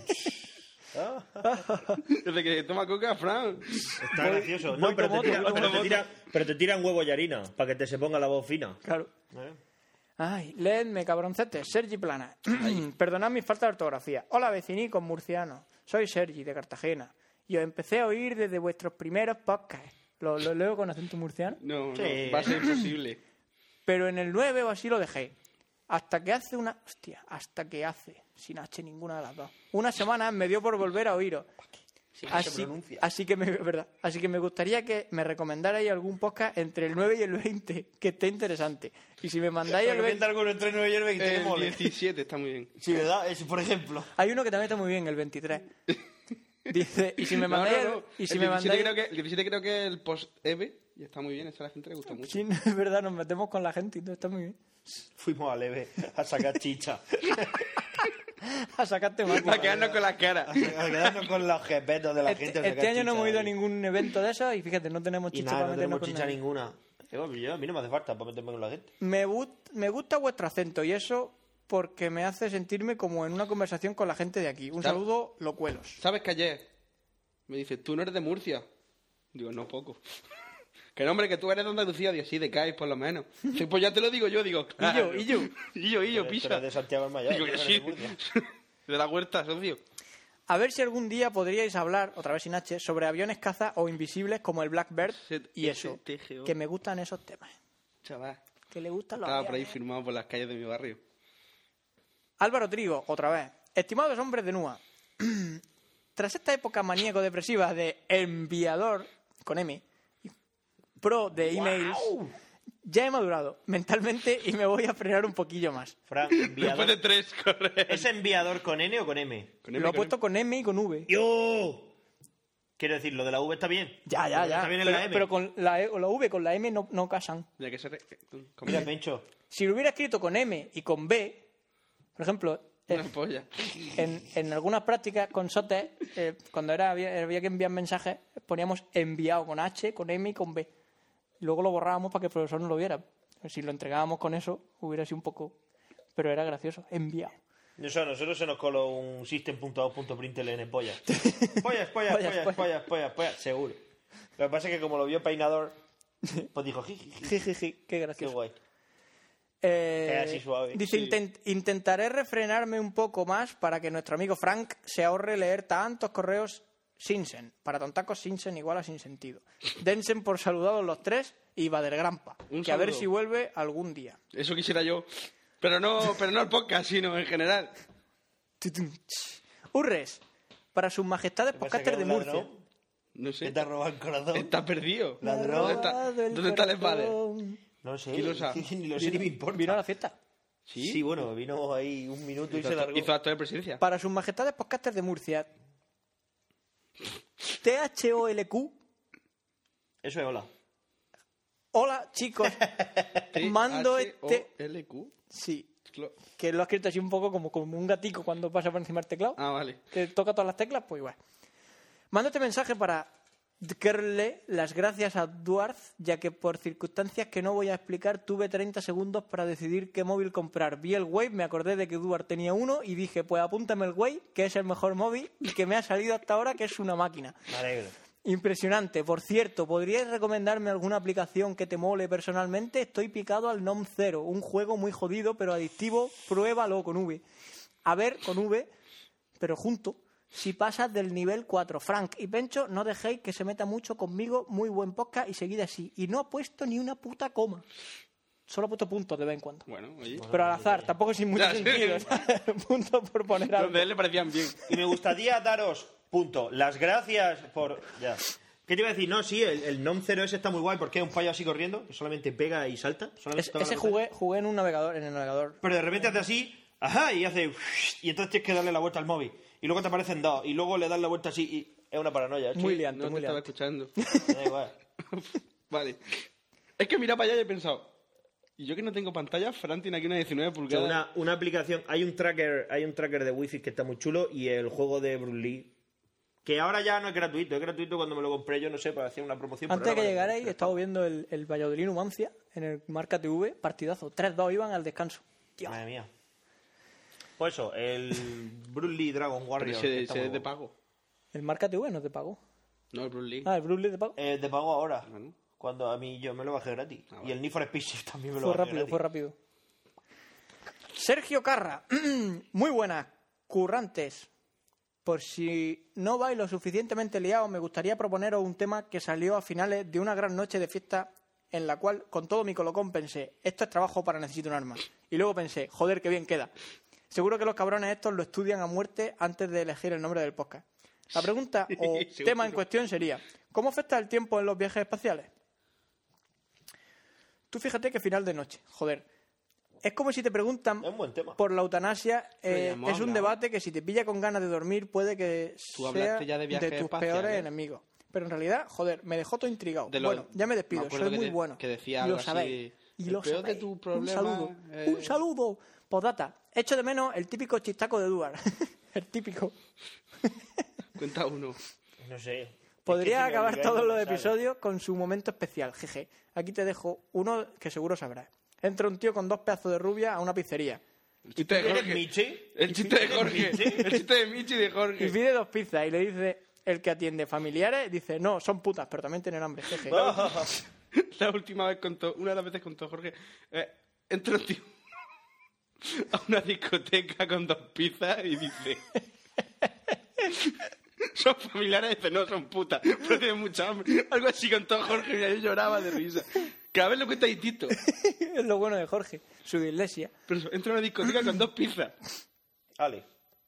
S1: Ah,
S3: Desde que toma coca, Fran.
S1: está gracioso.
S2: voy
S1: No, pero
S2: como
S1: te,
S2: otro,
S1: tira-
S2: voy
S1: pero,
S2: como
S1: te tira- pero te tiran huevo y harina para que te se ponga la voz fina.
S2: Claro.
S1: ¿Eh?
S2: Ay, leedme, cabroncete. Sergi Plana. Perdonad mi falta de ortografía. Hola, vecinicos murcianos. Soy Sergi, de Cartagena. Y os empecé a oír desde vuestros primeros podcasts. Lo, lo leo con acento murciano.
S3: No, no,
S1: Sí.
S3: va a ser imposible.
S2: Pero en el nueve o así lo dejé. Hasta que hace una... Hostia, hasta que hace, sin H ninguna de las dos. Una semana me dio por volver a oíros.
S1: Sí, se
S2: Así,
S1: pronuncia.
S2: así que me, verdad, así que me gustaría que me recomendarais algún podcast entre el nueve y el veinte que esté interesante. Y si me mandáis el veinte...
S1: alguno entre nueve y el veinte que
S3: El
S1: mole.
S3: diecisiete está muy bien.
S1: Sí, ¿verdad? Es, por ejemplo.
S2: Hay uno que también está muy bien, el veintitrés. Dice, y si me
S3: No,
S2: mandáis...
S3: no, no.
S2: el- Y si
S3: el,
S2: me
S3: diecisiete
S2: mandáis...
S3: creo que, el diecisiete creo que el post-Eve y está muy bien. Eso a la gente le gusta mucho.
S2: Sí, es verdad, nos metemos con la gente y todo está muy bien.
S1: Fuimos a Leve a sacar chicha.
S2: A sacarte más.
S3: Para quedarnos con las caras.
S1: A quedarnos con los jepetos de la
S2: Este,
S1: gente. a
S2: este
S1: sacar
S2: año no hemos
S1: chicha
S2: ido a
S1: ahí.
S2: ningún evento de esos y fíjate, no tenemos
S1: Y
S2: chicha
S1: nada,
S2: para
S1: no
S2: meternos
S1: tenemos
S2: con
S1: chicha
S2: nadie.
S1: ninguna. Yo, yo- a mí no me hace falta para meterme con la gente.
S2: Me, gust- me gusta vuestro acento y eso porque me hace sentirme como en una conversación con la gente de aquí. Un
S3: ¿Sabes?
S2: saludo, locuelos.
S3: ¿Sabes que ayer me dice, tú no eres de Murcia? Digo, no, poco. Que no, hombre, que tú eres de Andalucía. Digo, sí, de Cádiz, por lo menos. Dice, pues ya te lo digo yo. Digo, claro.
S2: Y yo,
S3: y yo, y yo,
S1: Pero
S3: pisa.
S1: tú eres de Santiago del Mayor.
S3: Digo
S1: tú
S3: que
S1: eres
S3: sí.
S1: de Murcia.
S3: De la huerta, socio.
S2: A ver si algún día podríais hablar, otra vez sin H, sobre aviones caza o invisibles como el Blackbird y eso.
S3: S T G O.
S2: Que me gustan esos temas.
S3: Chaval.
S2: Que le gustan los
S3: Estaba por ahí
S2: aviones.
S3: firmado por las calles de mi barrio.
S2: Álvaro Trigo, otra vez. Estimados hombres de N U A, tras esta época maníaco-depresiva de enviador, con M, pro de emails, ya he madurado mentalmente y me voy a frenar un poquillo más.
S1: Fran,
S3: Después
S1: enviador.
S3: de tres, corre.
S1: ¿Es enviador con N o con M?
S3: Con M,
S2: Lo he
S3: con
S2: puesto con M y con V.
S1: ¡Yo! Quiero decir, lo de la V está bien.
S2: Ya, ya,
S1: Lo que
S2: ya.
S1: Está bien en
S2: Pero,
S1: la M.
S2: pero con la, E- o la V con la M no, no casan.
S3: M. Ya que se... re- con-
S1: Mira, Pencho.
S2: Si lo hubiera escrito con M y con B, por ejemplo, eh,
S3: Una polla.
S2: en, en algunas prácticas con Sotes, eh, cuando era, había, había que enviar mensajes, poníamos enviado con H, con M y con B. Y luego lo borrábamos para que el profesor no lo viera. Si lo entregábamos con eso, hubiera sido un poco... Pero era gracioso, enviado.
S1: Eso, a nosotros se nos coló un system.out.println pollas. Pollas, pollas, pollas,
S2: Pollas,
S1: pollas, pollas, pollas, seguro. Lo que pasa es que como lo vio Peinador, pues dijo, jiji,
S2: Jijiji, qué
S1: qué
S2: gracioso.
S1: guay.
S2: Eh,
S1: Es así suave.
S2: Dice,
S3: Sí.
S2: "Intent- intentaré refrenarme un poco más para que nuestro amigo Frank se ahorre leer tantos correos sinsen. Para tontacos sinsen igual a sin sentido. Densen por saludados los tres y va del Grampa.
S3: Un
S2: Que a ver
S3: saludo.
S2: si vuelve algún día.
S3: Eso quisiera yo. Pero no, pero no el podcast, sino en general.
S2: Tutum, ch. Urres, para sus majestades
S1: ¿Qué pasa,
S2: podcasters
S1: que
S2: de
S1: es un
S2: Murcia.
S1: ladrón?
S3: No
S1: ¿Qué
S3: sé.
S1: te ha robado el corazón?
S3: Está perdido.
S1: Ladrón.
S3: ¿Dónde está,
S2: Robado el
S3: ¿dónde está el padre?
S2: corazón.
S1: No sé,
S3: ¿Quién lo sabe?
S1: ni lo sé ni me importa.
S2: ¿Vino a la fiesta?
S3: ¿Sí?
S1: Sí, bueno, vino ahí un minuto y
S3: Hizo
S1: se
S3: acto-
S1: largó.
S3: hizo acto de presidencia.
S2: Para sus majestades podcasters de Murcia. T H O L Q.
S1: Eso es hola.
S2: Hola, chicos. Mando
S3: T H O
S2: este...
S3: L Q.
S2: Sí,
S3: Clo-
S2: que lo ha escrito así un poco como, como un gatico cuando pasa por encima del teclado.
S3: Ah, vale.
S2: Que toca todas las teclas, pues igual. Mando este mensaje para darle las gracias a Duarte, ya que por circunstancias que no voy a explicar tuve treinta segundos para decidir qué móvil comprar. Vi el Wave, me acordé de que Duarte tenía uno y dije, pues apúntame el Wave, que es el mejor móvil y que me ha salido hasta ahora, que es una máquina.
S1: Me alegro.
S2: Impresionante. Por cierto, ¿podríais recomendarme alguna aplicación que te mole personalmente? Estoy picado al Gnome Zero, un juego muy jodido pero adictivo. Pruébalo con V. A ver, con V, pero junto, si pasas del nivel cuatro. Frank y Pencho, no dejéis que se meta mucho conmigo. Muy buen podcast y seguid así. Y no ha puesto ni una puta coma. Solo ha puesto puntos de vez en cuando.
S3: Bueno, oye.
S2: Pero al azar, tampoco sin mucho
S3: Ya, sí.
S2: sentido. Puntos por poner algo.
S3: Los de él le parecían bien.
S1: Y me gustaría daros, punto, las gracias por... Ya. ¿Qué te iba a decir? No, sí, el, el Gnome Zero ese está muy guay porque es un payo así corriendo, que solamente pega y salta. Solamente
S2: Es-
S1: toca
S2: ese
S1: la
S2: jugué, jugué en un navegador, en el navegador.
S1: Pero de repente hace así, ajá, y hace... Y entonces tienes que darle la vuelta al móvil. Y luego te aparecen dos, y luego le das la vuelta así y... Es una paranoia, ¿eh?
S2: Muy
S1: Sí,
S2: liante,
S3: No te
S2: muy
S3: estaba
S2: liante.
S3: escuchando.
S1: me da igual.
S3: Vale. Es que mira para allá y he pensado, y yo que no tengo pantalla, Fran tiene aquí una diecinueve
S1: O sea,
S3: pulgadas.
S1: una, una aplicación, hay un tracker, hay un tracker de wifi que está muy chulo y el juego de Bruce Lee, que ahora ya no es gratuito, es gratuito cuando me lo compré yo, no sé, para hacer una promoción.
S2: Antes de
S1: pero
S2: que
S1: ahora vale
S2: llegarais, he estado viendo el, el Valladolid Numancia en el Marca T V, partidazo. tres dos iban al descanso. Tío.
S1: Madre mía. Pues eso, el Bruce Lee Dragon
S3: Pero
S1: Warrior. que
S3: ese,
S1: está
S3: ese
S1: muy
S3: es de
S1: guapo.
S3: pago.
S2: El Marca T V no te pagó.
S3: No, el Bruce Lee.
S2: Ah, el Bruce Lee te pagó.
S1: Eh, te pago ahora,
S3: Bueno.
S1: cuando a mí yo me lo bajé gratis.
S3: Ah,
S1: Y
S3: vale.
S1: el Need for Speed Shift también me lo
S2: Fue
S1: bajé
S2: rápido,
S1: gratis.
S2: fue rápido. Sergio Carra. Muy buenas, currantes. Por si no vais lo suficientemente liados, me gustaría proponeros un tema que salió a finales de una gran noche de fiesta en la cual, con todo mi colocón, pensé, esto es trabajo para Necesito un arma. Y luego pensé, joder, qué bien queda. Seguro que los cabrones estos lo estudian a muerte antes de elegir el nombre del podcast. La pregunta o
S3: Seguro.
S2: tema en cuestión sería, ¿cómo afecta el tiempo en los viajes espaciales? Tú fíjate que final de noche, joder. Es como si te preguntan
S1: Es un buen tema.
S2: por la eutanasia.
S3: Pero
S2: eh,
S3: ya hemos
S2: es un
S3: hablado.
S2: debate que si te pilla con ganas de dormir puede que
S3: Tú
S2: sea
S3: hablaste ya de viajes
S2: tus
S3: espaciales.
S2: peores enemigos. Pero en realidad, joder, me dejó todo intrigado.
S3: De lo-
S2: Bueno, ya me despido,
S3: me acuerdo
S2: soy
S3: que
S2: muy
S3: te-
S2: bueno.
S3: que decía
S2: y
S3: algo
S2: lo sabéis.
S3: así,
S2: Y
S3: el
S2: lo
S3: peor de
S2: sabéis.
S3: tu
S2: Un
S3: problema,
S2: saludo.
S3: eh.
S2: Un saludo. Postdata. Echo de menos el típico chistaco de Duar. El típico.
S3: Cuenta uno.
S1: No sé.
S2: Podría
S1: Es que si me
S2: acabar
S1: obligáis,
S2: todos
S1: no
S2: los
S1: me sale.
S2: episodios con su momento especial. Jeje. Aquí te dejo uno que seguro sabrás. Entra un tío con dos pedazos de rubia a una pizzería.
S3: El chiste de
S1: ¿Eres
S3: Jorge.
S1: Michi?
S3: El chiste de
S1: ¿Eres
S3: Jorge.
S1: Michi?
S3: El chiste de Michi y de
S2: Y
S3: Jorge.
S2: pide dos pizzas y le dice el que atiende familiares, dice, no, son putas, pero también tienen hambre. Jeje.
S3: La última vez contó, una de las veces contó Jorge, eh, entra un tío a una discoteca con dos pizzas y dice, son familiares, dice, no, son putas, pero tienen mucha hambre. Algo así contó Jorge y yo lloraba de risa. Cada vez lo cuenta distinto.
S2: Es lo bueno de Jorge, su dislexia.
S3: Pero eso, entra a una discoteca con dos pizzas.
S1: Ale.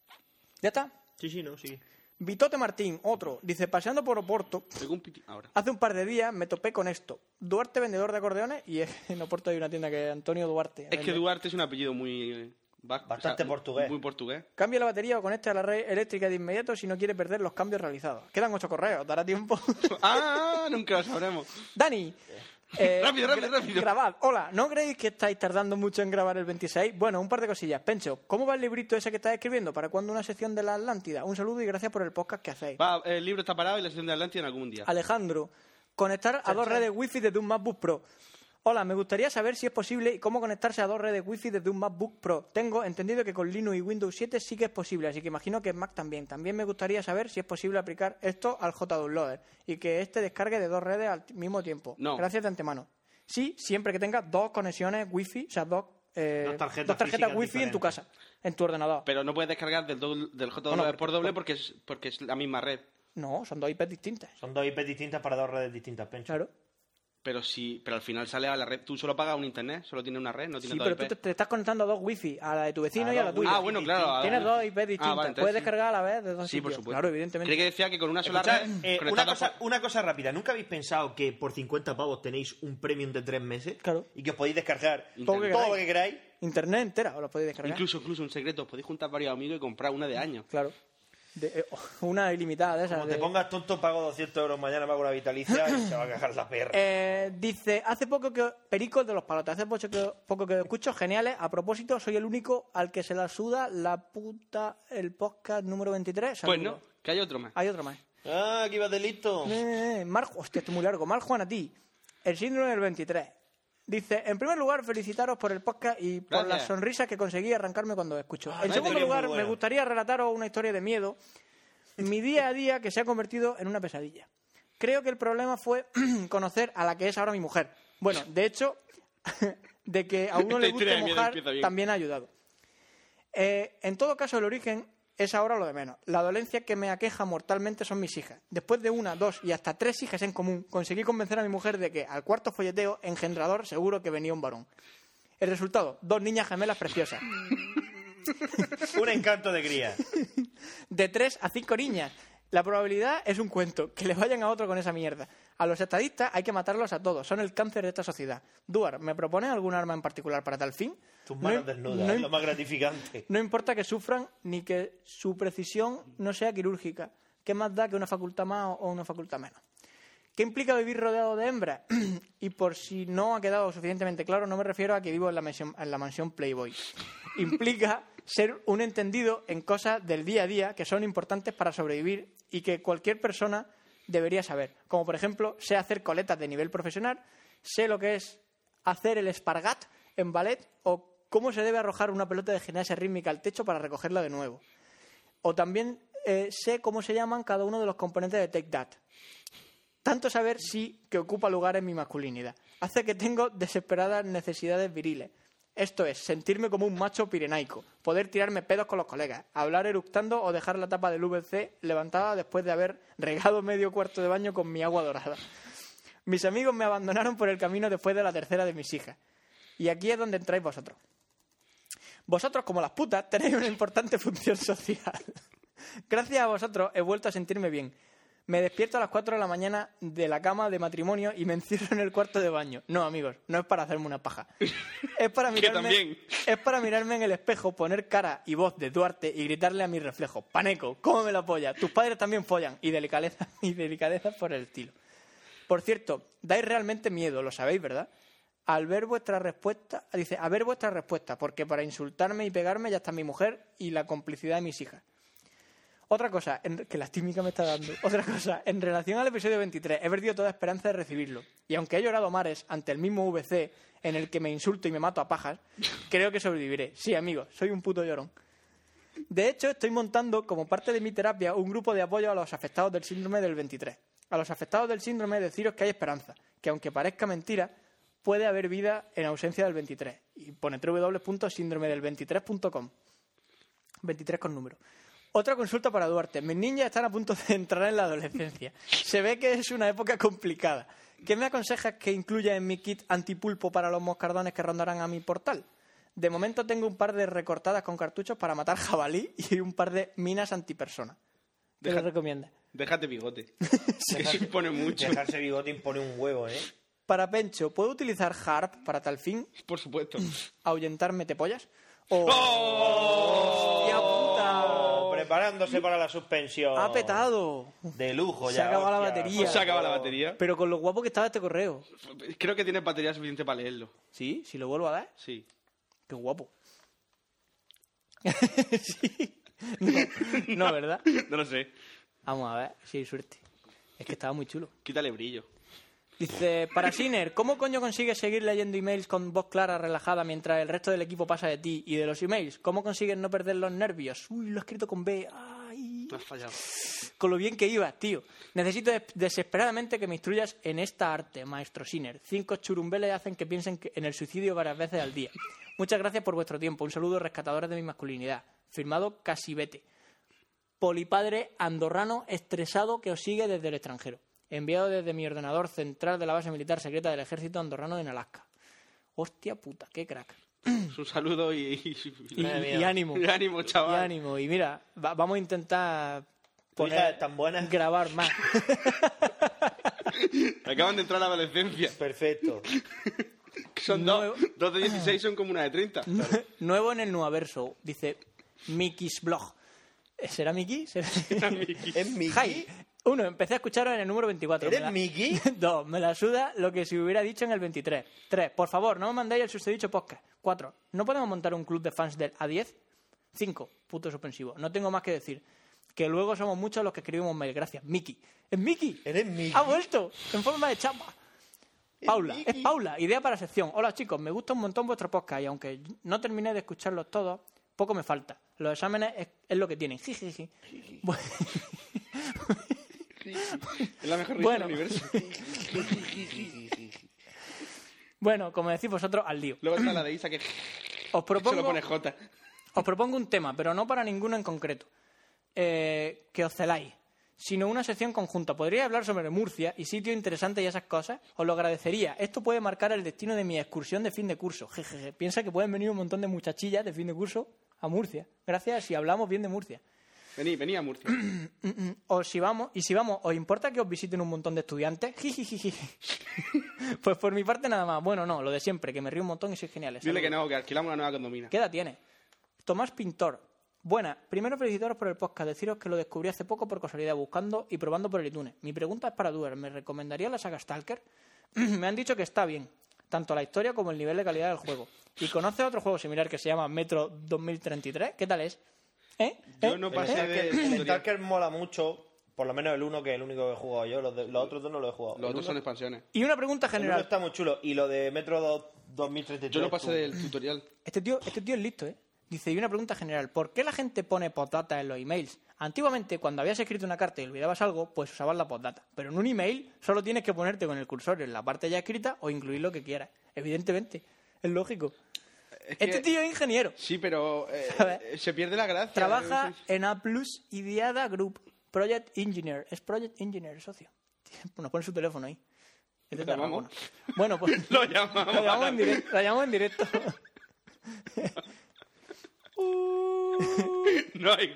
S2: ¿Ya está?
S1: Sí, sí, no, sí.
S2: Vitote Martín, otro, dice, paseando por Oporto,
S3: Tengo un piti... Ahora.
S2: hace un par de días me topé con esto. Duarte, vendedor de acordeones, y en Oporto hay una tienda que es Antonio Duarte.
S3: Es que
S2: Vende.
S3: Duarte es un apellido muy... eh, vasco,
S1: Bastante portugués.
S3: Muy portugués.
S2: Cambia la batería o conecte a la red eléctrica de inmediato si no quiere perder los cambios realizados. Quedan ocho correos, dará tiempo.
S3: Ah, nunca lo sabremos.
S2: Dani. eh,
S3: Rápido, rápido,
S2: gra-
S3: rápido.
S2: Grabad. Hola, ¿no creéis que estáis tardando mucho en grabar el veintiséis? Bueno, un par de cosillas. Pencho, ¿cómo va el librito ese que estás escribiendo? ¿Para cuándo una sección de la Atlántida? Un saludo y gracias por el podcast que hacéis.
S3: Va, el libro está parado y la sesión de Atlántida en algún día.
S2: Alejandro, conectar a dos redes wifi desde un MacBook Pro. Hola, me gustaría saber si es posible y cómo conectarse a dos redes wifi desde un MacBook Pro. Tengo entendido que con Linux y Windows siete sí que es posible, así que imagino que en Mac también. También me gustaría saber si es posible aplicar esto al JDownloader y que este descargue de dos redes al mismo tiempo.
S3: No.
S2: Gracias de antemano. Sí, siempre que tengas dos conexiones wifi, o sea, dos, eh,
S1: Dos tarjetas
S2: dos tarjetas
S1: físicas
S2: wifi en tu
S1: diferentes.
S2: casa, en tu ordenador.
S3: Pero no puedes descargar del, doble- del J
S2: Bueno,
S3: por doble porque es, porque es la misma red.
S2: No, son dos I Ps distintas.
S1: Son dos I Ps distintas para dos redes distintas, Pencho.
S2: Claro.
S3: Pero si, pero al final sale a la red. Tú solo pagas un internet, solo tienes una red, no tienes
S2: Sí,
S3: dos
S2: pero
S3: I P.
S2: tú te, te estás conectando a dos wifi, a la de tu vecino
S1: A
S2: y a
S1: dos
S2: la tuya.
S1: wifi
S3: Ah, bueno, claro. a-
S2: Tienes dos I P distintas.
S3: Ah, vale, entonces
S2: Puedes
S3: sí.
S2: descargar a la vez de dos
S3: Sí, por
S2: sitios.
S3: supuesto.
S2: Claro, evidentemente.
S3: Creí que decía que con una sola
S1: Escuchad,
S3: red.
S1: eh,
S3: conectar
S1: una,
S3: dos-
S1: cosa, una cosa rápida. ¿Nunca habéis pensado que por cincuenta pavos tenéis un premium de tres meses?
S2: Claro.
S1: Y que os podéis descargar
S2: Todo lo que
S1: todo lo
S2: queráis.
S1: que queráis.
S2: Internet entera, os lo podéis descargar.
S3: Incluso, incluso un secreto, os podéis juntar varios amigos y comprar una de años.
S2: Claro. De- eh, una ilimitada de esas.
S1: Como te
S2: de-
S1: pongas tonto, pago doscientos euros, mañana me hago una vitalicia y se va a cagar la perra.
S2: Eh, dice, hace poco que... Pericos de los palotes, hace poco que, poco que escucho, geniales. A propósito, soy el único al que se la suda la puta el podcast número veintitrés.
S3: Pues
S2: Saludos.
S3: no, que hay otro más.
S2: Hay otro más.
S1: Ah, que ibas de listo.
S2: Eh, Mar... Hostia, esto es muy largo. Mar Juan a ti. El síndrome del veintitrés. Dice, en primer lugar, felicitaros por el podcast y por
S3: Gracias.
S2: las sonrisas que conseguí arrancarme cuando escucho.
S1: Ah,
S2: en
S1: una
S2: segundo
S1: historia
S2: lugar,
S1: muy buena.
S2: me gustaría relataros una historia de miedo. Mi día a día que se ha convertido en una pesadilla. Creo que el problema fue conocer a la que es ahora mi mujer. Bueno, de hecho, de que a uno
S3: Esta
S2: le
S3: historia
S2: guste
S3: de miedo
S2: mojar
S3: empieza bien.
S2: también ha ayudado. Eh, en todo caso, el origen es ahora lo de menos. La dolencia que me aqueja mortalmente son mis hijas. Después de una, dos y hasta tres hijas en común, conseguí convencer a mi mujer de que al cuarto folleteo engendrador seguro que venía un varón. El resultado, dos niñas gemelas preciosas.
S1: Un encanto de cría.
S2: De tres a cinco niñas. La probabilidad es un cuento. Que le vayan a otro con esa mierda. A los estadistas hay que matarlos a todos. Son el cáncer de esta sociedad. Duar, ¿me propones algún arma en particular para tal fin?
S1: Tus
S2: No
S1: manos
S2: im-
S1: desnudas,
S2: no
S1: es
S2: im-
S1: lo más gratificante.
S2: No importa que sufran ni que su precisión no sea quirúrgica. ¿Qué más da que una facultad más o una facultad menos? ¿Qué implica vivir rodeado de hembras? Y por si no ha quedado suficientemente claro, no me refiero a que vivo en la mansión, en la mansión Playboy. Implica ser un entendido en cosas del día a día que son importantes para sobrevivir y que cualquier persona debería saber. Como por ejemplo, sé hacer coletas de nivel profesional, sé lo que es hacer el espargat en ballet o cómo se debe arrojar una pelota de gimnasia rítmica al techo para recogerla de nuevo. O también eh, sé cómo se llaman cada uno de los componentes de Take That. Tanto saber sí que ocupa lugar en mi masculinidad. Hace que tengo desesperadas necesidades viriles. Esto es, sentirme como un macho pirenaico, poder tirarme pedos con los colegas, hablar eructando o dejar la tapa del V C levantada después de haber regado medio cuarto de baño con mi agua dorada. Mis amigos me abandonaron por el camino después de la tercera de mis hijas. Y aquí es donde entráis vosotros. Vosotros, como las putas, tenéis una importante función social. Gracias a vosotros he vuelto a sentirme bien. Me despierto a las cuatro de la mañana de la cama de matrimonio y me encierro en el cuarto de baño. No, amigos, no es para hacerme una paja. Es para
S3: Que
S2: mirarme,
S3: también.
S2: es para mirarme en el espejo, poner cara y voz de Duarte y gritarle a mi reflejo: Paneco, ¿cómo me la polla? Tus padres también follan. Y delicadeza, y delicadeza por el estilo. Por cierto, dais realmente miedo, lo sabéis, ¿verdad? Al ver vuestra respuesta, dice, a ver vuestra respuesta, porque para insultarme y pegarme ya está mi mujer y la complicidad de mis hijas. Otra cosa, en, que la tímica me está dando. Otra cosa, en relación al episodio veintitrés, he perdido toda esperanza de recibirlo. Y aunque he llorado mares ante el mismo V C en el que me insulto y me mato a pajas, creo que sobreviviré. Sí, amigos, soy un puto llorón. De hecho, estoy montando, como parte de mi terapia, un grupo de apoyo a los afectados del síndrome del veintitrés. A los afectados del síndrome, deciros que hay esperanza, que aunque parezca mentira, puede haber vida en ausencia del veintitrés. Y pone doble u doble u doble u punto síndrome del veintitrés punto com. veintitrés con número. Otra consulta para Duarte. Mis niñas están a punto de entrar en la adolescencia. Se ve que es una época complicada. ¿Qué me aconsejas que incluya en mi kit antipulpo para los moscardones que rondarán a mi portal? De momento tengo un par de recortadas con cartuchos para matar jabalí y un par de minas antipersona. ¿Qué
S3: Deja-
S2: les recomiendas?
S3: Déjate bigote. Que eso impone mucho.
S1: Dejarse bigote impone un huevo, ¿eh?
S2: Para Pencho, ¿puedo utilizar Harp para tal fin?
S3: Por supuesto.
S2: ¿Ahuyentar metepollas? O...
S3: ¡Oh!
S2: ¡Hostia puta!
S1: Oh, preparándose para la suspensión.
S2: ¡Ha petado!
S1: De lujo
S2: Se
S1: ya.
S2: ha acabado la
S1: hostia.
S2: batería.
S3: Se acaba la batería.
S2: Pero con lo guapo que estaba este correo.
S3: Creo que tienes batería suficiente para leerlo.
S2: ¿Sí? ¿Si lo vuelvo a dar?
S3: Sí.
S2: ¡Qué guapo! Sí. No, no, ¿verdad?
S3: No lo sé.
S2: Vamos a ver si hay suerte. Es que estaba muy chulo.
S3: Quítale brillo.
S2: Dice, para Siner, ¿cómo coño consigues seguir leyendo emails con voz clara, relajada, mientras el resto del equipo pasa de ti y de los emails? ¿Cómo consigues no perder los nervios? Uy, lo he escrito con B. Ay,
S3: Me has fallado.
S2: con lo bien que ibas, tío. Necesito des- desesperadamente que me instruyas en esta arte, maestro Siner. Cinco churumbeles hacen que piensen que- en el suicidio varias veces al día. Muchas gracias por vuestro tiempo. Un saludo, rescatadores de mi masculinidad. Firmado Casibete. Polipadre andorrano estresado que os sigue desde el extranjero. Enviado desde mi ordenador central de la base militar secreta del ejército andorrano en Alaska. Hostia puta, qué crack.
S3: Un saludo y...
S2: Y,
S1: Madre mía.
S2: y ánimo.
S3: Y ánimo,
S2: Y
S3: chaval.
S2: ánimo. Y mira, va- vamos a intentar
S1: Tu hija
S2: poner,
S1: es tan buena.
S2: grabar más.
S3: Acaban de entrar a la adolescencia.
S1: Perfecto.
S3: Son
S2: Nuevo-
S3: dos. Dos de dieciséis son como una de treinta.
S2: Nuevo en el Nuaverso, dice Miki's blog. ¿Será Miki? ¿Será...
S1: ¿Es Miki?
S2: Hi. Uno, empecé a escucharos en el número veinticuatro.
S1: ¿Eres
S2: Me la-
S1: Miki?
S2: Dos, me la suda lo que si hubiera dicho en el veintitrés. Tres, por favor, no me mandéis el susodicho podcast. Cuatro, ¿no podemos montar un club de fans del A diez? Cinco, puto suspensivo. No tengo más que decir. que luego somos muchos los que escribimos mail. Gracias, Miki. ¡Es Miki!
S1: Eres Miki.
S2: ¡Ha vuelto! En forma de chapa.
S1: Es
S2: Paula,
S1: Miki.
S2: es Paula, idea para sección. Hola chicos, me gusta un montón vuestro podcast y aunque no terminé de escucharlos todos, poco me falta. Los exámenes es, es lo que tienen. Jijiji. Bueno,
S3: Es la mejor risa
S2: Bueno.
S3: del universo.
S2: bueno, como decís vosotros, al lío.
S3: Luego está la de Isa que
S2: Os
S3: se lo
S2: propongo,
S3: pone J.
S2: os propongo un tema, pero no para ninguno en concreto. Eh, que os celáis, sino una sección conjunta. Podría hablar sobre Murcia y sitios interesantes y esas cosas. Os lo agradecería. Esto puede marcar el destino de mi excursión de fin de curso. Jejeje. Piensa que pueden venir un montón de muchachillas de fin de curso a Murcia. Gracias si hablamos bien de Murcia.
S3: Vení, vení a Murcia.
S2: O si vamos, y si vamos, ¿os importa que os visiten un montón de estudiantes? Jijijiji. Pues por mi parte nada más. Bueno, no, lo de siempre, que me río un montón y sois geniales.
S3: Dile que
S2: Saludos.
S3: no, que alquilamos una nueva condomina.
S2: ¿Qué edad tiene? Tomás Pintor. Buena, primero felicitaros por el podcast. Deciros que lo descubrí hace poco por casualidad, buscando y probando por el iTunes. Mi pregunta es para Duer. ¿Me recomendaría la saga Stalker? Me han dicho que está bien, tanto la historia como el nivel de calidad del juego. ¿Y conoce otro juego similar que se llama Metro dos mil treinta y tres? ¿Qué tal es? ¿Eh?
S3: Yo
S2: ¿Eh?
S3: no
S1: El
S3: pasé
S1: Stalker,
S3: de
S1: el
S3: tutorial.
S1: Stalker mola mucho, por lo menos el uno, que es el único que he jugado yo. Los, de- los otros dos no los he jugado.
S3: Los
S1: El
S3: otros
S1: uno-
S3: son expansiones.
S2: Y una pregunta
S1: el uno
S2: general.
S1: está muy chulo. Y lo de Metro dos- dos mil treinta y tres.
S3: Yo no pasé
S1: tú-
S3: del tutorial.
S2: Este tío, este tío es listo, ¿eh? Dice, y una pregunta general. ¿Por qué la gente pone postdata en los emails? Antiguamente, cuando habías escrito una carta y olvidabas algo, pues usabas la postdata. Pero en un email solo tienes que ponerte con el cursor en la parte ya escrita o incluir lo que quieras. Evidentemente. Es lógico.
S3: Es que-
S2: Este tío es ingeniero.
S3: Sí, pero eh,
S2: A ver.
S3: eh, se pierde la gracia.
S2: Trabaja en A Plus Ideada Group. Project Engineer. Es Project Engineer, socio. Nos pone su teléfono ahí. Es de
S3: ¿Lo llamamos?
S2: Tarragona. Bueno, pues...
S3: Lo llamamos.
S2: Lo llamamos en directo. Lo llamamos en directo.
S3: No hay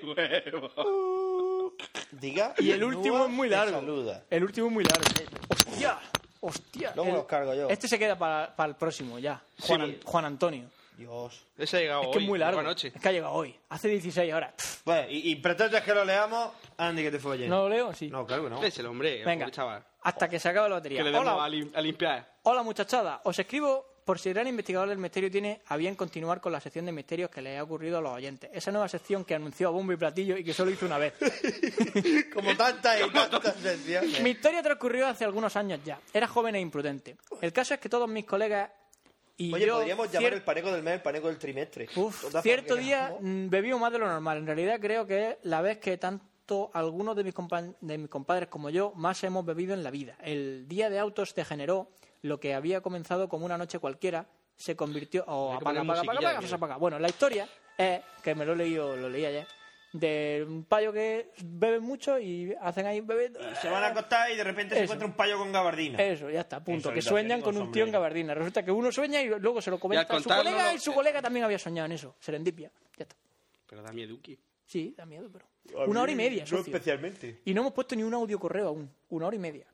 S3: huevo.
S1: Diga.
S2: Y el último
S1: Nua
S2: es muy
S1: te
S2: largo.
S1: Saluda.
S2: El último es muy largo. ¡Hostia! ¡Hostia!
S1: Luego
S2: El-
S1: los cargo yo.
S2: Este se queda para, para el próximo, ya. Juan,
S3: Sí.
S2: An- Juan Antonio.
S1: Dios.
S3: Ese ha llegado
S2: Es
S3: hoy.
S2: que es muy largo.
S3: Buenas noches.
S2: Es que ha llegado hoy. Hace dieciséis horas. Pff,
S1: Bueno, y, y pretendes que lo leamos, Andy, que te fue ayer.
S2: ¿No lo leo? Sí.
S1: No, claro que no.
S3: Déselo, hombre.
S2: Venga.
S3: pobre chaval.
S2: Hasta que se acabe la batería.
S3: Que le demos
S2: Hola,
S3: a, lim- a limpiar.
S2: hola, muchachada. Os escribo por si el gran investigador del misterio tiene a bien continuar con la sección de misterios que le ha ocurrido a los oyentes. Esa nueva sección que anunció a bombo y platillo y que solo hizo una vez.
S1: Como tantas y tantas secciones.
S2: Mi historia transcurrió hace algunos años ya. Era joven e imprudente. El caso es que todos mis colegas y
S1: Oye,
S2: yo...
S1: podríamos llamar
S2: cier-
S1: el paneco del mes el paneco del trimestre.
S2: Uf,
S1: Otra
S2: cierto
S1: que
S2: día
S1: hagamos.
S2: mm, bebí más de lo normal. En realidad creo que es la vez que tanto algunos de mis, compa- de mis compadres como yo más hemos bebido en la vida. El día de autos degeneró. Lo que había comenzado como una noche cualquiera se convirtió... Oh,
S3: Hay que
S2: apaga,
S3: poner
S2: apaga, apaga,
S3: musiquilla de
S2: apaga, se
S3: miedo.
S2: apaga. Bueno, la historia es, que me lo he leído, lo leí ayer, de un payo que bebe mucho y hacen ahí bebiendo...
S1: Se van a acostar y de repente se
S2: Eso.
S1: encuentra un payo con gabardina.
S2: Eso, ya está, punto.
S1: En
S2: Que
S1: solitario,
S2: sueñan
S1: con
S2: con un tío en
S1: sombrero.
S2: gabardina. Resulta que uno sueña y luego se lo comenta a su
S3: contarlo,
S2: colega
S3: no-
S2: y su colega también había soñado en eso. Serendipia. Ya está.
S3: Pero da mieduki.
S2: Sí, da miedo, pero...
S1: A
S2: Una
S1: mí
S2: hora y media,
S1: no
S2: socio.
S1: especialmente.
S2: Y no hemos puesto ni un audio correo aún. Una hora y media.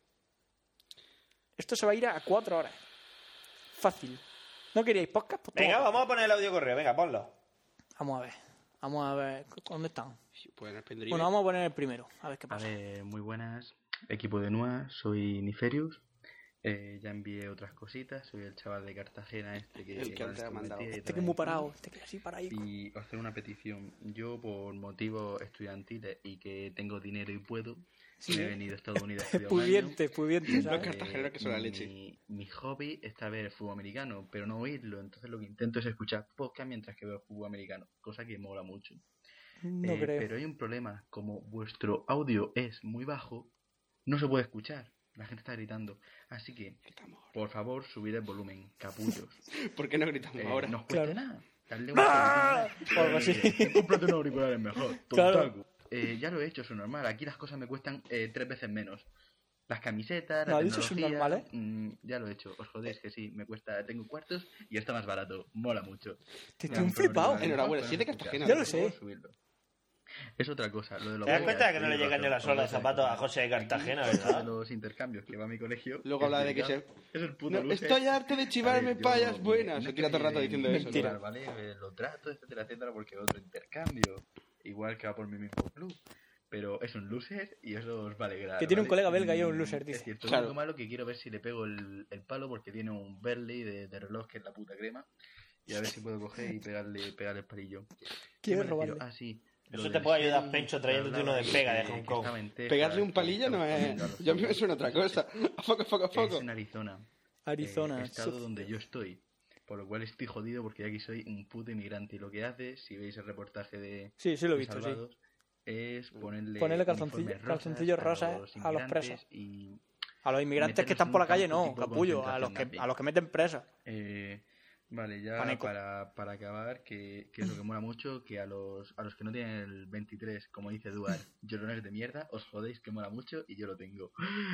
S2: Esto se va a ir a cuatro horas. Fácil. ¿No queríais podcast? Pues toma.
S1: Venga, vamos a poner el audio correo. Venga, ponlo.
S2: Vamos a ver. Vamos a ver. ¿Dónde están?
S3: Pues en el pendrive.
S2: Bueno, vamos a poner el primero. A ver qué
S4: A
S2: pasa.
S4: ver, muy buenas, equipo de N U A, soy Niferius. Eh, ya envié otras cositas, soy el chaval de Cartagena este que,
S3: El que
S4: antes
S3: te ha
S4: os
S3: mandado.
S4: metía y
S2: Este
S4: tal.
S2: que es muy parado. Este que es así paradico.
S4: Y os hacer una petición. Yo, por motivos estudiantiles y que tengo dinero y puedo,
S2: Sí.
S4: me he venido a Estados Unidos a estudiar un año.
S2: Pudiente, pudiente,
S3: Los
S2: ¿sabes?
S3: cartageneros que son la
S4: mi-
S3: leche.
S4: Mi hobby está ver fútbol americano, pero no oírlo. Entonces lo que intento es escuchar podcast mientras que veo fútbol americano, cosa que mola mucho.
S2: No
S4: Eh,
S2: creo.
S4: Pero hay un problema, como vuestro audio es muy bajo, no se puede escuchar. La gente está gritando. Así que,
S3: Gritamos ahora.
S4: por favor, subid el volumen, capullos.
S3: ¿Por qué no gritamos
S4: Eh,
S3: ahora?
S4: no os cuesta
S2: Claro.
S4: nada. Darle
S2: ¡Ah!
S4: un
S2: O algo así.
S4: Cómprate unos auriculares mejor.
S2: Claro.
S4: tontaco. Eh, ya lo he hecho, eso es normal. Aquí las cosas me cuestan eh, tres veces menos. Las camisetas, la
S2: No, eso es
S4: tecnología,
S2: normal, ¿eh?
S4: mm, ya lo he hecho. Os jodéis que sí, me cuesta, tengo cuartos y está más barato. Mola mucho.
S2: Te
S4: Ya,
S2: estoy un
S4: pero
S2: flipado.
S4: no,
S3: Enhorabuena,
S4: no,
S3: si es de
S4: no,
S3: Cartagena,
S2: Ya
S4: por
S2: lo
S4: favor,
S2: sé.
S4: subidlo. Es otra cosa, lo de los
S1: ¿Te das
S4: podcasts,
S1: cuenta de que no le
S4: tenéis
S1: llegan ni
S4: razón,
S1: la suela de
S4: os lo
S1: zapatos a
S4: agradezco.
S1: José de Cartagena,
S4: De
S1: verdad?
S4: los intercambios que va a mi colegio.
S3: Luego habla de que se...
S4: Es el puto
S3: No,
S4: loser.
S3: estoy harto de chivarme
S4: A ver, yo
S3: payas
S4: me-
S3: buenas.
S4: no
S3: Se
S4: es
S3: tira
S4: que
S3: todo el rato
S4: me-
S3: diciendo
S4: me
S3: eso.
S2: Mentira.
S3: ¿no?
S4: ¿vale? Eh, Lo trato, etcétera, etcétera, porque otro intercambio. Igual que va por mi mismo club. Pero es un loser y eso os va a alegrar.
S2: Que tiene un
S4: ¿vale?
S2: colega belga y es un
S4: Mm,
S2: loser, dice.
S4: Es cierto,
S3: Claro.
S4: lo único malo que quiero ver si le pego el, el palo porque tiene un Berley de, de reloj que es la puta crema. Y a ver si puedo coger y pegarle, pegarle el palillo. ¿Qué
S2: Quiere
S4: iba a deciros?
S2: robarle.
S4: Ah, sí.
S1: Eso
S4: Lo
S1: te
S4: del
S1: puede ayudar,
S4: sharing,
S1: Pencho, trayéndote
S4: hablaba
S1: uno de pega de
S4: que-
S1: Hong
S4: que
S1: Kong.
S4: estaba en Texas,
S3: Pegarle un
S4: que
S3: palillo no
S4: estaba
S3: es...
S4: comiendo a los
S3: Yo a mí me
S4: otros.
S3: suena otra cosa. A poco, a poco, a poco.
S4: Es en Arizona.
S2: Arizona.
S4: eh, estado
S2: sí.
S4: donde yo estoy. Por lo cual estoy jodido porque aquí soy un puto inmigrante. Y lo que hace, si veis el reportaje de,
S2: Sí, sí lo he
S4: de
S2: visto, sí.
S4: Salvados, es ponerle,
S2: Ponerle calzoncillo-
S4: uniformes
S2: calzoncillos rosas
S4: los
S2: a los
S4: inmigrantes
S2: presos.
S4: Y,
S2: A los inmigrantes que
S4: meterlos
S2: están
S4: en
S2: por
S4: un
S2: la calle,
S4: campo
S2: no,
S4: tipo
S2: capullo. A los,
S4: concentración
S2: que,
S4: nazi.
S2: a los que meten presos.
S4: Eh, vale, ya
S2: Paneco.
S4: para, para acabar, que, que es lo que mola mucho, que a los, a los que no tienen el veintitrés, como dice Duar, llorones de mierda, os jodéis que mola mucho y yo lo tengo.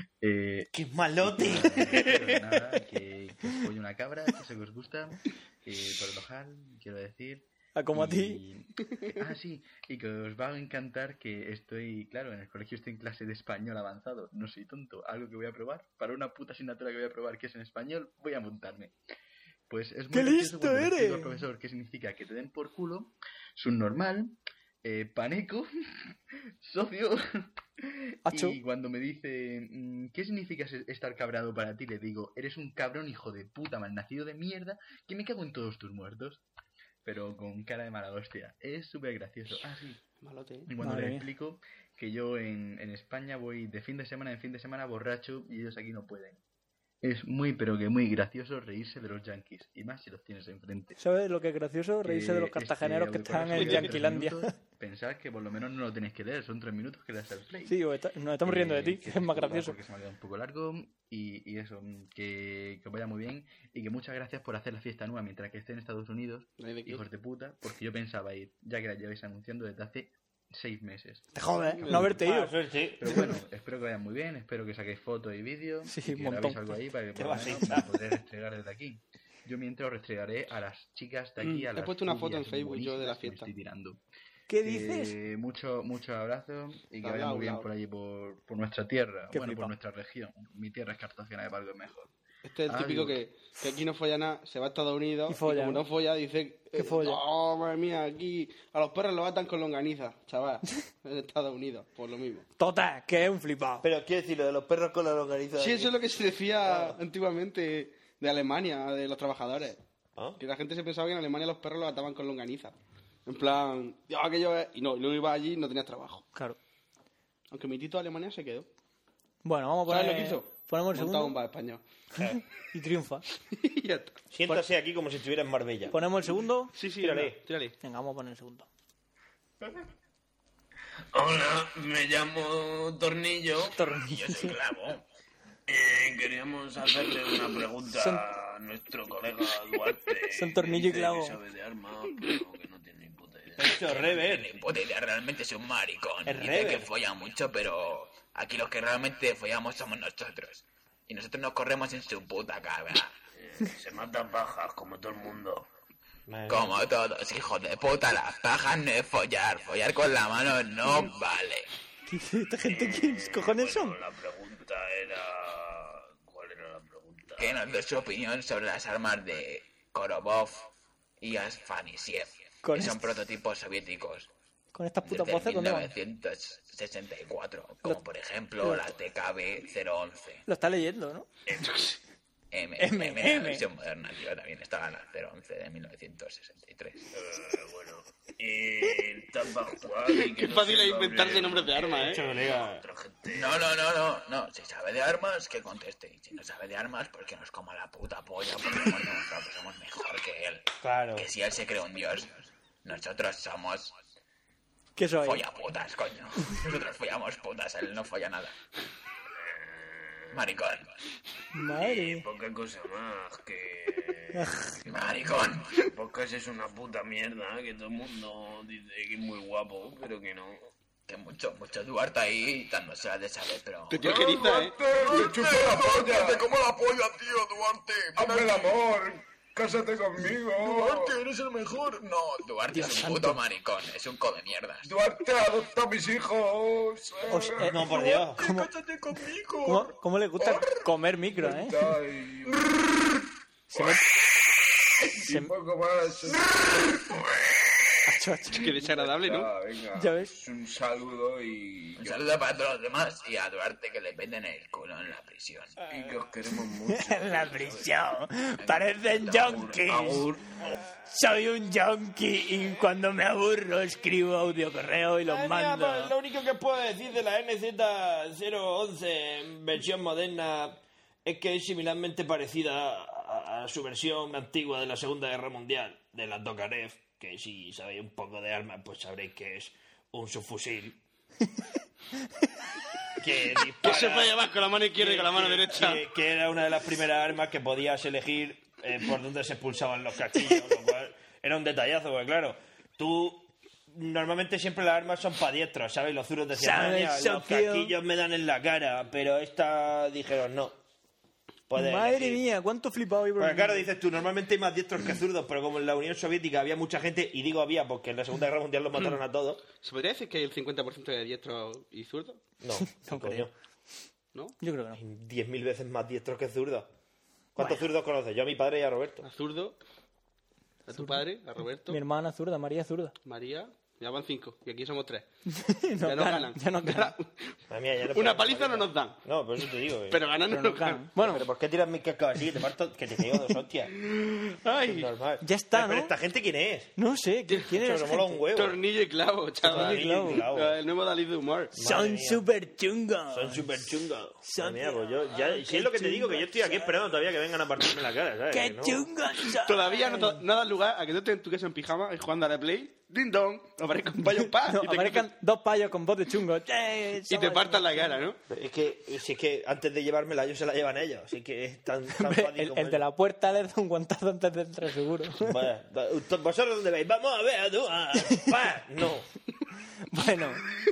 S4: Eh,
S1: ¡Qué malote!
S4: Pero nada, que, que os pollo una cabra, que eso que os gusta, eh, por el ojal, quiero decir.
S2: Ah, como a ti.
S4: Y- Ah, sí, y que os va a encantar que estoy, claro, en el colegio estoy en clase de español avanzado, no soy tonto, algo que voy a probar, para una puta asignatura que voy a probar que es en español, voy a montarme. Pues es muy
S2: ¡Qué
S4: gracioso
S2: listo
S4: cuando le explico
S2: eres!
S4: al profesor qué significa que te den por culo, subnormal, eh, paneco, socio.
S2: Acho.
S4: Y cuando me dice, mm, ¿qué significa ser- estar cabreado para ti? Le digo, eres un cabrón hijo de puta malnacido de mierda que me cago en todos tus muertos. Pero con cara de mala hostia. Es súper gracioso. Ah, sí.
S3: Malote, ¿eh?
S4: Y cuando
S2: Madre
S4: le
S2: mía.
S4: explico que yo en, en España voy de fin de semana en fin de semana borracho y ellos aquí no pueden. Es muy, pero que muy gracioso reírse de los yankees. Y más si los tienes enfrente.
S2: ¿Sabes lo que es gracioso? Reírse de los
S4: Eh,
S2: cartageneros
S4: este
S2: que están
S4: audiocorreo
S2: en
S4: se queda tres
S2: Yanquilandia.
S4: minutos. Pensad que por lo menos no lo tenéis que leer. Son tres minutos que le das al play.
S2: Sí, o está- nos estamos riendo de ti,
S4: Eh,
S2: que es más
S4: disculpa
S2: gracioso.
S4: Porque se me ha quedado un poco largo y, y eso, mm, que, que vaya muy bien y que muchas gracias por hacer la fiesta nueva mientras que esté en Estados Unidos,
S3: No hay de qué.
S4: hijos de puta, porque yo pensaba ir, ya que la lleváis anunciando desde hace seis meses.
S2: Te jodes, no haberte
S1: Ah,
S2: ido.
S1: eso sí.
S4: Pero bueno, espero que vayan muy bien, espero que saquéis fotos y vídeos
S2: Sí,
S4: y que
S2: un montón.
S4: grabéis algo ahí para que
S1: Te
S4: por lo
S1: vas a
S4: menos
S1: hinchar.
S4: me podré restregar desde aquí. Yo mientras os restregaré a las chicas de aquí,
S3: Mm,
S4: a
S3: he
S4: las
S3: puesto una foto en
S4: rubias
S3: Facebook yo de la
S4: buenísimas que me
S3: fiesta.
S4: estoy tirando.
S2: ¿Qué dices?
S4: Eh, mucho, mucho abrazo y que
S3: Bla,
S4: vaya
S3: bla,
S4: muy bien
S3: bla.
S4: por allí, por, por nuestra tierra.
S2: Qué
S4: bueno,
S2: flipao.
S4: por nuestra región. Mi tierra es Cartagena de Valgo mejor.
S3: Este es el típico
S4: Adiós.
S3: que, que aquí no folla nada, se va a Estados Unidos
S2: Y
S3: y,
S2: folla,
S3: como
S2: ¿no?
S3: no folla, dice...
S2: Que
S3: eh,
S2: folla.
S3: Oh, madre mía, aquí a los perros los atan con longaniza, chaval. En Estados Unidos, por lo mismo.
S2: Tota, que es un flipado.
S1: Pero quiero decir, lo de los perros con la longaniza.
S3: Sí, eso es lo que se decía antiguamente de Alemania, de los trabajadores.
S1: ¿Ah?
S3: Que la gente se pensaba que en Alemania los perros los ataban con longaniza. En plan, "Dios, aquello es... Y no, y luego iba allí y no tenías trabajo.
S2: Claro.
S3: Aunque mi tito de Alemania se quedó.
S2: Bueno, vamos a
S3: ¿Sabes
S2: poner...
S3: lo que hizo?
S2: Ponemos el
S3: Montaba un
S2: segundo
S3: bar español.
S2: y triunfa.
S3: Y ya está.
S1: Siéntase aquí como si estuviera en Marbella.
S2: Ponemos el segundo.
S3: Sí, sí,
S1: Tírale.
S3: venga, tírale.
S2: Venga, vamos a poner el segundo.
S5: Hola, me llamo Tornillo.
S2: Tornillo.
S5: Y yo soy Clavo. Eh, queríamos hacerle una pregunta
S2: Son-
S5: a nuestro colega Duarte.
S2: Son
S5: que
S2: Tornillo y
S5: dice
S2: Clavo.
S5: Que sabe de armas, pero que no tiene ni puta idea.
S1: Hecho, Rever.
S5: Ni puta idea, realmente es un maricón.
S1: Es
S5: Dice
S1: Rever.
S5: que folla mucho, pero aquí los que realmente follamos somos nosotros. Y nosotros nos corremos en su puta cara. Eh, se matan pajas, como todo el mundo.
S1: Madre mía.
S5: Como todos, hijos de puta, las pajas no es follar. Follar con la mano no vale.
S2: ¿Qué dice esta gente? ¿Quiénes cojones son?
S5: Bueno, la pregunta era... ¿Cuál era la pregunta? Que nos dé su opinión sobre las armas de Korobov y Asfanisiev,
S2: Con
S5: que son
S2: est-
S5: prototipos soviéticos
S2: Con estas putas
S5: desde
S2: voces, ¿dónde van?
S5: mil novecientos sesenta y cuatro, como
S2: Lo-
S5: por ejemplo
S2: lo-
S5: la T K B cero once.
S2: Lo está leyendo, ¿no?
S5: M,
S2: M,
S5: M,
S2: M.
S5: la versión moderna, tío, también estaba la cero once de mil novecientos sesenta y tres. bueno, y tan para jugar y que
S3: Qué
S5: no
S3: fácil
S5: se
S3: es inventarse
S5: hable
S3: nombres de armas,
S1: Hecho,
S3: ¿eh?
S1: colega.
S5: otra gente. No, no, no, no, no. Si sabe de armas, que conteste. Y si no sabe de armas, pues que nos coma la puta polla porque hemos demostrado que somos mejor que él.
S1: Claro.
S5: Que si él se cree un dios, nosotros somos
S2: ¿Qué soy?
S5: follaputas, coño. Nosotros follamos putas, él no folla nada. Maricón.
S2: Madre.
S5: Poca cosa más que... Maricón. Podcast es una puta mierda, que todo el mundo dice que es muy guapo, pero que no. Que mucho, mucho Duarte ahí dándose la de saber, pero...
S3: Te tío jeriza, ¿eh?
S6: ¡Te chupo la polla!
S5: ¡Te como la polla, tío, Duarte!
S6: ¡Hazme el amor! ¡Cásate conmigo!
S5: ¡Duarte, eres el mejor! No, Duarte
S2: Dios
S5: es un
S2: santo.
S5: puto maricón, es un come mierdas.
S6: ¡Duarte, adopta a mis hijos!
S2: Os- eh,
S1: No, por Dios.
S2: ¿Cómo,
S5: ¡Cásate conmigo!
S2: cómo, cómo le gusta comer micro, eh?
S6: Ay,
S2: Se mete...
S6: y
S2: se-
S6: poco más.
S2: Acho, acho.
S3: Qué desagradable, ¿no?
S6: Ah, venga,
S2: Ya ves.
S6: un saludo y...
S5: Un saludo para todos los demás y a Duarte que le peten el culo en la prisión.
S6: y que os queremos mucho.
S2: En la prisión. Parecen yonkis.
S5: Agur.
S2: Soy un yonki y cuando me aburro escribo audio correo y los
S1: Eh, mira, pues,
S2: mando.
S1: lo único que puedo decir de la N Z cero once en versión moderna es que es similarmente parecida a, a su versión antigua de la Segunda Guerra Mundial, de la Tokarev, que si sabéis un poco de armas, pues sabréis que es un subfusil. que
S3: Que
S1: dispara,
S3: se puede llevar con la mano izquierda y con la mano
S1: que-
S3: derecha.
S1: Que, que era una de las primeras armas que podías elegir eh, por donde se expulsaban los casquillos, lo cual era un detallazo, porque claro, tú... Normalmente siempre las armas son para diestros, ¿sabes? Los zurdos decían,
S2: ¿Sabes,
S1: "Mira, los
S2: socio?
S1: casquillos me dan en la cara", pero esta dijeron, no. Puedes
S2: Madre
S1: elegir.
S2: mía, cuánto flipado hay por
S1: Porque
S2: el
S1: claro,
S2: mundo.
S1: dices tú, normalmente hay más diestros que zurdos, pero como en la Unión Soviética había mucha gente, y digo había porque en la Segunda Guerra Mundial los mataron a todos,
S3: ¿Se podría decir que hay el cincuenta por ciento de diestro y zurdo?
S1: no,
S2: No
S1: coño.
S2: creo.
S3: ¿No?
S2: Yo creo que no.
S1: Diez mil veces más diestros que zurdos. ¿Cuántos zurdos conoces? Yo a mi padre y a Roberto.
S3: A zurdo, a tu padre, a Roberto,
S2: Mi hermana zurda, María zurda.
S3: María, ya van cinco, y aquí somos tres.
S2: Nos
S3: Ya nos
S2: ganan,
S3: ganan.
S2: ya nos ganan.
S1: Madre mía, ya no
S3: Una
S1: podemos
S3: paliza no
S1: morir.
S3: nos dan,
S1: No, por eso te digo. que-
S3: pero ganar no
S2: Pero
S3: nos
S2: nos
S3: ganan.
S2: ganan. Bueno,
S1: Pero ¿por qué tiras mis cascos así? Te parto que te pego dos hostias.
S3: Ay,
S1: Normal.
S2: Ya está,
S1: Ay, Pero
S2: ¿no?
S1: ¿esta gente quién es?
S2: no sé, ¿quién quién
S1: Eso
S2: es
S1: me
S2: esa
S1: mola
S2: gente?
S1: un huevo.
S3: tornillo y clavo, chaval.
S1: Tornillo y clavo.
S3: El nuevo Dalí de humor.
S2: Son
S1: mía.
S2: súper chungos.
S1: Son súper chungos.
S2: Son-
S1: Mira, pues yo, ya, si es lo que te digo, que yo estoy aquí esperando todavía que vengan a partirme la cara, ¿sabes? Que
S2: ¡Qué
S1: no.
S2: chungos son!
S3: Todavía no, to- no da lugar a que tú estés en tu casa en pijama y jugando a la Play. Ding dong, aparezca un payo pa
S2: No,
S3: y te,
S2: aparezcan dos payos con voz de chungo. ¡Eh,
S3: y te
S2: somos
S3: partan la cara, ¿no?
S1: Es que, si es que antes de llevármela yo se la llevan ellos, así que es tan, tan
S2: Hombre,
S1: fácil
S2: el,
S1: como
S2: el de la puerta le da un guantazo antes de entrar seguro.
S1: Vaya, da- ¿vosotros dónde veis? Vamos a ver a tú. a- pa. No.
S2: Bueno.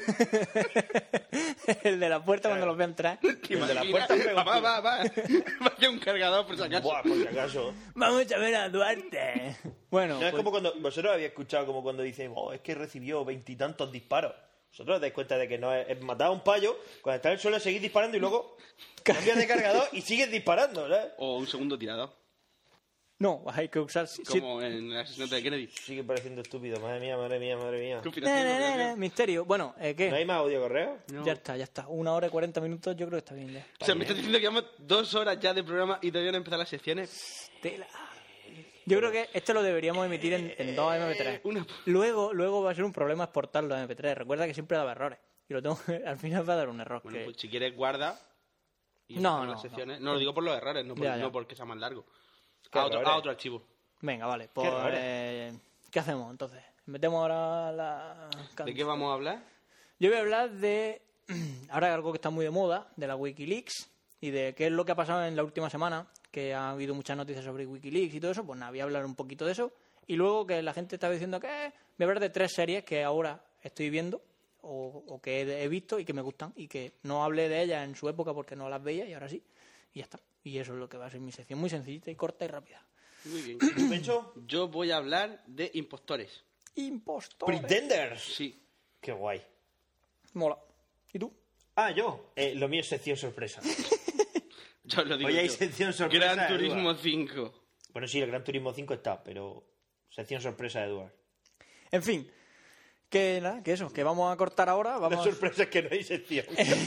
S2: El de la puerta cuando los ve entrar.
S3: ¿Te
S1: El de la
S3: imaginas?
S1: puerta pega un
S3: Va,
S1: tiro.
S3: va, va. Vaya un cargador por si acaso.
S1: Buah, por si acaso.
S2: Vamos a ver a Duarte. Bueno,
S1: No es
S2: pues-
S1: como cuando vosotros habéis escuchado como cuando dicen, oh, es que recibió veintitantos disparos. Vosotros os dais cuenta de que no es, es matar a un payo, cuando está en el suelo seguís disparando y luego cambias de cargador y sigues disparando, ¿sabes?
S3: O un segundo tirador,
S2: no, hay que usar... si-
S3: como en el asesinato de Kennedy.
S1: Sigue pareciendo estúpido. Madre mía, madre mía, madre mía.
S3: ¿Qué
S2: Na,
S3: opinas?
S2: na, na, na, misterio. Bueno, eh, ¿qué?
S1: ¿No hay más audio correo?
S3: No.
S2: Ya está, ya está. Una hora y cuarenta minutos, yo creo que está bien ya.
S3: O sea, me estás diciendo que llevamos dos horas ya de programa y todavía no han empezado las secciones.
S2: Tela. Yo creo que esto lo deberíamos emitir en, en dos eme pe tres.
S3: Una-
S2: Luego, luego va a ser un problema exportarlo a eme pe tres. Recuerda que siempre daba errores. Y lo tengo que- al final va a dar un error.
S3: Bueno,
S2: que-
S3: pues si quieres guarda y
S2: No,
S3: empezamos
S2: no,
S3: las secciones. No. lo digo por los errores, no, por-
S2: Ya, ya.
S3: no porque sea más largo.
S1: ¿Qué
S3: A otro,
S1: errores?
S3: a otro archivo.
S2: Venga, vale. Pues,
S1: errores.
S2: eh, ¿qué hacemos entonces? ¿Metemos ahora la
S3: ¿De qué vamos a hablar?
S2: Yo voy a hablar de ahora algo que está muy de moda, de la Wikileaks y de qué es lo que ha pasado en la última semana, que ha habido muchas noticias sobre Wikileaks y todo eso. Pues nada, voy a hablar un poquito de eso. Y luego que la gente estaba diciendo que voy a hablar de tres series que ahora estoy viendo o, o que he, he visto y que me gustan y que no hablé de ellas en su época porque no las veía y ahora sí. Y ya está. Y eso es lo que va a ser mi sección, muy sencillita y corta y rápida.
S3: Muy bien.
S1: ¿Tú, Pencho?
S3: Yo voy a hablar de impostores.
S2: Impostores.
S1: Pretenders.
S3: Sí.
S1: Qué guay.
S2: Mola. ¿Y tú?
S1: Ah, yo. Eh, lo mío es sección sorpresa.
S3: Yo lo digo.
S1: Hoy hay
S3: yo.
S1: sección sorpresa.
S3: Gran
S1: de
S3: Turismo
S1: Eduard.
S3: cinco.
S1: Bueno, sí, el Gran Turismo cinco está, pero sección sorpresa de Eduard.
S2: En fin. Que nada, que eso, que vamos a cortar ahora.
S1: La
S2: Vamos a-
S1: sorpresa es que no hay sección.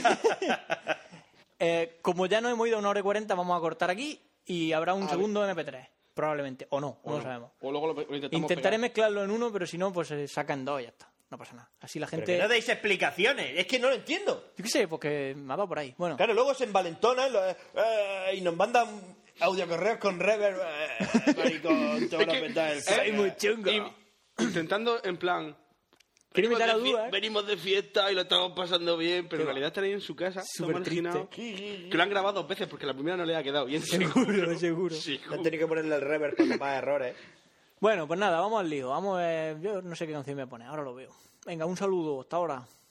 S2: Eh, como ya no hemos ido a una hora y cuarenta, vamos a cortar aquí y habrá un segundo eme pe tres. Probablemente. O no, no lo sabemos.
S3: O luego lo, lo intentamos
S2: Intentaré
S3: pegar.
S2: mezclarlo en uno, pero si no, pues se saca en dos y ya está. No pasa nada. Así la
S1: Pero
S2: gente...
S1: que no deis explicaciones. Es que no lo entiendo.
S2: Yo qué sé, porque me ha dado por ahí. Bueno,
S1: Claro, luego se envalentonan lo- eh, y nos mandan audiocorreos con reverb. Eh, maricón, te van a
S3: Es que-
S1: petar el
S3: eh,
S1: coño.
S2: muy chungo.
S3: Y- intentando, en plan...
S2: Quiero
S3: venimos
S2: imitar a
S3: de fie-
S2: Dúa, ¿eh?
S3: Venimos de fiesta y lo estamos pasando bien, pero en
S2: va.
S3: realidad están ahí en su casa, todo
S2: Súper
S3: marginado. Que lo han grabado dos veces porque la primera no le ha quedado bien.
S2: seguro, seguro.
S3: Sí,
S1: Han tenido que ponerle el reverb para más errores.
S2: Bueno, pues nada, vamos al lío. Vamos, eh, yo no sé qué canción me pone, ahora lo veo. Venga, un saludo, hasta ahora.